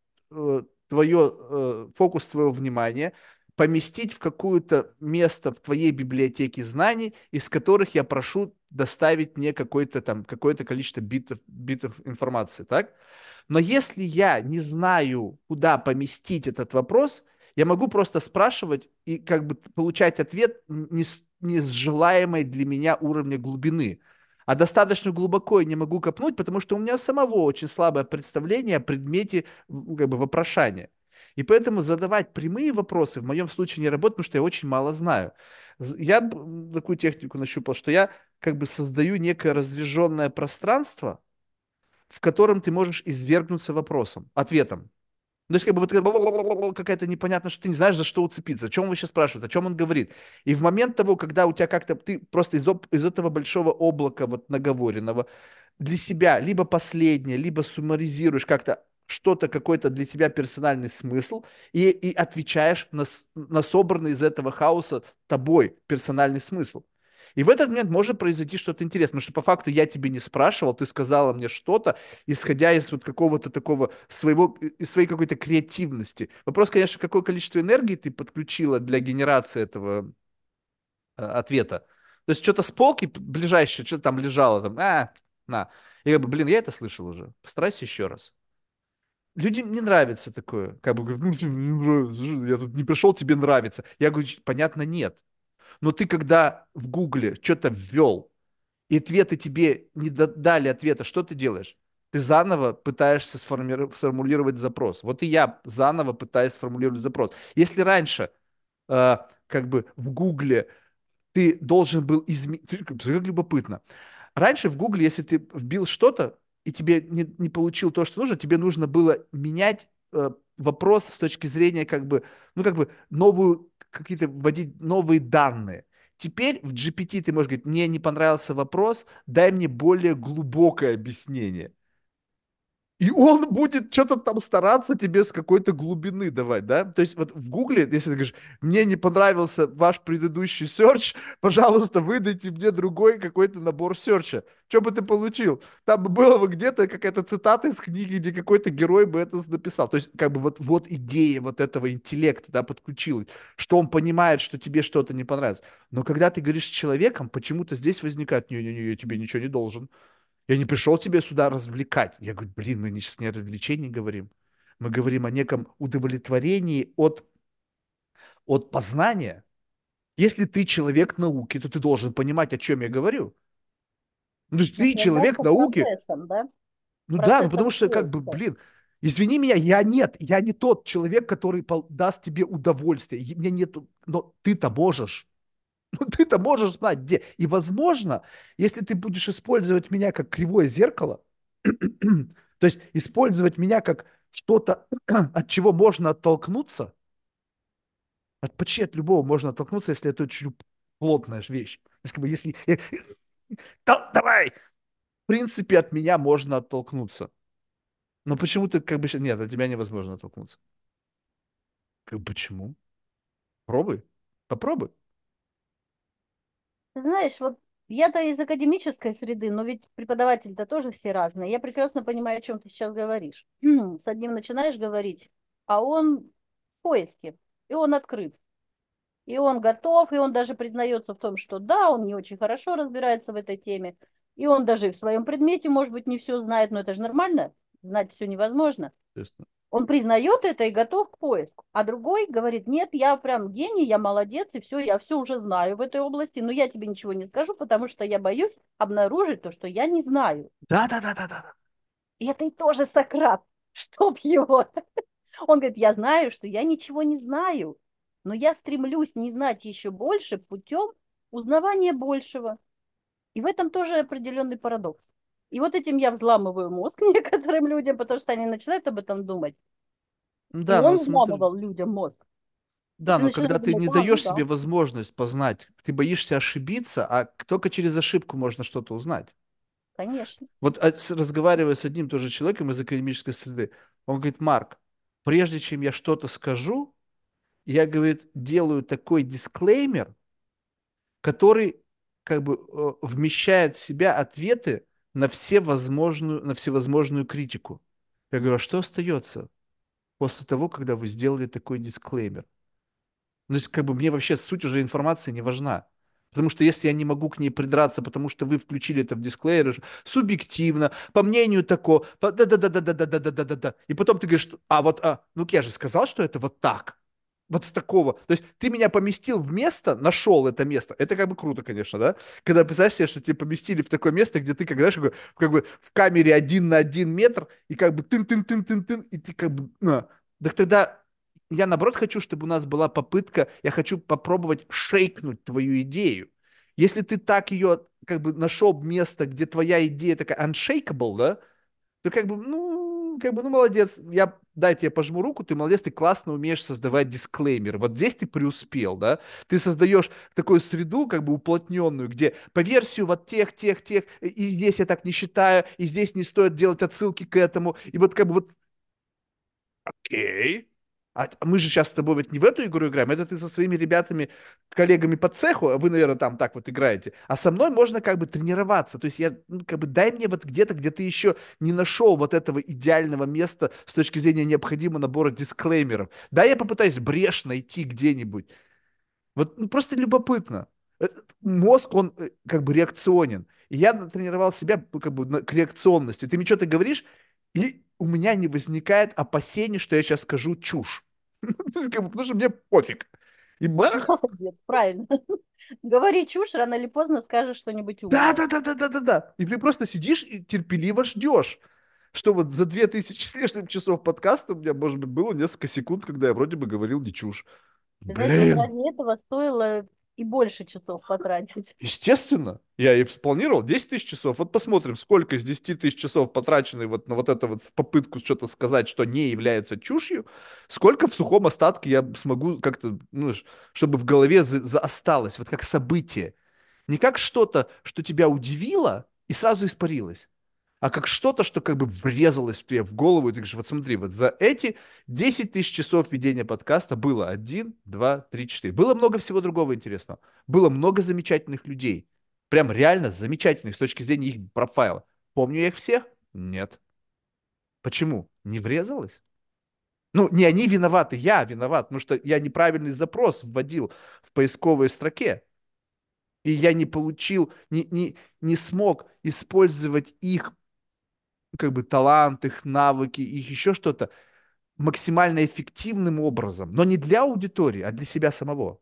фокус твоего внимания поместить в какое-то место в твоей библиотеке знаний, из которых я прошу доставить мне какое-то количество битов информации, так? Но если я не знаю, куда поместить этот вопрос, я могу просто спрашивать и как бы получать ответ не с желаемой для меня уровня глубины. А достаточно глубоко я не могу копнуть, потому что у меня самого очень слабое представление о предмете как бы вопрошания. И поэтому задавать прямые вопросы в моем случае не работает, потому что я очень мало знаю. Я такую технику нащупал, что я как бы создаю некое разреженное пространство, в котором ты можешь извергнуться вопросом, ответом. То есть, как бы вот какая-то непонятно, что ты не знаешь, за что уцепиться, о чем он вообще спрашивает, о чем он говорит. И в момент того, когда у тебя как-то, ты просто из этого большого облака вот наговоренного для себя либо последнее, либо суммаризируешь как-то что-то, какой-то для тебя персональный смысл и отвечаешь на собранный из этого хаоса тобой персональный смысл. И в этот момент может произойти что-то интересное, потому что по факту я тебе не спрашивал, ты сказала мне что-то, исходя из вот какого-то такого из своей какой-то креативности. Вопрос, конечно, какое количество энергии ты подключила для генерации этого ответа. То есть что-то с полки ближайшее, что-то там лежало, там, на. Я как бы, блин, я это слышал уже. Постарайся еще раз. Людям не нравится такое. Как бы, говорят, ну, тебе не нравится, я тут не пришел, тебе нравится. Я говорю, понятно, нет. Но ты когда в Гугле что-то ввел, и ответы тебе не дали ответа, что ты делаешь? Ты заново пытаешься сформулировать запрос. Вот и я заново пытаюсь сформулировать запрос. Если раньше как бы в Гугле ты должен был изменить... Как любопытно. Раньше в Гугле, если ты вбил что-то, и тебе не получил то, что нужно, тебе нужно было менять вопрос с точки зрения как бы, ну как бы новую, какие-то вводить новые данные. Теперь в GPT ты можешь говорить, мне не понравился вопрос, дай мне более глубокое объяснение. И он будет что-то там стараться тебе с какой-то глубины давать, да? То есть вот в Гугле, если ты говоришь, мне не понравился ваш предыдущий серч, пожалуйста, выдайте мне другой какой-то набор серча. Что бы ты получил? Там бы было бы где-то какая-то цитата из книги, где какой-то герой бы это написал. То есть как бы вот идея вот этого интеллекта, да, подключилась, что он понимает, что тебе что-то не понравится. Но когда ты говоришь с человеком, почему-то здесь возникает, не-не-не, я тебе ничего не должен. Я не пришел тебя сюда развлекать. Я говорю, блин, мы сейчас не о развлечении говорим. Мы говорим о неком удовлетворении от познания. Если ты человек науки, то ты должен понимать, о чем я говорю. Ну, то есть ты человек Наслаждаться науки. процессом, да? Ну да, ну потому Процессом что как бы, поиска. блин, извини меня, я не тот человек, который даст тебе удовольствие. Мне нету, но ты-то можешь. Ну, ты-то можешь знать, где. И, возможно, если ты будешь использовать меня как кривое зеркало, то есть использовать меня как что-то, от чего можно оттолкнуться, почти от любого можно оттолкнуться, если это очень плотная вещь. То есть, как бы, если... Давай! В принципе, от меня можно оттолкнуться. Но почему-то как бы... Нет, от тебя невозможно оттолкнуться. Почему? Пробуй. Попробуй. Ты знаешь, вот я-то из академической среды, но ведь преподаватели-то тоже все разные. Я прекрасно понимаю, о чем ты сейчас говоришь. С одним начинаешь говорить, а он в поиске, и он открыт, и он готов, и он даже признается в том, что да, он не очень хорошо разбирается в этой теме, и он даже в своем предмете, может быть, не все знает, но это же нормально, знать все невозможно. Естественно. Он признает это и готов к поиску. А другой говорит, нет, я прям гений, я молодец, и все, я все уже знаю в этой области, но я тебе ничего не скажу, потому что я боюсь обнаружить то, что я не знаю. Да. И это и тоже Сократ, чтоб его. Он говорит, я знаю, что я ничего не знаю, но я стремлюсь не знать еще больше путем узнавания большего. И в этом тоже определенный парадокс. И вот этим я взламываю мозг некоторым людям, потому что они начинают об этом думать. И Да, но он смотри. взламывал людям мозг. И Да, ты но начинаешь когда ты думать, не да, ну даешь да, себе возможность познать, ты боишься ошибиться, а только через ошибку можно что-то узнать. конечно. Вот разговаривая с одним тоже человеком из академической среды, он говорит: Марк, прежде чем я что-то скажу, я, говорит, делаю такой дисклеймер, который как бы вмещает в себя ответы на всевозможную критику. Я говорю: а что остается после того, когда вы сделали такой дисклеймер? Ну, то есть, как бы мне вообще суть уже информации не важна. Потому что если я не могу к ней придраться, потому что вы включили это в дисклеймер, субъективно, по мнению такого, да-да-да-да-да-да-да-да-да-да. И потом ты говоришь, ну я же сказал, что это вот так. Вот с такого. То есть ты меня поместил в место, нашел это место. Это как бы круто, конечно, да? Когда представляешь себе, что тебя поместили в такое место, где ты, как, знаешь, как бы в камере 1 на 1 метр, и как бы тын-тын-тын-тын-тын, и ты как бы... Так тогда я, наоборот, хочу, чтобы у нас была попытка, я хочу попробовать шейкнуть твою идею. Если ты так ее, как бы, нашел место, где твоя идея такая unshakable, да, то ну, молодец, дай тебе пожму руку, ты молодец, ты классно умеешь создавать дисклеймер. Вот здесь ты преуспел, да, ты создаешь такую среду, как бы уплотненную, где по версию вот тех, и здесь я так не считаю, и здесь не стоит делать отсылки к этому, и вот как бы вот окей. А мы же сейчас с тобой ведь не в эту игру играем, это ты со своими ребятами, коллегами по цеху, а вы, наверное, там так вот играете. А со мной можно как бы тренироваться. То есть как бы дай мне вот где-то, где ты еще не нашел вот этого идеального места с точки зрения необходимого набора дисклеймеров. Да, я попытаюсь брешь найти где-нибудь. Вот просто любопытно. Мозг, он как бы реакционен. И я тренировал себя как бы к реакционности. Ты мне что-то говоришь, и у меня не возникает опасений, что я сейчас скажу чушь. То есть, как бы, потому что мне пофиг. И бах! Молодец, правильно. Говори чушь, рано или поздно скажешь что-нибудь Да, умное. да, да, да, да, да, да. И ты просто сидишь и терпеливо ждешь. Что вот за 2000 с лишним часов подкаста у меня, может быть, было несколько секунд, когда я вроде бы говорил не чушь. Ты знаешь, вот Блин! ради этого стоило и больше часов потратить. Естественно, я и спланировал 10 тысяч часов. Вот посмотрим, сколько из 10 000 часов потрачены вот на вот эту вот попытку что-то сказать, что не является чушью, сколько в сухом остатке я смогу как-то, ну, чтобы в голове осталось, вот как событие. Не как что-то, что тебя удивило и сразу испарилось, а как что-то, что как бы врезалось в тебе в голову, и ты говоришь: вот смотри, вот за эти 10 000 часов ведения подкаста было один, два, три, четыре. Было много всего другого интересного. Было много замечательных людей. Прям реально замечательных с точки зрения их профайла. Помню я их всех? Нет. Почему? Не врезалось? Ну, не они виноваты, я виноват, потому что я неправильный запрос вводил в поисковой строке. И я не получил, не смог использовать их как бы талант, их навыки, их еще что-то максимально эффективным образом, но не для аудитории, а для себя самого.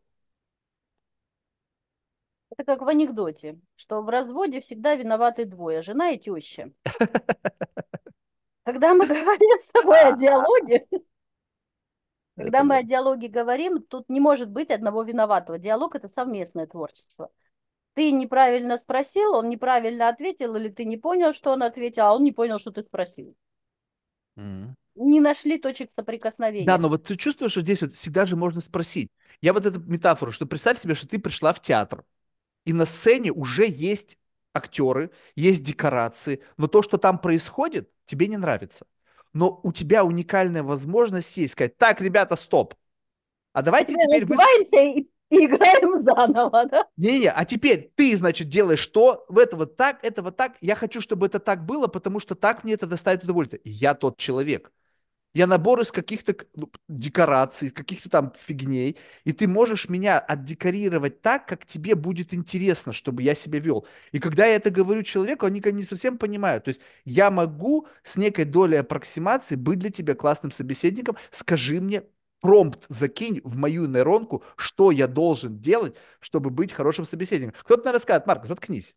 Это как в анекдоте, что в разводе всегда виноваты двое, жена и теща. Когда мы говорим с тобой о диалоге, когда Это мы да. о диалоге говорим, тут не может быть одного виноватого. Диалог– это совместное творчество. Ты неправильно спросил, он неправильно ответил, или ты не понял, что он ответил, а он не понял, что ты спросил. Мгм. Не нашли точек Да, соприкосновения. но вот ты чувствуешь, что здесь вот всегда же можно спросить. Я вот эту метафору, что представь себе, что ты пришла в театр, и на сцене уже есть актеры, есть декорации, но то, что там происходит, тебе не нравится. Но у тебя уникальная возможность есть сказать: так, ребята, стоп, а Мы давайте теперь теперь вы... раздеваемся и играем заново, да? Не-не, а теперь ты, значит, делаешь что? В это вот так. Я хочу, чтобы это так было, потому что так мне это доставит удовольствие. Я тот человек. Я набор из каких-то декораций, каких-то там фигней, и ты можешь меня отдекорировать так, как тебе будет интересно, чтобы я себя вел. И когда я это говорю человеку, они как не совсем понимают. То есть я могу с некой долей аппроксимации быть для тебя классным собеседником. Скажи мне, промпт закинь в мою нейронку, что я должен делать, чтобы быть хорошим собеседником. Кто-то, наверное, скажет: Марк, заткнись.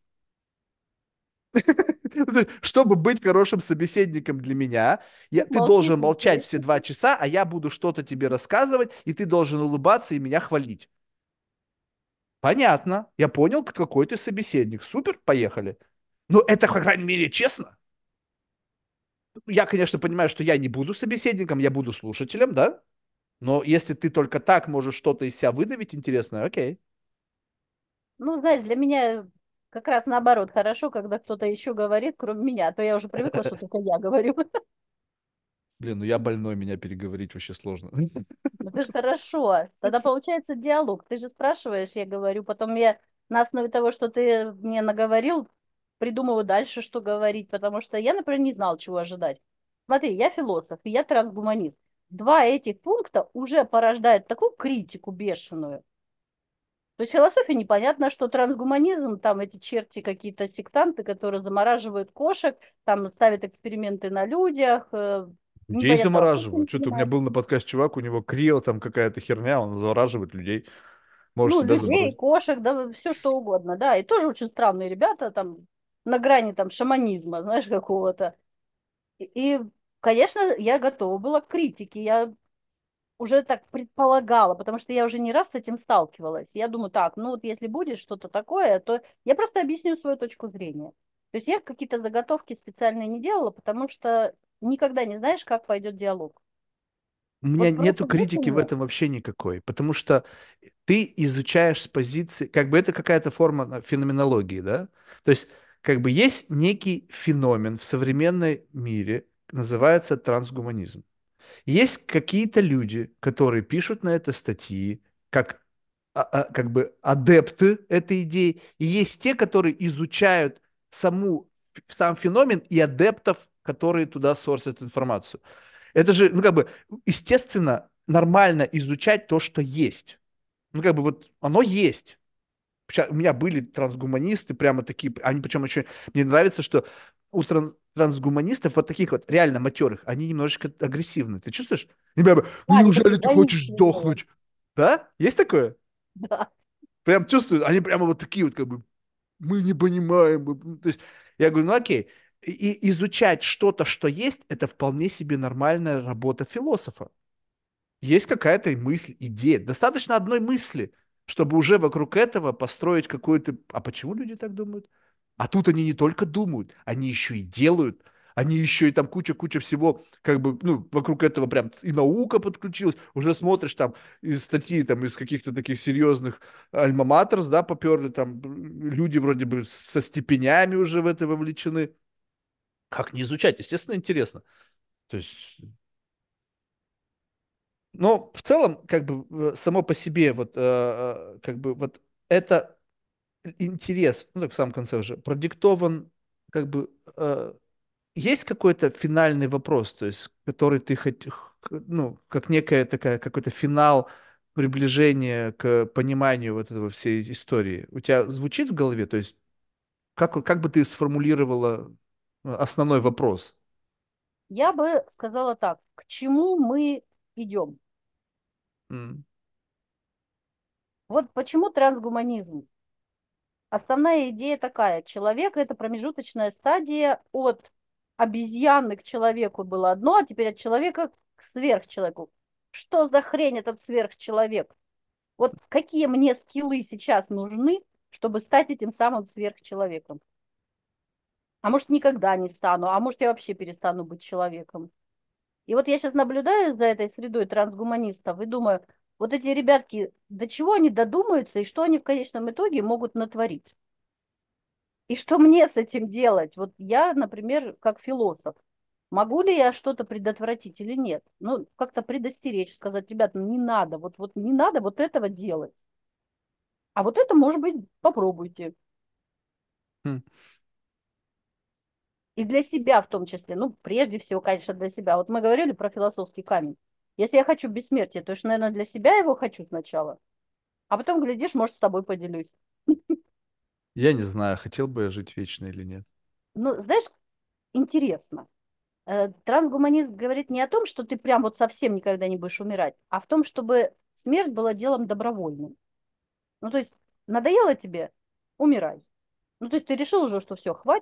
Чтобы быть хорошим собеседником для меня, ты Молчи, должен молчать слушай. все 2 часа, а я буду что-то тебе рассказывать, и ты должен улыбаться и меня хвалить. Понятно, я понял, какой ты собеседник. Супер, поехали. Но это, по крайней мере, честно. Я, конечно, понимаю, что я не буду собеседником, я буду слушателем, да? Но если ты только так можешь что-то из себя выдавить интересное, окей. Ну, знаешь, для меня как раз наоборот хорошо, когда кто-то еще говорит, кроме меня, а то я уже привыкла, что только я говорю. Блин, ну я больной, меня переговорить вообще сложно. Это же хорошо. Тогда получается диалог. Ты же спрашиваешь, я говорю, потом я на основе того, что ты мне наговорил, придумываю дальше, что говорить, потому что я, например, не знал, чего ожидать. Смотри, я философ, и я трансгуманист. Два этих пункта уже порождают такую критику бешеную. То есть философия непонятно, что трансгуманизм, там эти черти какие-то сектанты, которые замораживают кошек, там ставят эксперименты на людях, Людей непонятно вообще, что они замораживают. Что-то у меня занимаются. был на подкаст чувак, у него крио там какая-то херня, он завораживает людей. Можешь Ну, себя людей, заморозить. кошек, да, все что угодно, да, и тоже очень странные ребята, там, на грани, там, шаманизма, знаешь, какого-то. И, конечно, я готова была к критике, я уже так предполагала, потому что я уже не раз с этим сталкивалась. Я думаю, так, ну вот если будет что-то такое, то я просто объясню свою точку зрения. То есть я какие-то заготовки специальные не делала, потому что никогда не знаешь, как пойдет диалог. У меня Вот нету просто будь критики в умным. этом вообще никакой, потому что ты изучаешь с позиции, как бы это какая-то форма феноменологии, да? То есть как бы есть некий феномен в современном мире, называется трансгуманизм. Есть какие-то люди, которые пишут на это статьи, как, как бы адепты этой идеи, и есть те, которые изучают сам феномен и адептов, которые туда сорсят информацию. Это же, ну, как бы, естественно, нормально изучать то, что есть. Ну, как бы, вот оно есть. У меня были трансгуманисты, прямо такие, они причем еще, мне нравится, что у трансгуманистов, вот таких вот реально матерых, они немножечко агрессивны. Ты чувствуешь? Они прямо, ну Да, они неужели такие ты хочешь воинственные. сдохнуть? Да? Есть такое? Да. Прям чувствую, они прямо вот такие вот, как бы, мы не понимаем. То есть я говорю, ну окей. И изучать что-то, что есть, это вполне себе нормальная работа философа. Есть какая-то мысль, идея. Достаточно одной мысли, чтобы уже вокруг этого построить какую-то... А почему люди так думают? А тут они не только думают, они еще и делают. Они еще и там куча-куча всего, как бы, ну, вокруг этого прям и наука подключилась. Уже смотришь там из статьи, там, из каких-то таких серьезных альма-матерс, да, поперли, там, люди вроде бы со степенями уже в это вовлечены. Как не изучать? Естественно, интересно. То есть но в целом, как бы само по себе, вот, как бы вот это интерес, ну так в самом конце уже, продиктован, как бы, есть какой-то финальный вопрос, то есть, который ты ну, как некая такая, какой-то финал приближения к пониманию вот этого всей истории. У тебя звучит в голове, то есть, как бы ты сформулировала основной вопрос? Я бы сказала так, к чему мы идем? М. Вот почему трансгуманизм? Основная идея такая. Человек– это промежуточная стадия от обезьяны к человеку было одно, а теперь от человека к сверхчеловеку. Что за хрень этот сверхчеловек? Вот какие мне скиллы сейчас нужны, чтобы стать этим самым сверхчеловеком? А может, никогда не стану, а может, я вообще перестану быть человеком. И вот я сейчас наблюдаю за этой средой трансгуманистов и думаю, вот эти ребятки, до чего они додумаются и что они в конечном итоге могут натворить? И что мне с этим делать? Вот я, например, как философ, могу ли я что-то предотвратить или нет? Ну, как-то предостеречь, сказать, ребят, ну не надо, вот не надо вот этого делать. А вот это, может быть, попробуйте. Хм. И для себя в том числе. Ну, прежде всего, конечно, для себя. Вот мы говорили про философский камень. Если я хочу бессмертия, то, наверное, для себя его хочу сначала. А потом, глядишь, может, с тобой поделюсь. Я не знаю, хотел бы я жить вечно или нет. Ну, знаешь, интересно. Трансгуманизм говорит не о том, что ты прям вот совсем никогда не будешь умирать, а в том, чтобы смерть была делом добровольным. Ну, то есть, надоело тебе? Умирай. Ну, то есть, ты решил уже, что все, хватит,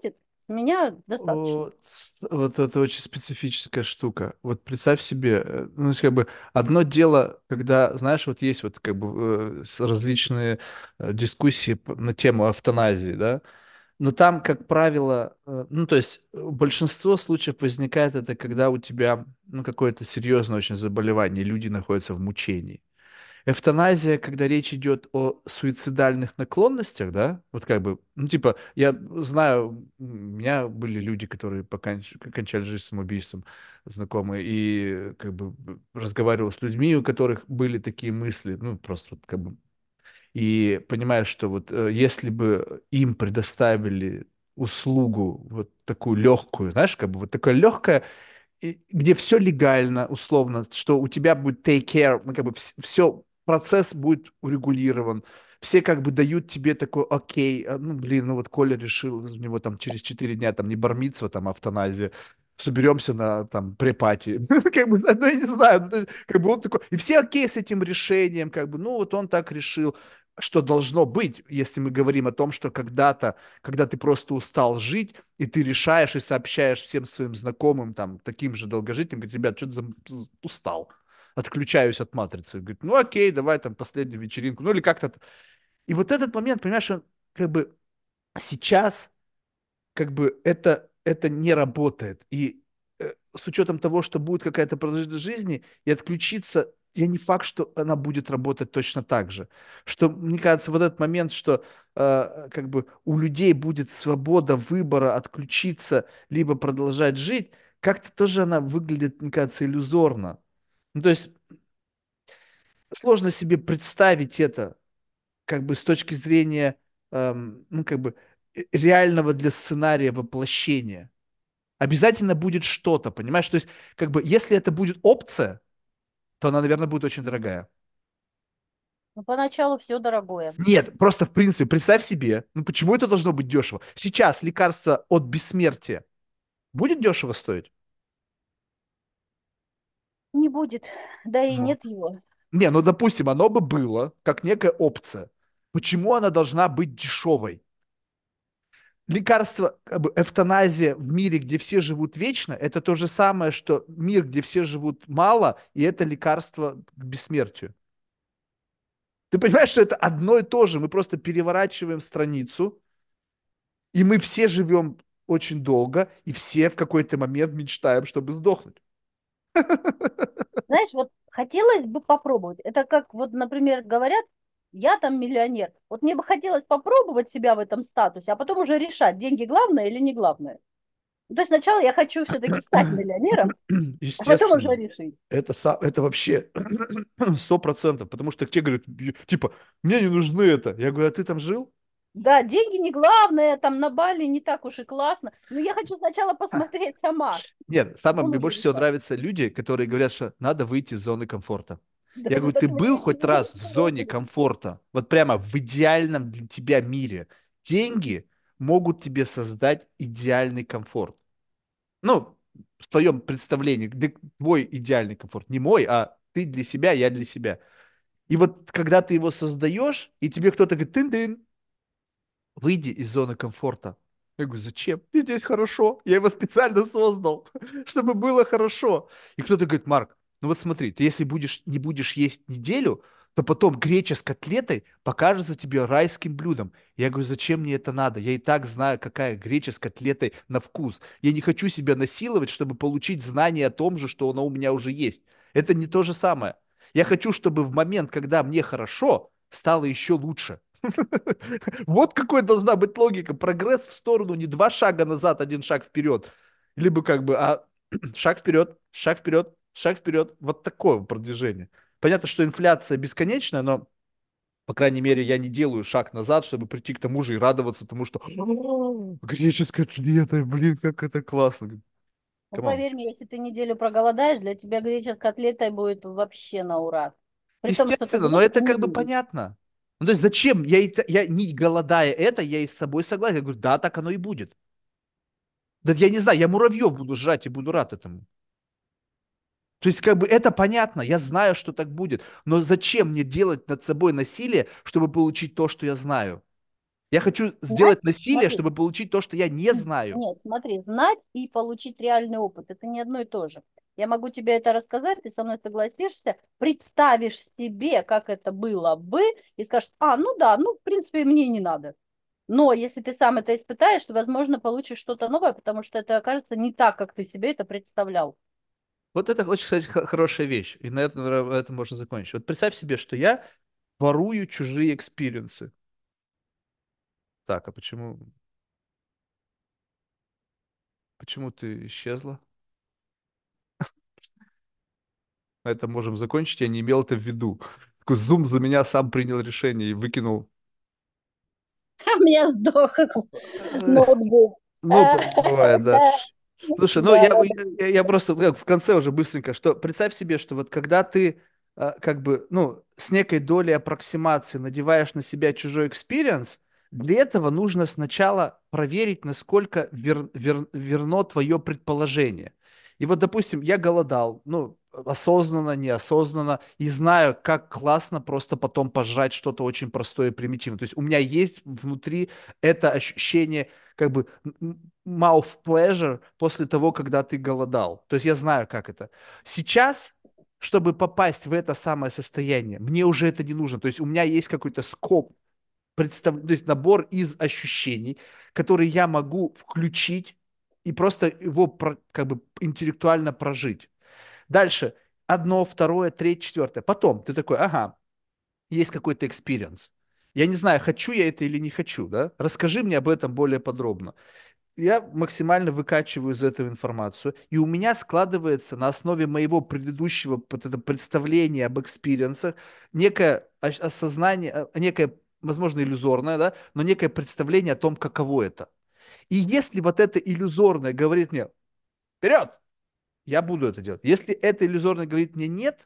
С меня достаточно. Вот это очень специфическая штука. Вот представь себе, ну, то есть как бы одно дело, когда, знаешь, вот есть вот как бы различные дискуссии на тему эвтаназии, да, но там, как правило, ну, то есть большинство случаев возникает это, когда у тебя, ну, какое-то серьезное очень заболевание, люди находятся в мучении. Эвтаназия, когда речь идет о суицидальных наклонностях, да, вот как бы, ну, типа, я знаю, у меня были люди, которые кончали жизнь самоубийством, знакомые, и как бы разговаривал с людьми, у которых были такие мысли, ну, просто вот как бы, и понимаешь, что вот если бы им предоставили услугу вот такую легкую, знаешь, как бы вот такая легкая, где все легально, условно, что у тебя будет take care, ну, как бы все, процесс будет урегулирован, все как бы дают тебе такой, окей, ну, блин, ну вот Коля решил, у него там через 4 дня там не бар-мицва, там автоназия, соберемся на там препати, как бы, ну, я не знаю, ну, то есть, как бы он такой, и все окей с этим решением, как бы, ну, вот он так решил, что должно быть, если мы говорим о том, что когда-то, когда ты просто устал жить, и ты решаешь и сообщаешь всем своим знакомым, там, таким же долгожителям, говорит, ребят, что-то устал, отключаюсь от матрицы. Говорит, ну окей, давай там последнюю вечеринку, ну или как-то. И вот этот момент, понимаешь, он как бы сейчас как бы это не работает. И с учетом того, что будет какая-то продолжительность жизни, и отключиться, я не факт, что она будет работать точно так же. Что, мне кажется, вот этот момент, что как бы у людей будет свобода выбора отключиться, либо продолжать жить, как-то тоже она выглядит, мне кажется, иллюзорно. Ну, то есть сложно себе представить это, как бы с точки зрения, ну, как бы реального для сценария воплощения. Обязательно будет что-то, понимаешь? То есть, как бы, если это будет опция, то она, наверное, будет очень дорогая. Но поначалу все дорогое. Нет, просто в принципе, представь себе, ну почему это должно быть дешево? Сейчас лекарство от бессмертия будет дешево стоить? Не будет, да и Ну. нет его. Не, ну допустим, оно бы было как некая опция. Почему она должна быть дешевой? Лекарство, как бы, эвтаназия в мире, где все живут вечно, это то же самое, что мир, где все живут мало, и это лекарство к бессмертию. Ты понимаешь, что это одно и то же. Мы просто переворачиваем страницу, и мы все живем очень долго, и все в какой-то момент мечтаем, чтобы сдохнуть. Знаешь, вот хотелось бы попробовать. Это как вот, например, говорят, я там миллионер. Вот мне бы хотелось попробовать себя в этом статусе, а потом уже решать, деньги главное или не главное. Ну, то есть сначала я хочу все-таки стать миллионером, а потом уже Естественно. решить. Это вообще 100%, потому что те говорят, типа, мне не нужны это. Я говорю, а ты там жил? Да, деньги не главное, там на Бали не так уж и классно. Но я хочу сначала посмотреть сама, Нет, потом мне уже больше всего решать. нравятся люди, которые говорят, что надо выйти из зоны комфорта. Да, Я да, говорю, так ты вот был я хоть говорю, раз в что я зоне хочу. комфорта? Вот прямо в идеальном для тебя мире. Деньги могут тебе создать идеальный комфорт. Ну, в твоем представлении, где твой идеальный комфорт. Не мой, а ты для себя, я для себя. И вот когда ты его создаешь, и тебе кто-то говорит, тын-тын, выйди из зоны комфорта. Я говорю, зачем? Здесь хорошо. Я его специально создал, чтобы было хорошо. И кто-то говорит, Марк, ну вот смотри, ты если не будешь есть неделю, то потом греча с котлетой покажется тебе райским блюдом. Я говорю, зачем мне это надо? Я и так знаю, какая греча с котлетой на вкус. Я не хочу себя насиловать, чтобы получить знание о том же, что оно у меня уже есть. Это не то же самое. Я хочу, чтобы в момент, когда мне хорошо, стало еще лучше. Вот какой должна быть логика. Прогресс в сторону не два шага назад, один шаг вперед. Либо как бы, а шаг вперед, шаг вперед, шаг вперед. Вот такое продвижение. Понятно, что инфляция бесконечная, но, по крайней мере, я не делаю шаг назад, чтобы прийти к тому же и радоваться тому, что греческая котлета, блин, как это классно. Ну, Камон. поверь мне, если ты неделю проголодаешь, для тебя греча с котлетой будет вообще на ура. При том, что ты Естественно, но есть это не как бы будешь. понятно. Ну, то есть зачем? Я не голодая это, я и с собой согласен. Я говорю, да, так оно и будет. Да я не знаю, я муравьев буду жрать и буду рад этому. То есть, как бы это понятно, я знаю, что так будет. Но зачем мне делать над собой насилие, чтобы получить то, что я знаю? Я хочу Знать, сделать насилие, смотри, чтобы получить то, что я не знаю. нет, смотри, знать и получить реальный опыт– это не одно и то же. Я могу тебе это рассказать, ты со мной согласишься, представишь себе, как это было бы, и скажешь, а, ну да, ну, в принципе, мне не надо. Но если ты сам это испытаешь, то, возможно, получишь что-то новое, потому что это окажется не так, как ты себе это представлял. Вот это очень, кстати, хорошая вещь. И на этом можно закончить. Вот представь себе, что я ворую чужие экспириенсы. Так, а почему ты исчезла? На этом можем закончить. Я не имел это в виду. Такой Zoom за меня сам принял решение и выкинул. У меня сдох ноутбук. Ну, бывает, да. Слушай, ну Да, я просто как в конце уже быстренько, что представь себе, что вот когда ты как бы, ну, с некой долей аппроксимации надеваешь на себя чужой экспириенс, для этого нужно сначала проверить, насколько верно твое предположение. И вот, допустим, я голодал, ну, осознанно, неосознанно, и знаю, как классно просто потом пожрать что-то очень простое и примитивное. То есть у меня есть внутри это ощущение как бы mouth pleasure после того, когда ты голодал. То есть я знаю, как это. Сейчас, чтобы попасть в это самое состояние, мне уже это не нужно. То есть у меня есть какой-то скоп, то есть набор из ощущений, которые я могу включить и просто его как бы интеллектуально прожить. Дальше. Одно, второе, третье, четвертое. Потом ты такой, ага, есть какой-то experience. Я не знаю, хочу я это или не хочу, да? Расскажи мне об этом более подробно. Я максимально выкачиваю из этого информацию, и у меня складывается на основе моего предыдущего вот это представления об экспириенсах некое осознание, некое, возможно, иллюзорное, да, но некое представление о том, каково это. И если вот это иллюзорное говорит мне «вперед!», я буду это делать. Если это иллюзорное говорит мне «нет»,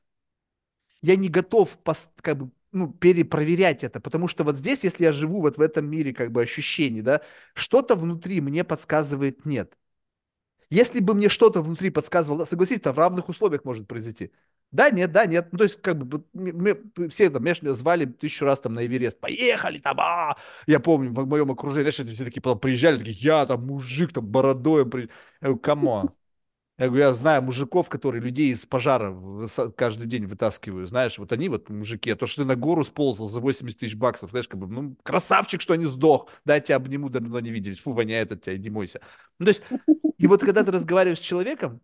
я не готов как бы, ну, перепроверять это, потому что вот здесь, если я живу вот в этом мире как бы ощущений, да, что-то внутри мне подсказывает нет. Если бы мне что-то внутри подсказывало, да, согласитесь, это в равных условиях может произойти. Да, нет, да, нет. Ну, то есть, как бы, все там, меня звали 1000 раз там на Эверест. Поехали там, Я помню, в моем окружении, знаешь, все такие потом приезжали, такие, я там мужик, там, бородой. Я говорю, камон. Я говорю, я знаю мужиков, которые людей из пожара каждый день вытаскивают. Знаешь, вот они вот мужики, а то, что ты на гору сползал за 80 тысяч баксов, знаешь, как бы, ну, красавчик, что не сдох. Дай я тебя обниму, давно не виделись. Фу, воняет от тебя, иди мойся. Ну, то есть, и вот когда ты разговариваешь с человеком,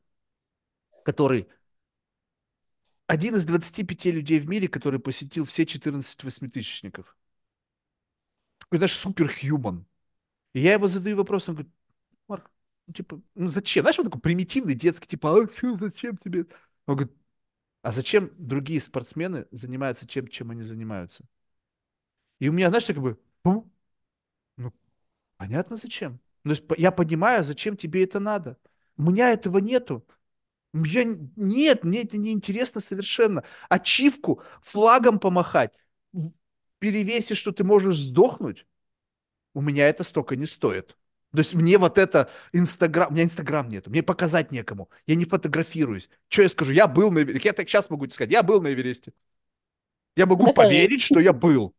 который один из 25 людей в мире, который посетил все 14 восьмитысячников, такой, знаешь, суперхьюман. И я его задаю вопрос, он говорит, Марк, ну, типа, ну зачем? Знаешь, он такой примитивный, детский, типа, зачем тебе? Он говорит, а зачем другие спортсмены занимаются тем, чем они занимаются? И у меня, знаешь, как бы, ну, понятно зачем. То есть я понимаю, зачем тебе это надо. У меня этого нету. Нет, мне это не интересно совершенно. Ачивку, флагом помахать, в перевесе, что ты можешь сдохнуть, у меня это столько не стоит. То есть мне вот это Инстаграм, у меня Инстаграм нет, мне показать некому, я не фотографируюсь. Что я скажу? Я был на Эвересте. Я так сейчас могу тебе сказать, я был на Эвересте. Я могу докажи. поверить, что я был.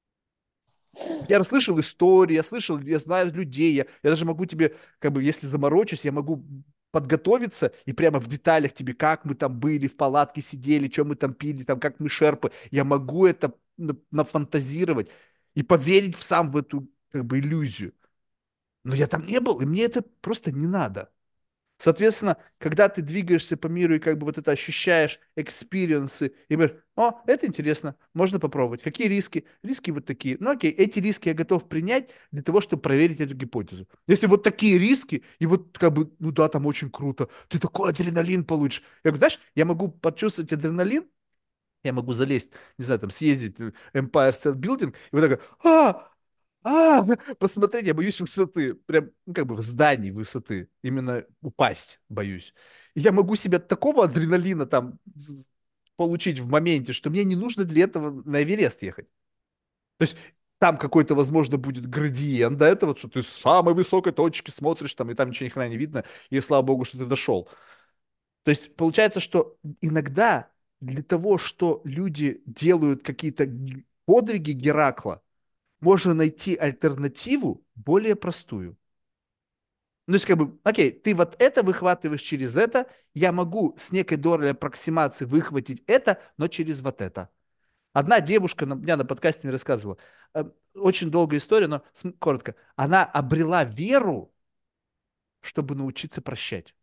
Я расслышал истории, я знаю людей, я даже могу тебе, как бы, если заморочусь, я могу подготовиться и прямо в деталях тебе, как мы там были, в палатке сидели, что мы там пили, там, как мы шерпы, я могу это нафантазировать и поверить сам в эту, как бы, иллюзию. Но я там не был, и мне это просто не надо. Соответственно, когда ты двигаешься по миру и как бы вот это ощущаешь экспириенсы, и говоришь, о, это интересно, можно попробовать. Какие риски? Риски вот такие. Ну окей, эти риски я готов принять для того, чтобы проверить эту гипотезу. Если вот такие риски, и вот как бы, ну да, там очень круто, ты такой адреналин получишь. Я говорю, знаешь, я могу почувствовать адреналин, я могу залезть, не знаю, там съездить в Empire State Building, и вот такой, посмотреть, я боюсь высоты, прям, ну, как бы в здании высоты, именно упасть боюсь. И я могу себе такого адреналина там получить в моменте, что мне не нужно для этого на Эверест ехать. То есть там какой-то, возможно, будет градиент до этого, что ты с самой высокой точки смотришь там, и там ничего ни хрена не видно, и слава богу, что ты дошел. То есть получается, что иногда для того, что люди делают какие-то подвиги Геракла, можно найти альтернативу более простую. Ну, то есть, как бы, окей, ты вот это выхватываешь через это, я могу с некой долей аппроксимации выхватить это, но через вот это. Одна девушка на меня на подкасте мне рассказывала, очень долгая история, но коротко. Она обрела веру, чтобы научиться прощать.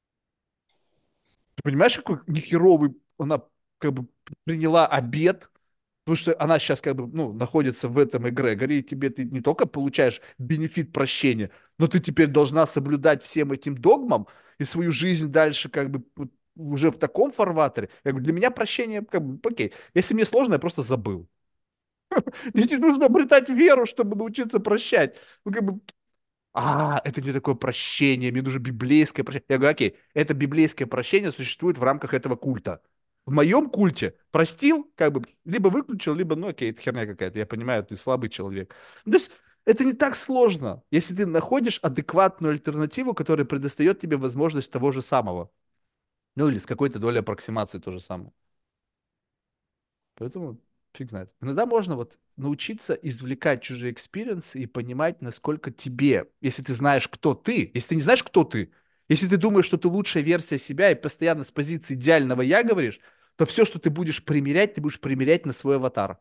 Ты понимаешь, какой нехеровый она как бы приняла обет, потому что она сейчас как бы, ну, находится в этом эгрегоре, и тебе ты не только получаешь бенефит прощения, но ты теперь должна соблюдать всем этим догмам и свою жизнь дальше как бы вот уже в таком фарватере. Я говорю, для меня прощение как бы, окей, если мне сложно, я просто забыл. Мне не нужно обретать веру, чтобы научиться прощать. Ну, как бы, это не такое прощение, мне нужно библейское прощение. Я говорю, окей, это библейское прощение существует в рамках этого культа. В моем культе простил, как бы, либо выключил, либо, ну окей, это херня какая-то, я понимаю, ты слабый человек. Ну, то есть это не так сложно, если ты находишь адекватную альтернативу, которая предоставит тебе возможность того же самого. Ну или с какой-то долей аппроксимации то же самое. Поэтому фиг знает. Иногда можно вот научиться извлекать чужие экспириенсы и понимать, насколько тебе, если ты знаешь, кто ты, если ты не знаешь, кто ты, если ты думаешь, что ты лучшая версия себя и постоянно с позиции идеального я говоришь, то все, что ты будешь примерять на свой аватар,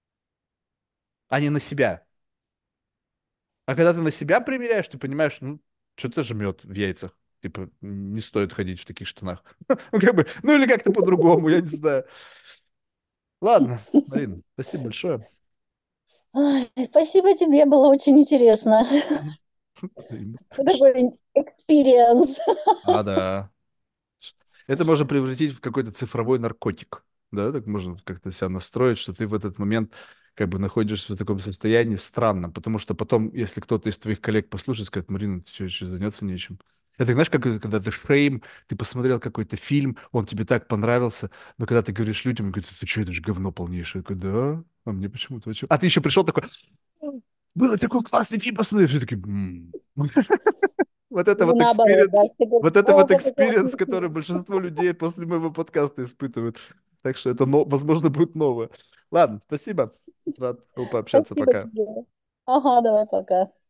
а не на себя. А когда ты на себя примеряешь, ты понимаешь, ну, что-то жмет в яйцах. Типа, не стоит ходить в таких штанах. Ну, как бы, ну или как-то по-другому, я не знаю. Ладно, Марин, спасибо большое. Ай, спасибо тебе, было очень интересно. Взаимно. Такой экспириенс. Да. Это можно превратить в какой-то цифровой наркотик. Да, так можно как-то себя настроить, что ты в этот момент как бы находишься в таком состоянии странном, потому что потом, если кто-то из твоих коллег послушает, скажет, Марина, ты что, еще заняться нечем. Это знаешь, как когда ты шейм, ты посмотрел какой-то фильм, он тебе так понравился, но когда ты говоришь людям, они говорят, ты что, это же говно полнейшее. Я такой, да, а мне почему-то. А ты еще пришел такой, было такой классный фильм, посмотри, все таки вот это Или вот наоборот, экспириенс, да, все говорят, вот это о, вот это экспириенс, классный который фильм. большинство людей после моего подкаста испытывают. Так что это, возможно, будет новое. Ладно, спасибо. Рад был пообщаться. Спасибо Пока. тебе. Ага, давай, пока.